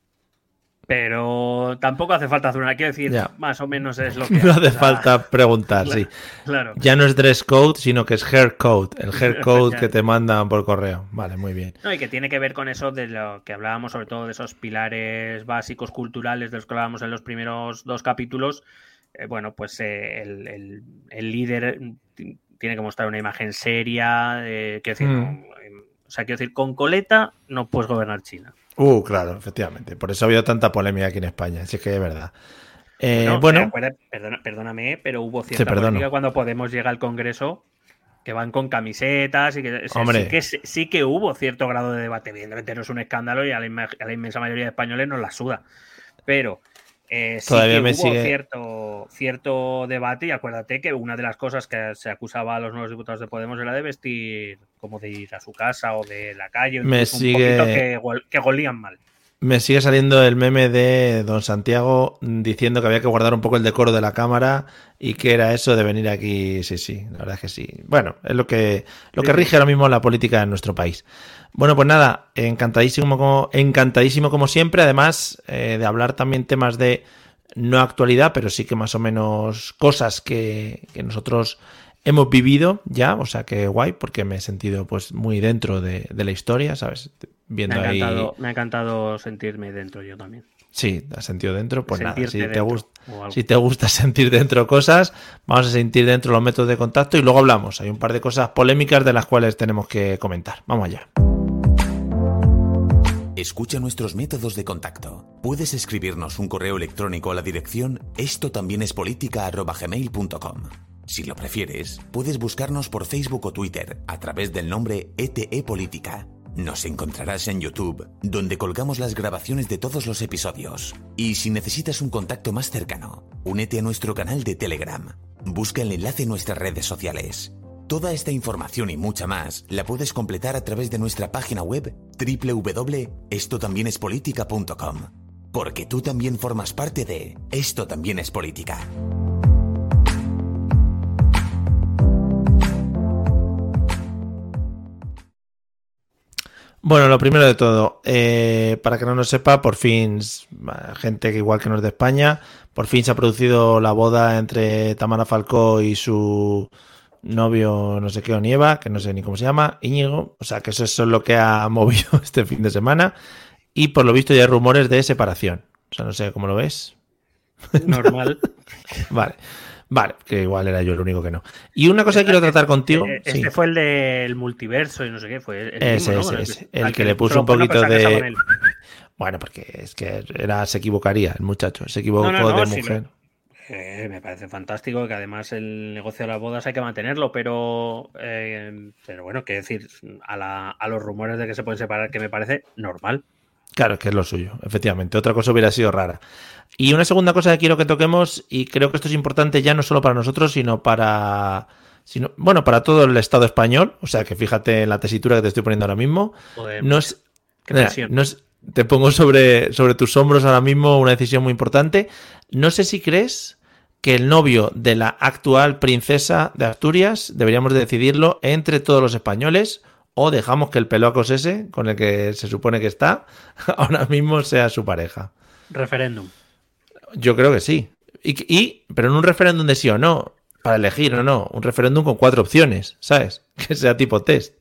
pero tampoco hace falta hacer una... Quiero decir, ya. más o menos es lo que... No hace o sea, falta preguntar, claro, sí. Claro. Ya no es dress code, sino que es hair code, el hair code que te mandan por correo. Vale, muy bien. No, y que tiene que ver con eso de lo que hablábamos, sobre todo de esos pilares básicos culturales de los que hablábamos en los primeros dos capítulos. Eh, bueno, pues eh, el, el, el líder tiene que mostrar una imagen seria, eh, quiero decir, mm. no, o sea, quiero decir, con coleta no puedes gobernar China. Uh, claro, efectivamente. Por eso ha habido tanta polémica aquí en España, si es que es verdad. Eh, bueno, bueno perdona, perdóname, pero hubo cierta polémica cuando Podemos llega al Congreso, que van con camisetas y que, sí, que sí que hubo cierto grado de debate. Evidentemente no es un escándalo y a la, a la inmensa mayoría de españoles nos la suda. Pero eh, sí Todavía que me hubo sigue... cierto, cierto debate, y acuérdate que una de las cosas que se acusaba a los nuevos diputados de Podemos era de vestir como de ir a su casa o de la calle, o me sigue... un poquito que, que golían mal. Me sigue saliendo el meme de don Santiago diciendo que había que guardar un poco el decoro de la cámara y que era eso de venir aquí. Sí, sí, la verdad es que sí. Bueno, es lo que lo que rige ahora mismo la política en nuestro país. Bueno, pues nada, encantadísimo como, encantadísimo como siempre, además eh, de hablar también temas de no actualidad, pero sí que más o menos cosas que, que nosotros hemos vivido ya, o sea que guay, porque me he sentido pues muy dentro de, de la historia, ¿sabes? Viendo me ha encantado, ahí... me ha encantado sentirme dentro yo también. Sí, ¿has sentido dentro? Pues Sentirte nada, si te, gusta, o si te gusta sentir dentro cosas, vamos a sentir dentro los métodos de contacto y luego hablamos. Hay un par de cosas polémicas de las cuales tenemos que comentar. Vamos allá. Escucha nuestros métodos de contacto. Puedes escribirnos un correo electrónico a la dirección esto también es política arroba gmail punto com. Si lo prefieres, puedes buscarnos por Facebook o Twitter a través del nombre E T E Política. Nos encontrarás en YouTube, donde colgamos las grabaciones de todos los episodios. Y si necesitas un contacto más cercano, únete a nuestro canal de Telegram. Busca el enlace en nuestras redes sociales. Toda esta información y mucha más la puedes completar a través de nuestra página web doble u doble u doble u punto esto también es política punto com. Porque tú también formas parte de Esto también es política. Bueno, lo primero de todo, eh, para que no nos sepa, por fin, gente que igual que no es de España, por fin se ha producido la boda entre Tamara Falcó y su novio, no sé qué, Onieva, que no sé ni cómo se llama, Íñigo. O sea, que eso es lo que ha movido este fin de semana. Y por lo visto ya hay rumores de separación. O sea, no sé cómo lo ves. Normal. Vale. Vale, que igual era yo el único que no. Y una cosa que quiero tratar contigo... Este sí. fue el del multiverso y no sé qué. Fue el ese, mismo, ¿no? ese, ese. El, El el que, que le puso un poquito con de... Bueno, porque es que era se equivocaría el muchacho. Se equivocó no, no, no, de sí, mujer. No. Eh, me parece fantástico que además el negocio de las bodas hay que mantenerlo, pero eh, pero bueno, qué decir, a, la, a los rumores de que se pueden separar, que me parece normal. Claro, que es lo suyo, efectivamente. Otra cosa hubiera sido rara. Y una segunda cosa que quiero que toquemos, y creo que esto es importante ya no solo para nosotros, sino para... Sino, bueno, para todo el Estado español. O sea, que fíjate en la tesitura que te estoy poniendo ahora mismo. Joder, no es, qué mira, presión. no es, te pongo sobre, sobre tus hombros ahora mismo una decisión muy importante. No sé si crees que el novio de la actual princesa de Asturias deberíamos de decidirlo entre todos los españoles, o dejamos que el pelocos ese, con el que se supone que está, ahora mismo sea su pareja. Referéndum. Yo creo que sí. Y, y pero en un referéndum de sí o no, para elegir o no, un referéndum con cuatro opciones, ¿sabes? Que sea tipo test.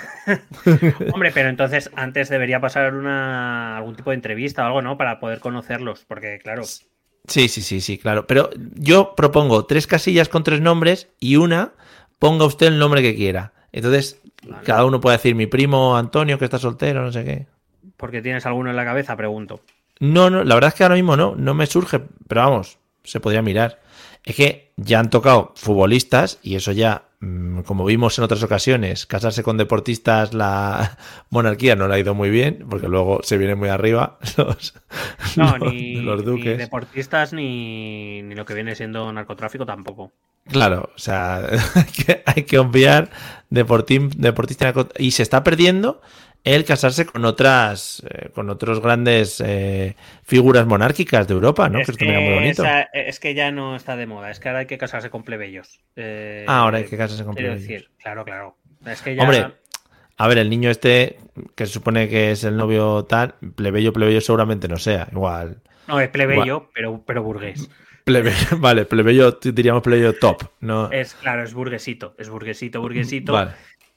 Hombre, pero entonces antes debería pasar una algún tipo de entrevista o algo, ¿no? Para poder conocerlos, porque claro... Sí, sí, sí, sí, claro. Pero yo propongo tres casillas con tres nombres y una, ponga usted el nombre que quiera. Entonces, vale, cada uno puede decir mi primo Antonio, que está soltero, no sé qué. ¿Porque tienes alguno en la cabeza? Pregunto. No, no, la verdad es que ahora mismo no, no me surge, pero vamos, se podría mirar. Es que ya han tocado futbolistas y eso ya, como vimos en otras ocasiones, casarse con deportistas, la monarquía no le ha ido muy bien, porque luego se viene muy arriba los, no, los, ni, los duques. Ni deportistas ni, ni lo que viene siendo narcotráfico tampoco. Claro, o sea, hay que, hay que obviar deportín, deportista y se está perdiendo el casarse con otras, eh, con otros grandes eh, figuras monárquicas de Europa, ¿no? Es que esto me muy bonito. Esa, es que ya no está de moda, es que ahora hay que casarse con plebeyos. Eh, ah, ahora hay que casarse con plebeyos. Decir, claro, claro. Es que ya... Hombre, a ver, el niño este, que se supone que es el novio tal, plebeyo, plebeyo seguramente no sea, igual. No, es plebeyo, igual. pero, pero burgués. Plebeyo, vale, plebeyo, diríamos plebeyo top, ¿no? Es, claro, es burguesito, es burguesito, burguesito. Vale.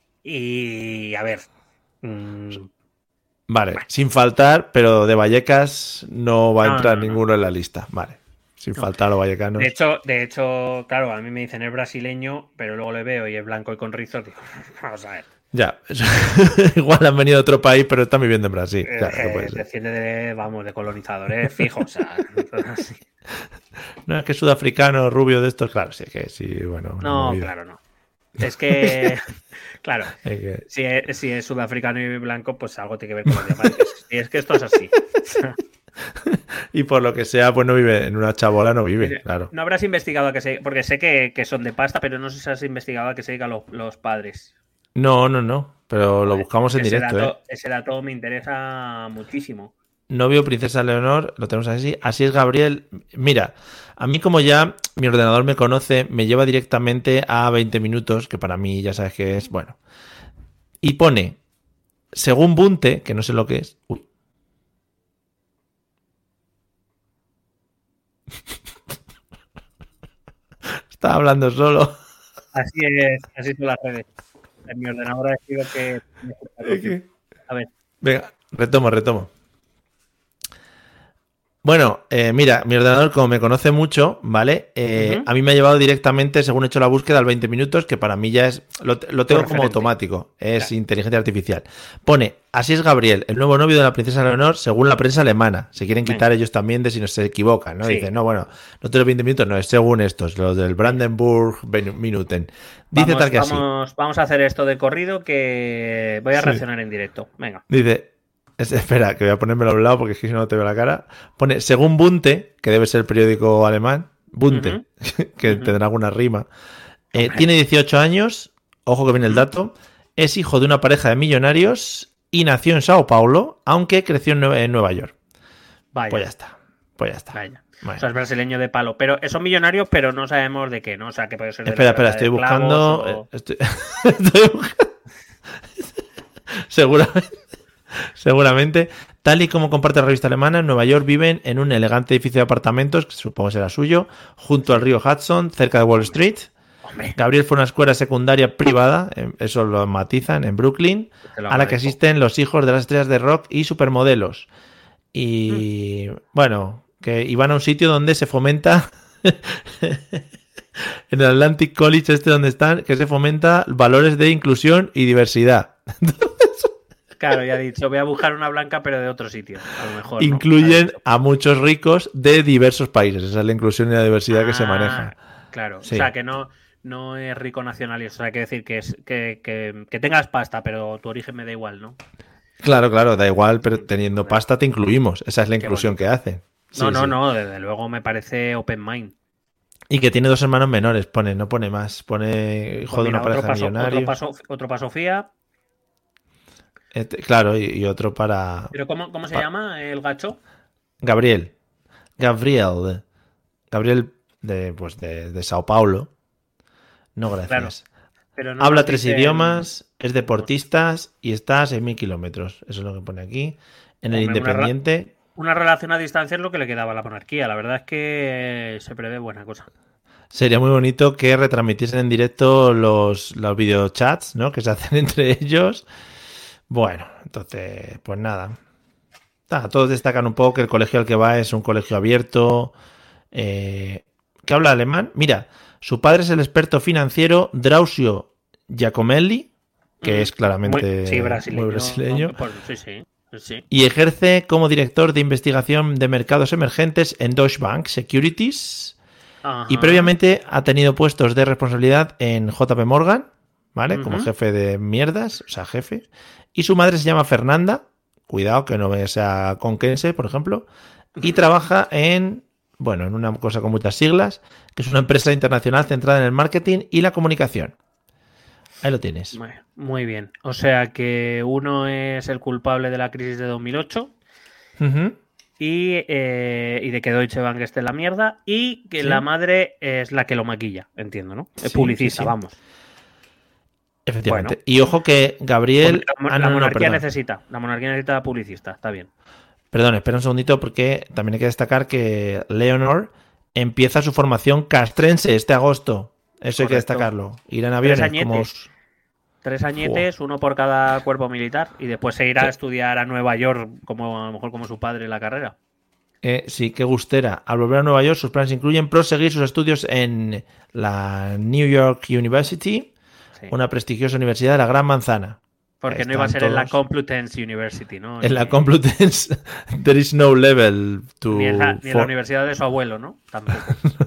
Y, a ver... Mmm... Vale, bueno. Sin faltar, pero de Vallecas no va a no, entrar no, no, ninguno no. en la lista, vale. Sin no. faltar los vallecanos. De hecho, de hecho, claro, a mí me dicen es brasileño, pero luego le veo y es blanco y con rizos, digo, vamos a ver. Ya, igual han venido de otro país, pero están viviendo en Brasil. Claro, eh, no puede ser. Desciende de, vamos, de colonizadores fijos, o sea, así. No, es que sudafricano, rubio de estos, claro, sí, que sí, bueno. No, movida. claro, no. Es que, claro, es que... Si, es, si es sudafricano y blanco, pues algo tiene que ver con los diamantes. Y es que esto es así. Y por lo que sea, pues no vive en una chabola, no vive, claro. No habrás investigado a que se... Porque sé que, que son de pasta, pero no sé si has investigado a que se dedican los, los padres. No, no, no, pero lo buscamos en ese directo, dato, ¿eh? Ese dato me interesa muchísimo. Novio Princesa Leonor, lo tenemos así. Así es Gabriel. Mira, a mí como ya mi ordenador me conoce, me lleva directamente a veinte minutos, que para mí ya sabes que es, bueno. Y pone, según Bunte, que no sé lo que es. Uy. Estaba hablando solo. Así es, así son las redes. En mi ordenador ha decidido que... A ver. Venga, retomo, retomo. Bueno, eh, mira, mi ordenador, como me conoce mucho, ¿vale? Eh, uh-huh. A mí me ha llevado directamente, según he hecho la búsqueda, al veinte minutos, que para mí ya es... Lo, lo tengo como automático, es claro. Inteligencia artificial. Pone, así es Gabriel, el nuevo novio de la princesa Leonor, según la prensa alemana. Se quieren quitar Venga. ellos también de si no se equivocan, ¿no? Sí. Dicen, no, bueno, no tengo veinte minutos, no, es según estos, los del Brandenburg Minuten. Dice vamos, tal que vamos, así. Vamos a hacer esto de corrido, que voy a sí. reaccionar en directo. Venga. Dice... Es, espera, que voy a ponérmelo a un lado porque es que si no, no te veo la cara. Pone, según Bunte, que debe ser el periódico alemán, Bunte, uh-huh. que uh-huh. tendrá alguna rima, eh, tiene dieciocho años, ojo que viene el dato, es hijo de una pareja de millonarios y nació en Sao Paulo, aunque creció en, Nue- en Nueva York. Vaya. Pues ya está, pues ya está. Vaya. Bueno. O sea, es brasileño de palo. Pero son millonarios, pero no sabemos de qué, ¿no? O sea, que puede ser de Espera, espera, estoy buscando... O... Estoy... estoy buscando... Seguramente... Seguramente. Tal y como comparte la revista alemana, en Nueva York viven en un elegante edificio de apartamentos, que supongo será suyo, junto al río Hudson, cerca de Wall Street. Hombre. Gabriel fue a una escuela secundaria privada, eso lo matizan, en Brooklyn, a la que asisten los hijos de las estrellas de rock y supermodelos. Y mm. bueno, que iban a un sitio donde se fomenta, en el Atlantic College este donde están, que se fomenta valores de inclusión y diversidad. Claro, ya he dicho, voy a buscar una blanca pero de otro sitio, a lo mejor. Incluyen ¿no? a muchos ricos de diversos países, esa es la inclusión y la diversidad ah, que se maneja. Claro, sí. O sea que no... No es rico nacionalista, o sea, hay que decir que, es, que, que, que tengas pasta, pero tu origen me da igual, ¿no? Claro, claro, da igual, pero teniendo pasta te incluimos. Esa es la Qué inclusión bonito. que hacen. Sí, no, no, sí. no, desde luego me parece open mind. Y que tiene dos hermanos menores, pone, no pone más. Pone hijo Pues de mira, una pareja otro paso, millonaria. Otro paso, otro para Sofía. Este, claro, y, y otro para... ¿Pero cómo, cómo se para... llama el gacho? Gabriel. Gabriel. Gabriel de, pues de, de Sao Paulo. No, gracias. Claro, pero no Habla nos tres dicen- idiomas, es deportista y está a seis mil kilómetros. Eso es lo que pone aquí. En el Hombre, una ra- Independiente... Una relación a distancia es lo que le quedaba a la monarquía. La verdad es que se prevé buena cosa. Sería muy bonito que retransmitiesen en directo los, los videochats, ¿no? Que se hacen entre ellos. Bueno, entonces, pues nada. Ah, todos destacan un poco que el colegio al que va es un colegio abierto. Eh, ¿que habla alemán? Mira, su padre es el experto financiero Drauzio Giacomelli, que Mm. es claramente Muy- sí, brasileño. muy brasileño. No, pues, sí, sí, sí. Y ejerce como director de investigación de mercados emergentes en Deutsche Bank Securities. Ajá. Y previamente ha tenido puestos de responsabilidad en J P Morgan, ¿vale? Como Ujú. jefe de mierdas, o sea, jefe. Y su madre se llama Fernanda, cuidado que no sea conquense, por ejemplo. Y trabaja en, bueno, en una cosa con muchas siglas, que es una empresa internacional centrada en el marketing y la comunicación. Ahí lo tienes. Muy- Muy bien. O sea que uno es el culpable de la crisis de dos mil ocho Ujú. y, eh, y de que Deutsche Bank esté en la mierda y que Sí. la madre es la que lo maquilla, entiendo, ¿no? Es Sí, publicista, sí, sí. vamos. Efectivamente. Bueno. Y ojo que Gabriel... Porque la, Ah, la no, no, monarquía perdón. necesita, la monarquía necesita publicista, está bien. Perdón, espera un segundito porque también hay que destacar que Leonor empieza su formación castrense este agosto. Eso hay que Correcto. destacarlo. Ir en aviones añetes. como... Tres añetes, uno por cada cuerpo militar y después se irá Sí. a estudiar a Nueva York, como a lo mejor como su padre, la carrera. Eh, sí, qué gustera. Al volver a Nueva York, sus planes incluyen proseguir sus estudios en la New York University, Sí. una prestigiosa universidad de la Gran Manzana. Porque Ahí no iba a están ser en la todos. Complutense University, ¿no? En la Ni- Complutense, there is no level to... Ni en, la, ni en la for- universidad de su abuelo, ¿no? Tampoco.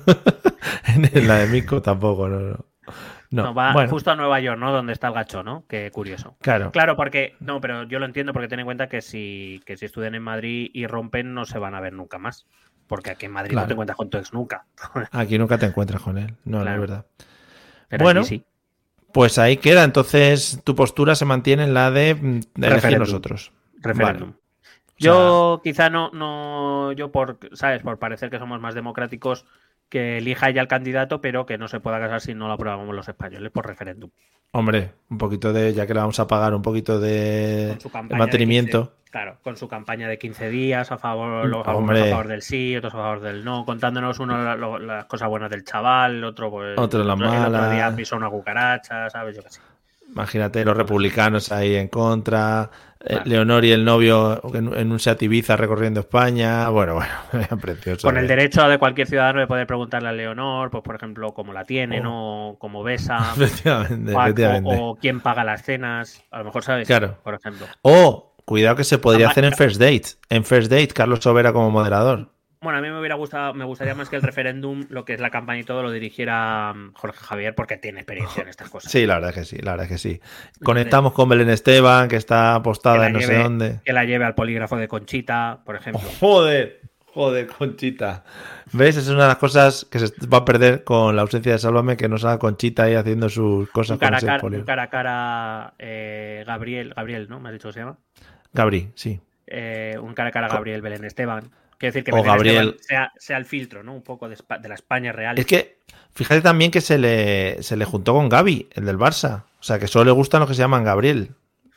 en la de Mico tampoco, no, no. No, No, va bueno, justo a Nueva York, ¿no? Donde está el gacho, ¿no? Qué curioso. claro. Claro, porque, no, pero yo lo entiendo porque ten en cuenta que si, que si estudian en Madrid y rompen no se van a ver nunca más. Porque aquí en Madrid Claro. no te encuentras con tu ex nunca. Aquí nunca te encuentras con él. No, no Claro. es verdad. Pero Bueno, aquí sí. Pues ahí queda. Entonces tu postura se mantiene en la de, mm, de elegir Referéndum. nosotros. Referéndum. Vale. Yo quizá no, no, yo por, ¿sabes? Por parecer que somos más democráticos, que elija ya el candidato, pero que no se pueda casar si no lo aprobamos los españoles por referéndum. Hombre, un poquito de, ya que le vamos a pagar un poquito de, Con su de campaña mantenimiento. de quince, claro, con su campaña de quince días a favor, los algunos Hombre. a favor del sí, otros a favor del no, contándonos uno la- lo- las cosas buenas del chaval, otro pues, Otro las el otro- el otro malas. día pisó una cucaracha, ¿sabes? Yo qué sé. Imagínate los republicanos ahí en contra, eh, Claro. Leonor y el novio en, en un Seat Ibiza recorriendo España. Bueno, bueno, precioso. Con el eh. derecho de cualquier ciudadano de poder preguntarle a Leonor, pues por ejemplo, cómo la tiene, Oh. ¿no? Cómo besa, Efectivamente, o, efectivamente. o- o quién paga las cenas, a lo mejor, ¿sabes? Claro. Por ejemplo. O, cuidado que se podría Ama- hacer en First Date. En First Date, Carlos Sobera como moderador. Bueno, a mí me hubiera gustado, me gustaría más que el referéndum, lo que es la campaña y todo, lo dirigiera mm, Jorge Javier, porque tiene experiencia en estas cosas. Sí, la verdad es que sí, la verdad es que sí. Conectamos con Belén Esteban, que está Que apostada la, en no sé lleve, dónde. que la lleve al polígrafo de Conchita, por ejemplo. Joder, joder, Conchita. ¿Ves? Esa es una de las cosas que se va a perder con la ausencia de Sálvame, que no salga Conchita ahí haciendo sus cosas Un con cara a ese cara, polio. un cara, a cara eh, Gabriel, Gabriel, ¿no? Me has dicho que se llama. Gabri, sí. Eh, un cara a cara Gabriel Belén Esteban. Quiero decir que O Belén Gabriel. Esteban sea, sea el filtro, ¿no? Un poco de, Espa- de la España real. Es que, fíjate también que se le, se le juntó con Gaby, el del Barça. O sea, que solo le gustan los que se llaman Gabriel.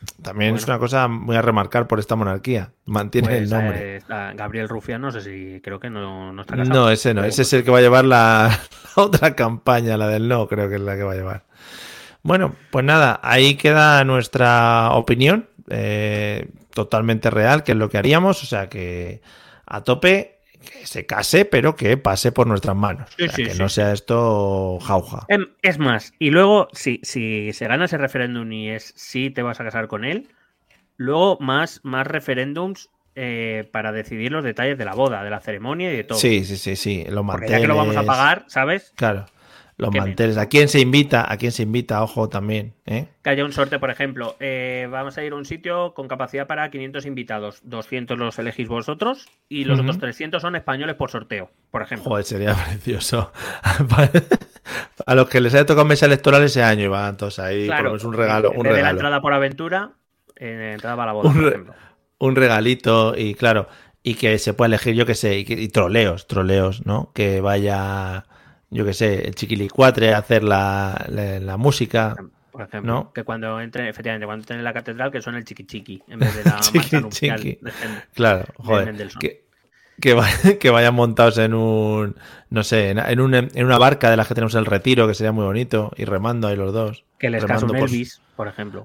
también Bueno. es una cosa muy a remarcar por esta monarquía. Mantiene Pues, el nombre. eh, está Gabriel Rufián, no sé si creo que no, no está casado. No, ese no. Ese es el que va a llevar la, la otra campaña, la del no, creo que es la que va a llevar. Bueno, pues nada, ahí queda nuestra opinión, eh, totalmente real, que es lo que haríamos, o sea que a tope, que se case, pero que pase por nuestras manos, Sí, o sea, sí, que sí. no sea esto jauja. Em, Es más, y luego, si, si se gana ese referéndum y es si te vas a casar con él, luego más, más referéndums eh, para decidir los detalles de la boda, de la ceremonia y de todo. Sí, sí, sí, sí, los Porque manteles. ya que lo vamos a pagar, ¿sabes? Claro, los ¿Qué manteles. menos? ¿A quién se invita? ¿A quién se invita? Ojo también, ¿eh? Que haya un sorteo, por ejemplo, eh, vamos a ir a un sitio con capacidad para quinientos invitados, doscientos los elegís vosotros y los Ujú. otros trescientos son españoles por sorteo, por ejemplo. Joder, sería precioso. A los que les haya tocado mesa electoral ese año y van todos ahí, por lo menos un regalo, en un vez de la regalo. entrada por aventura, eh, entrada para la boda, Un por re- ejemplo. un regalito y claro, y que se pueda elegir, yo que sé, y, que- y troleos, troleos, ¿no? Que vaya, yo que sé, el chiquilicuatre a hacer la, la, la música. Por ejemplo, ¿No? que cuando entre, efectivamente, cuando entre en la catedral, que suene el chiqui chiqui en vez de la Chiqui, marcha nupcial chiqui. de Händel. Claro, de joder. Mendelssohn. Que, que, vay- que vayan montados en un, no sé, en, en, un- en una barca de las que tenemos en el Retiro, que sería muy bonito, y remando ahí los dos. Que les case remando un por- Elvis, por ejemplo.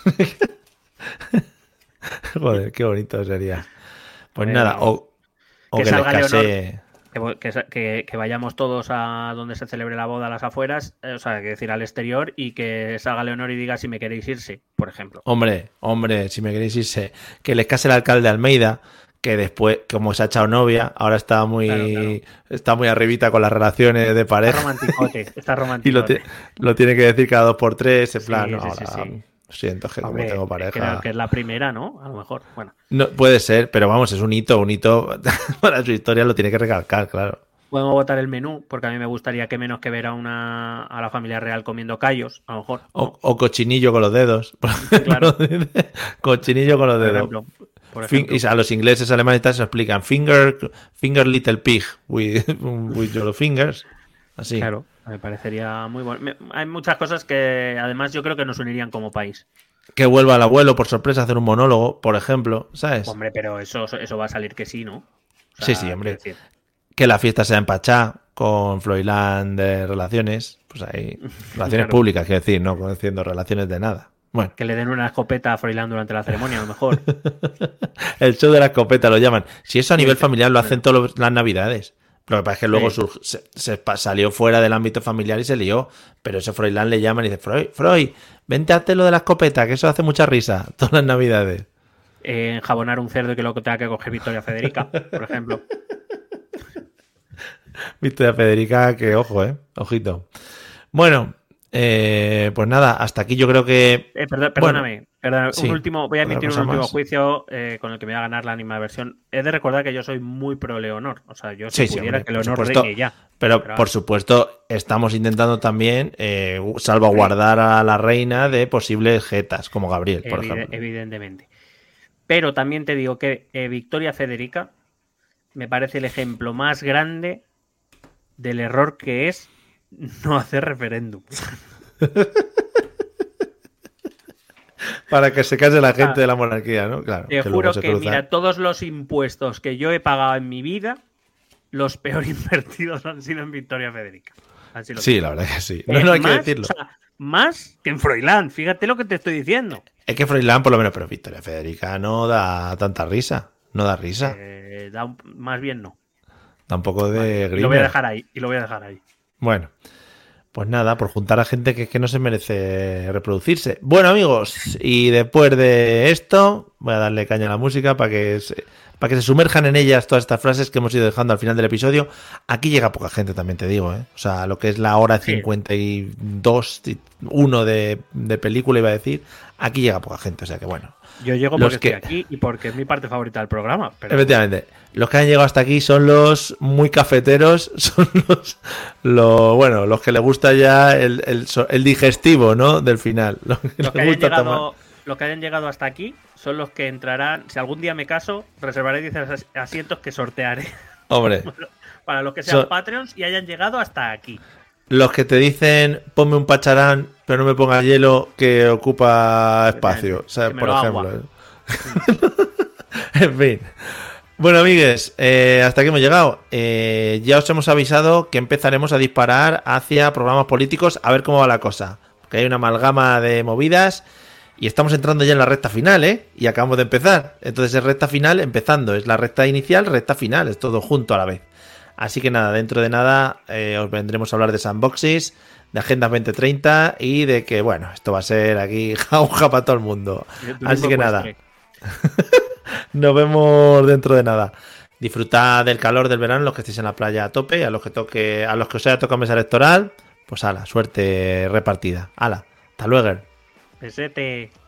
Joder, qué bonito sería. Pues Eh, nada, o, o que que, les salga case... Que, vo- que, sa- que- que vayamos todos a donde se celebre la boda a las afueras, eh, o sea, que decir al exterior, y que salga Leonor y diga si me queréis irse, por ejemplo. Hombre, hombre, si me queréis irse, que les case el alcalde de Almeida, que después, como se ha echado novia, ahora está muy, Claro, claro. está muy arribita con las relaciones de Está pareja romanticote, está y lo, romanticote. ti- lo tiene que decir cada dos por tres, en Sí, plan, sí, no, sí, ahora, sí. lo siento, que Hombre, como tengo pareja... creo que es la primera, ¿no? A lo mejor. Bueno, No, puede ser, pero vamos, es un hito, un hito para su historia, lo tiene que recalcar, claro. podemos votar el menú, porque a mí me gustaría que menos que ver a una a la familia real comiendo callos, a lo mejor. ¿no? O, o cochinillo con los dedos. Claro. Cochinillo con los Por dedos. ejemplo. Por Fin- ejemplo. y a los ingleses, alemanes y tal se lo explican. Finger, finger little pig with, with your fingers. Así. Claro, me parecería muy bueno. Me- Hay muchas cosas que además yo creo que nos unirían como país. Que vuelva el abuelo por sorpresa a hacer un monólogo, por ejemplo, ¿sabes? Hombre, pero eso, eso va a salir que sí, ¿no? O Sí, sí, hombre. quiero decir, Que la fiesta sea en Pachá, con Froilán de relaciones. Pues ahí. Relaciones Claro. públicas, quiero decir, no conociendo relaciones de nada. Bueno. que le den una escopeta a Froilán durante la ceremonia, a lo mejor. El show de la escopeta lo llaman. Si eso a nivel Sí, familiar lo hacen todas las navidades. Lo que pasa es que luego Sí. surg- se, se pa- salió fuera del ámbito familiar y se lió. Pero ese Froilán le llaman y dice, Freud, Freud, vente a hacer lo de la escopeta, que eso hace mucha risa. Todas las navidades. Eh, enjabonar un cerdo y que luego tenga que coger Victoria Federica, por ejemplo. Victoria Federica, que ojo, eh. Ojito. Bueno, eh, pues nada, hasta aquí yo creo que... Eh, perdón- perdóname, perdóname, sí, un último, voy a otra emitir un cosa último más. juicio eh, con el que me voy a ganar la animadversión. He de recordar que yo soy muy pro Leonor. O sea, yo si Sí, sí, pudiera hombre, que por Leonor supuesto. reine ya. Pero, Pero- por supuesto, estamos intentando también eh, salvaguardar a la reina de posibles jetas, como Gabriel, por Evide- ejemplo. Evidentemente. Pero también te digo que eh, Victoria Federica me parece el ejemplo más grande del error que es no hacer referéndum. Para que se case la gente Ah. de la monarquía, ¿no? Claro. Te que luego juro se que, cruza. mira, todos los impuestos que yo he pagado en mi vida, los peor invertidos han sido en Victoria Federica. Han sido los Sí, peores. la verdad que sí. Eh, No, no hay que más, decirlo. o sea, más que en Froilán. Fíjate lo que te estoy diciendo. Es que Froilán, por lo menos, pero Victoria Federica no da tanta risa. No da risa. Eh, da un- más bien no. Tampoco de Y lo voy a Grimer. dejar ahí. Y lo voy a dejar ahí. Bueno, pues nada, por juntar a gente que, que no se merece reproducirse. Bueno, amigos, y después de esto, voy a darle caña a la música para que se, para que se sumerjan en ellas todas estas frases que hemos ido dejando al final del episodio. Aquí llega poca gente, también te digo, ¿eh? O sea, lo que es la hora Sí. cincuenta y dos, uno de, de película, iba a decir, aquí llega poca gente, o sea que bueno. Yo llego Los porque que- estoy aquí y porque es mi parte favorita del programa. Pero Efectivamente, los que han llegado hasta aquí son los muy cafeteros, son los, los bueno, los que les gusta ya el, el, so- el digestivo, ¿no? Del final. Los que los, les que hayan gusta tomar. llegado, los que hayan llegado hasta aquí son los que entrarán. Si algún día me caso, reservaré diez as- asientos que sortearé Hombre, para los que sean Son- Patreons y hayan llegado hasta aquí. los que te dicen ponme un pacharán pero no me pongas hielo que ocupa espacio, ¿sabes? Por ejemplo. En fin. Bueno, amigues, eh, hasta aquí hemos llegado. Eh, ya os hemos avisado que empezaremos a disparar hacia programas políticos a ver cómo va la cosa. Porque hay una amalgama de movidas y estamos entrando ya en la recta final, ¿eh? Y acabamos de empezar. Entonces es recta final empezando. Es la recta inicial, recta final. Es todo junto a la vez. Así que nada, dentro de nada eh, os vendremos a hablar de sandboxes, de Agendas veinte treinta y de que, bueno, esto va a ser aquí jauja para todo el mundo. Así que nada. Nos vemos dentro de nada. Disfrutad del calor del verano, los que estéis en la playa a tope, a los que toque, a los que os haya tocado mesa electoral, pues ala, suerte repartida. Ala, hasta luego. Pesete.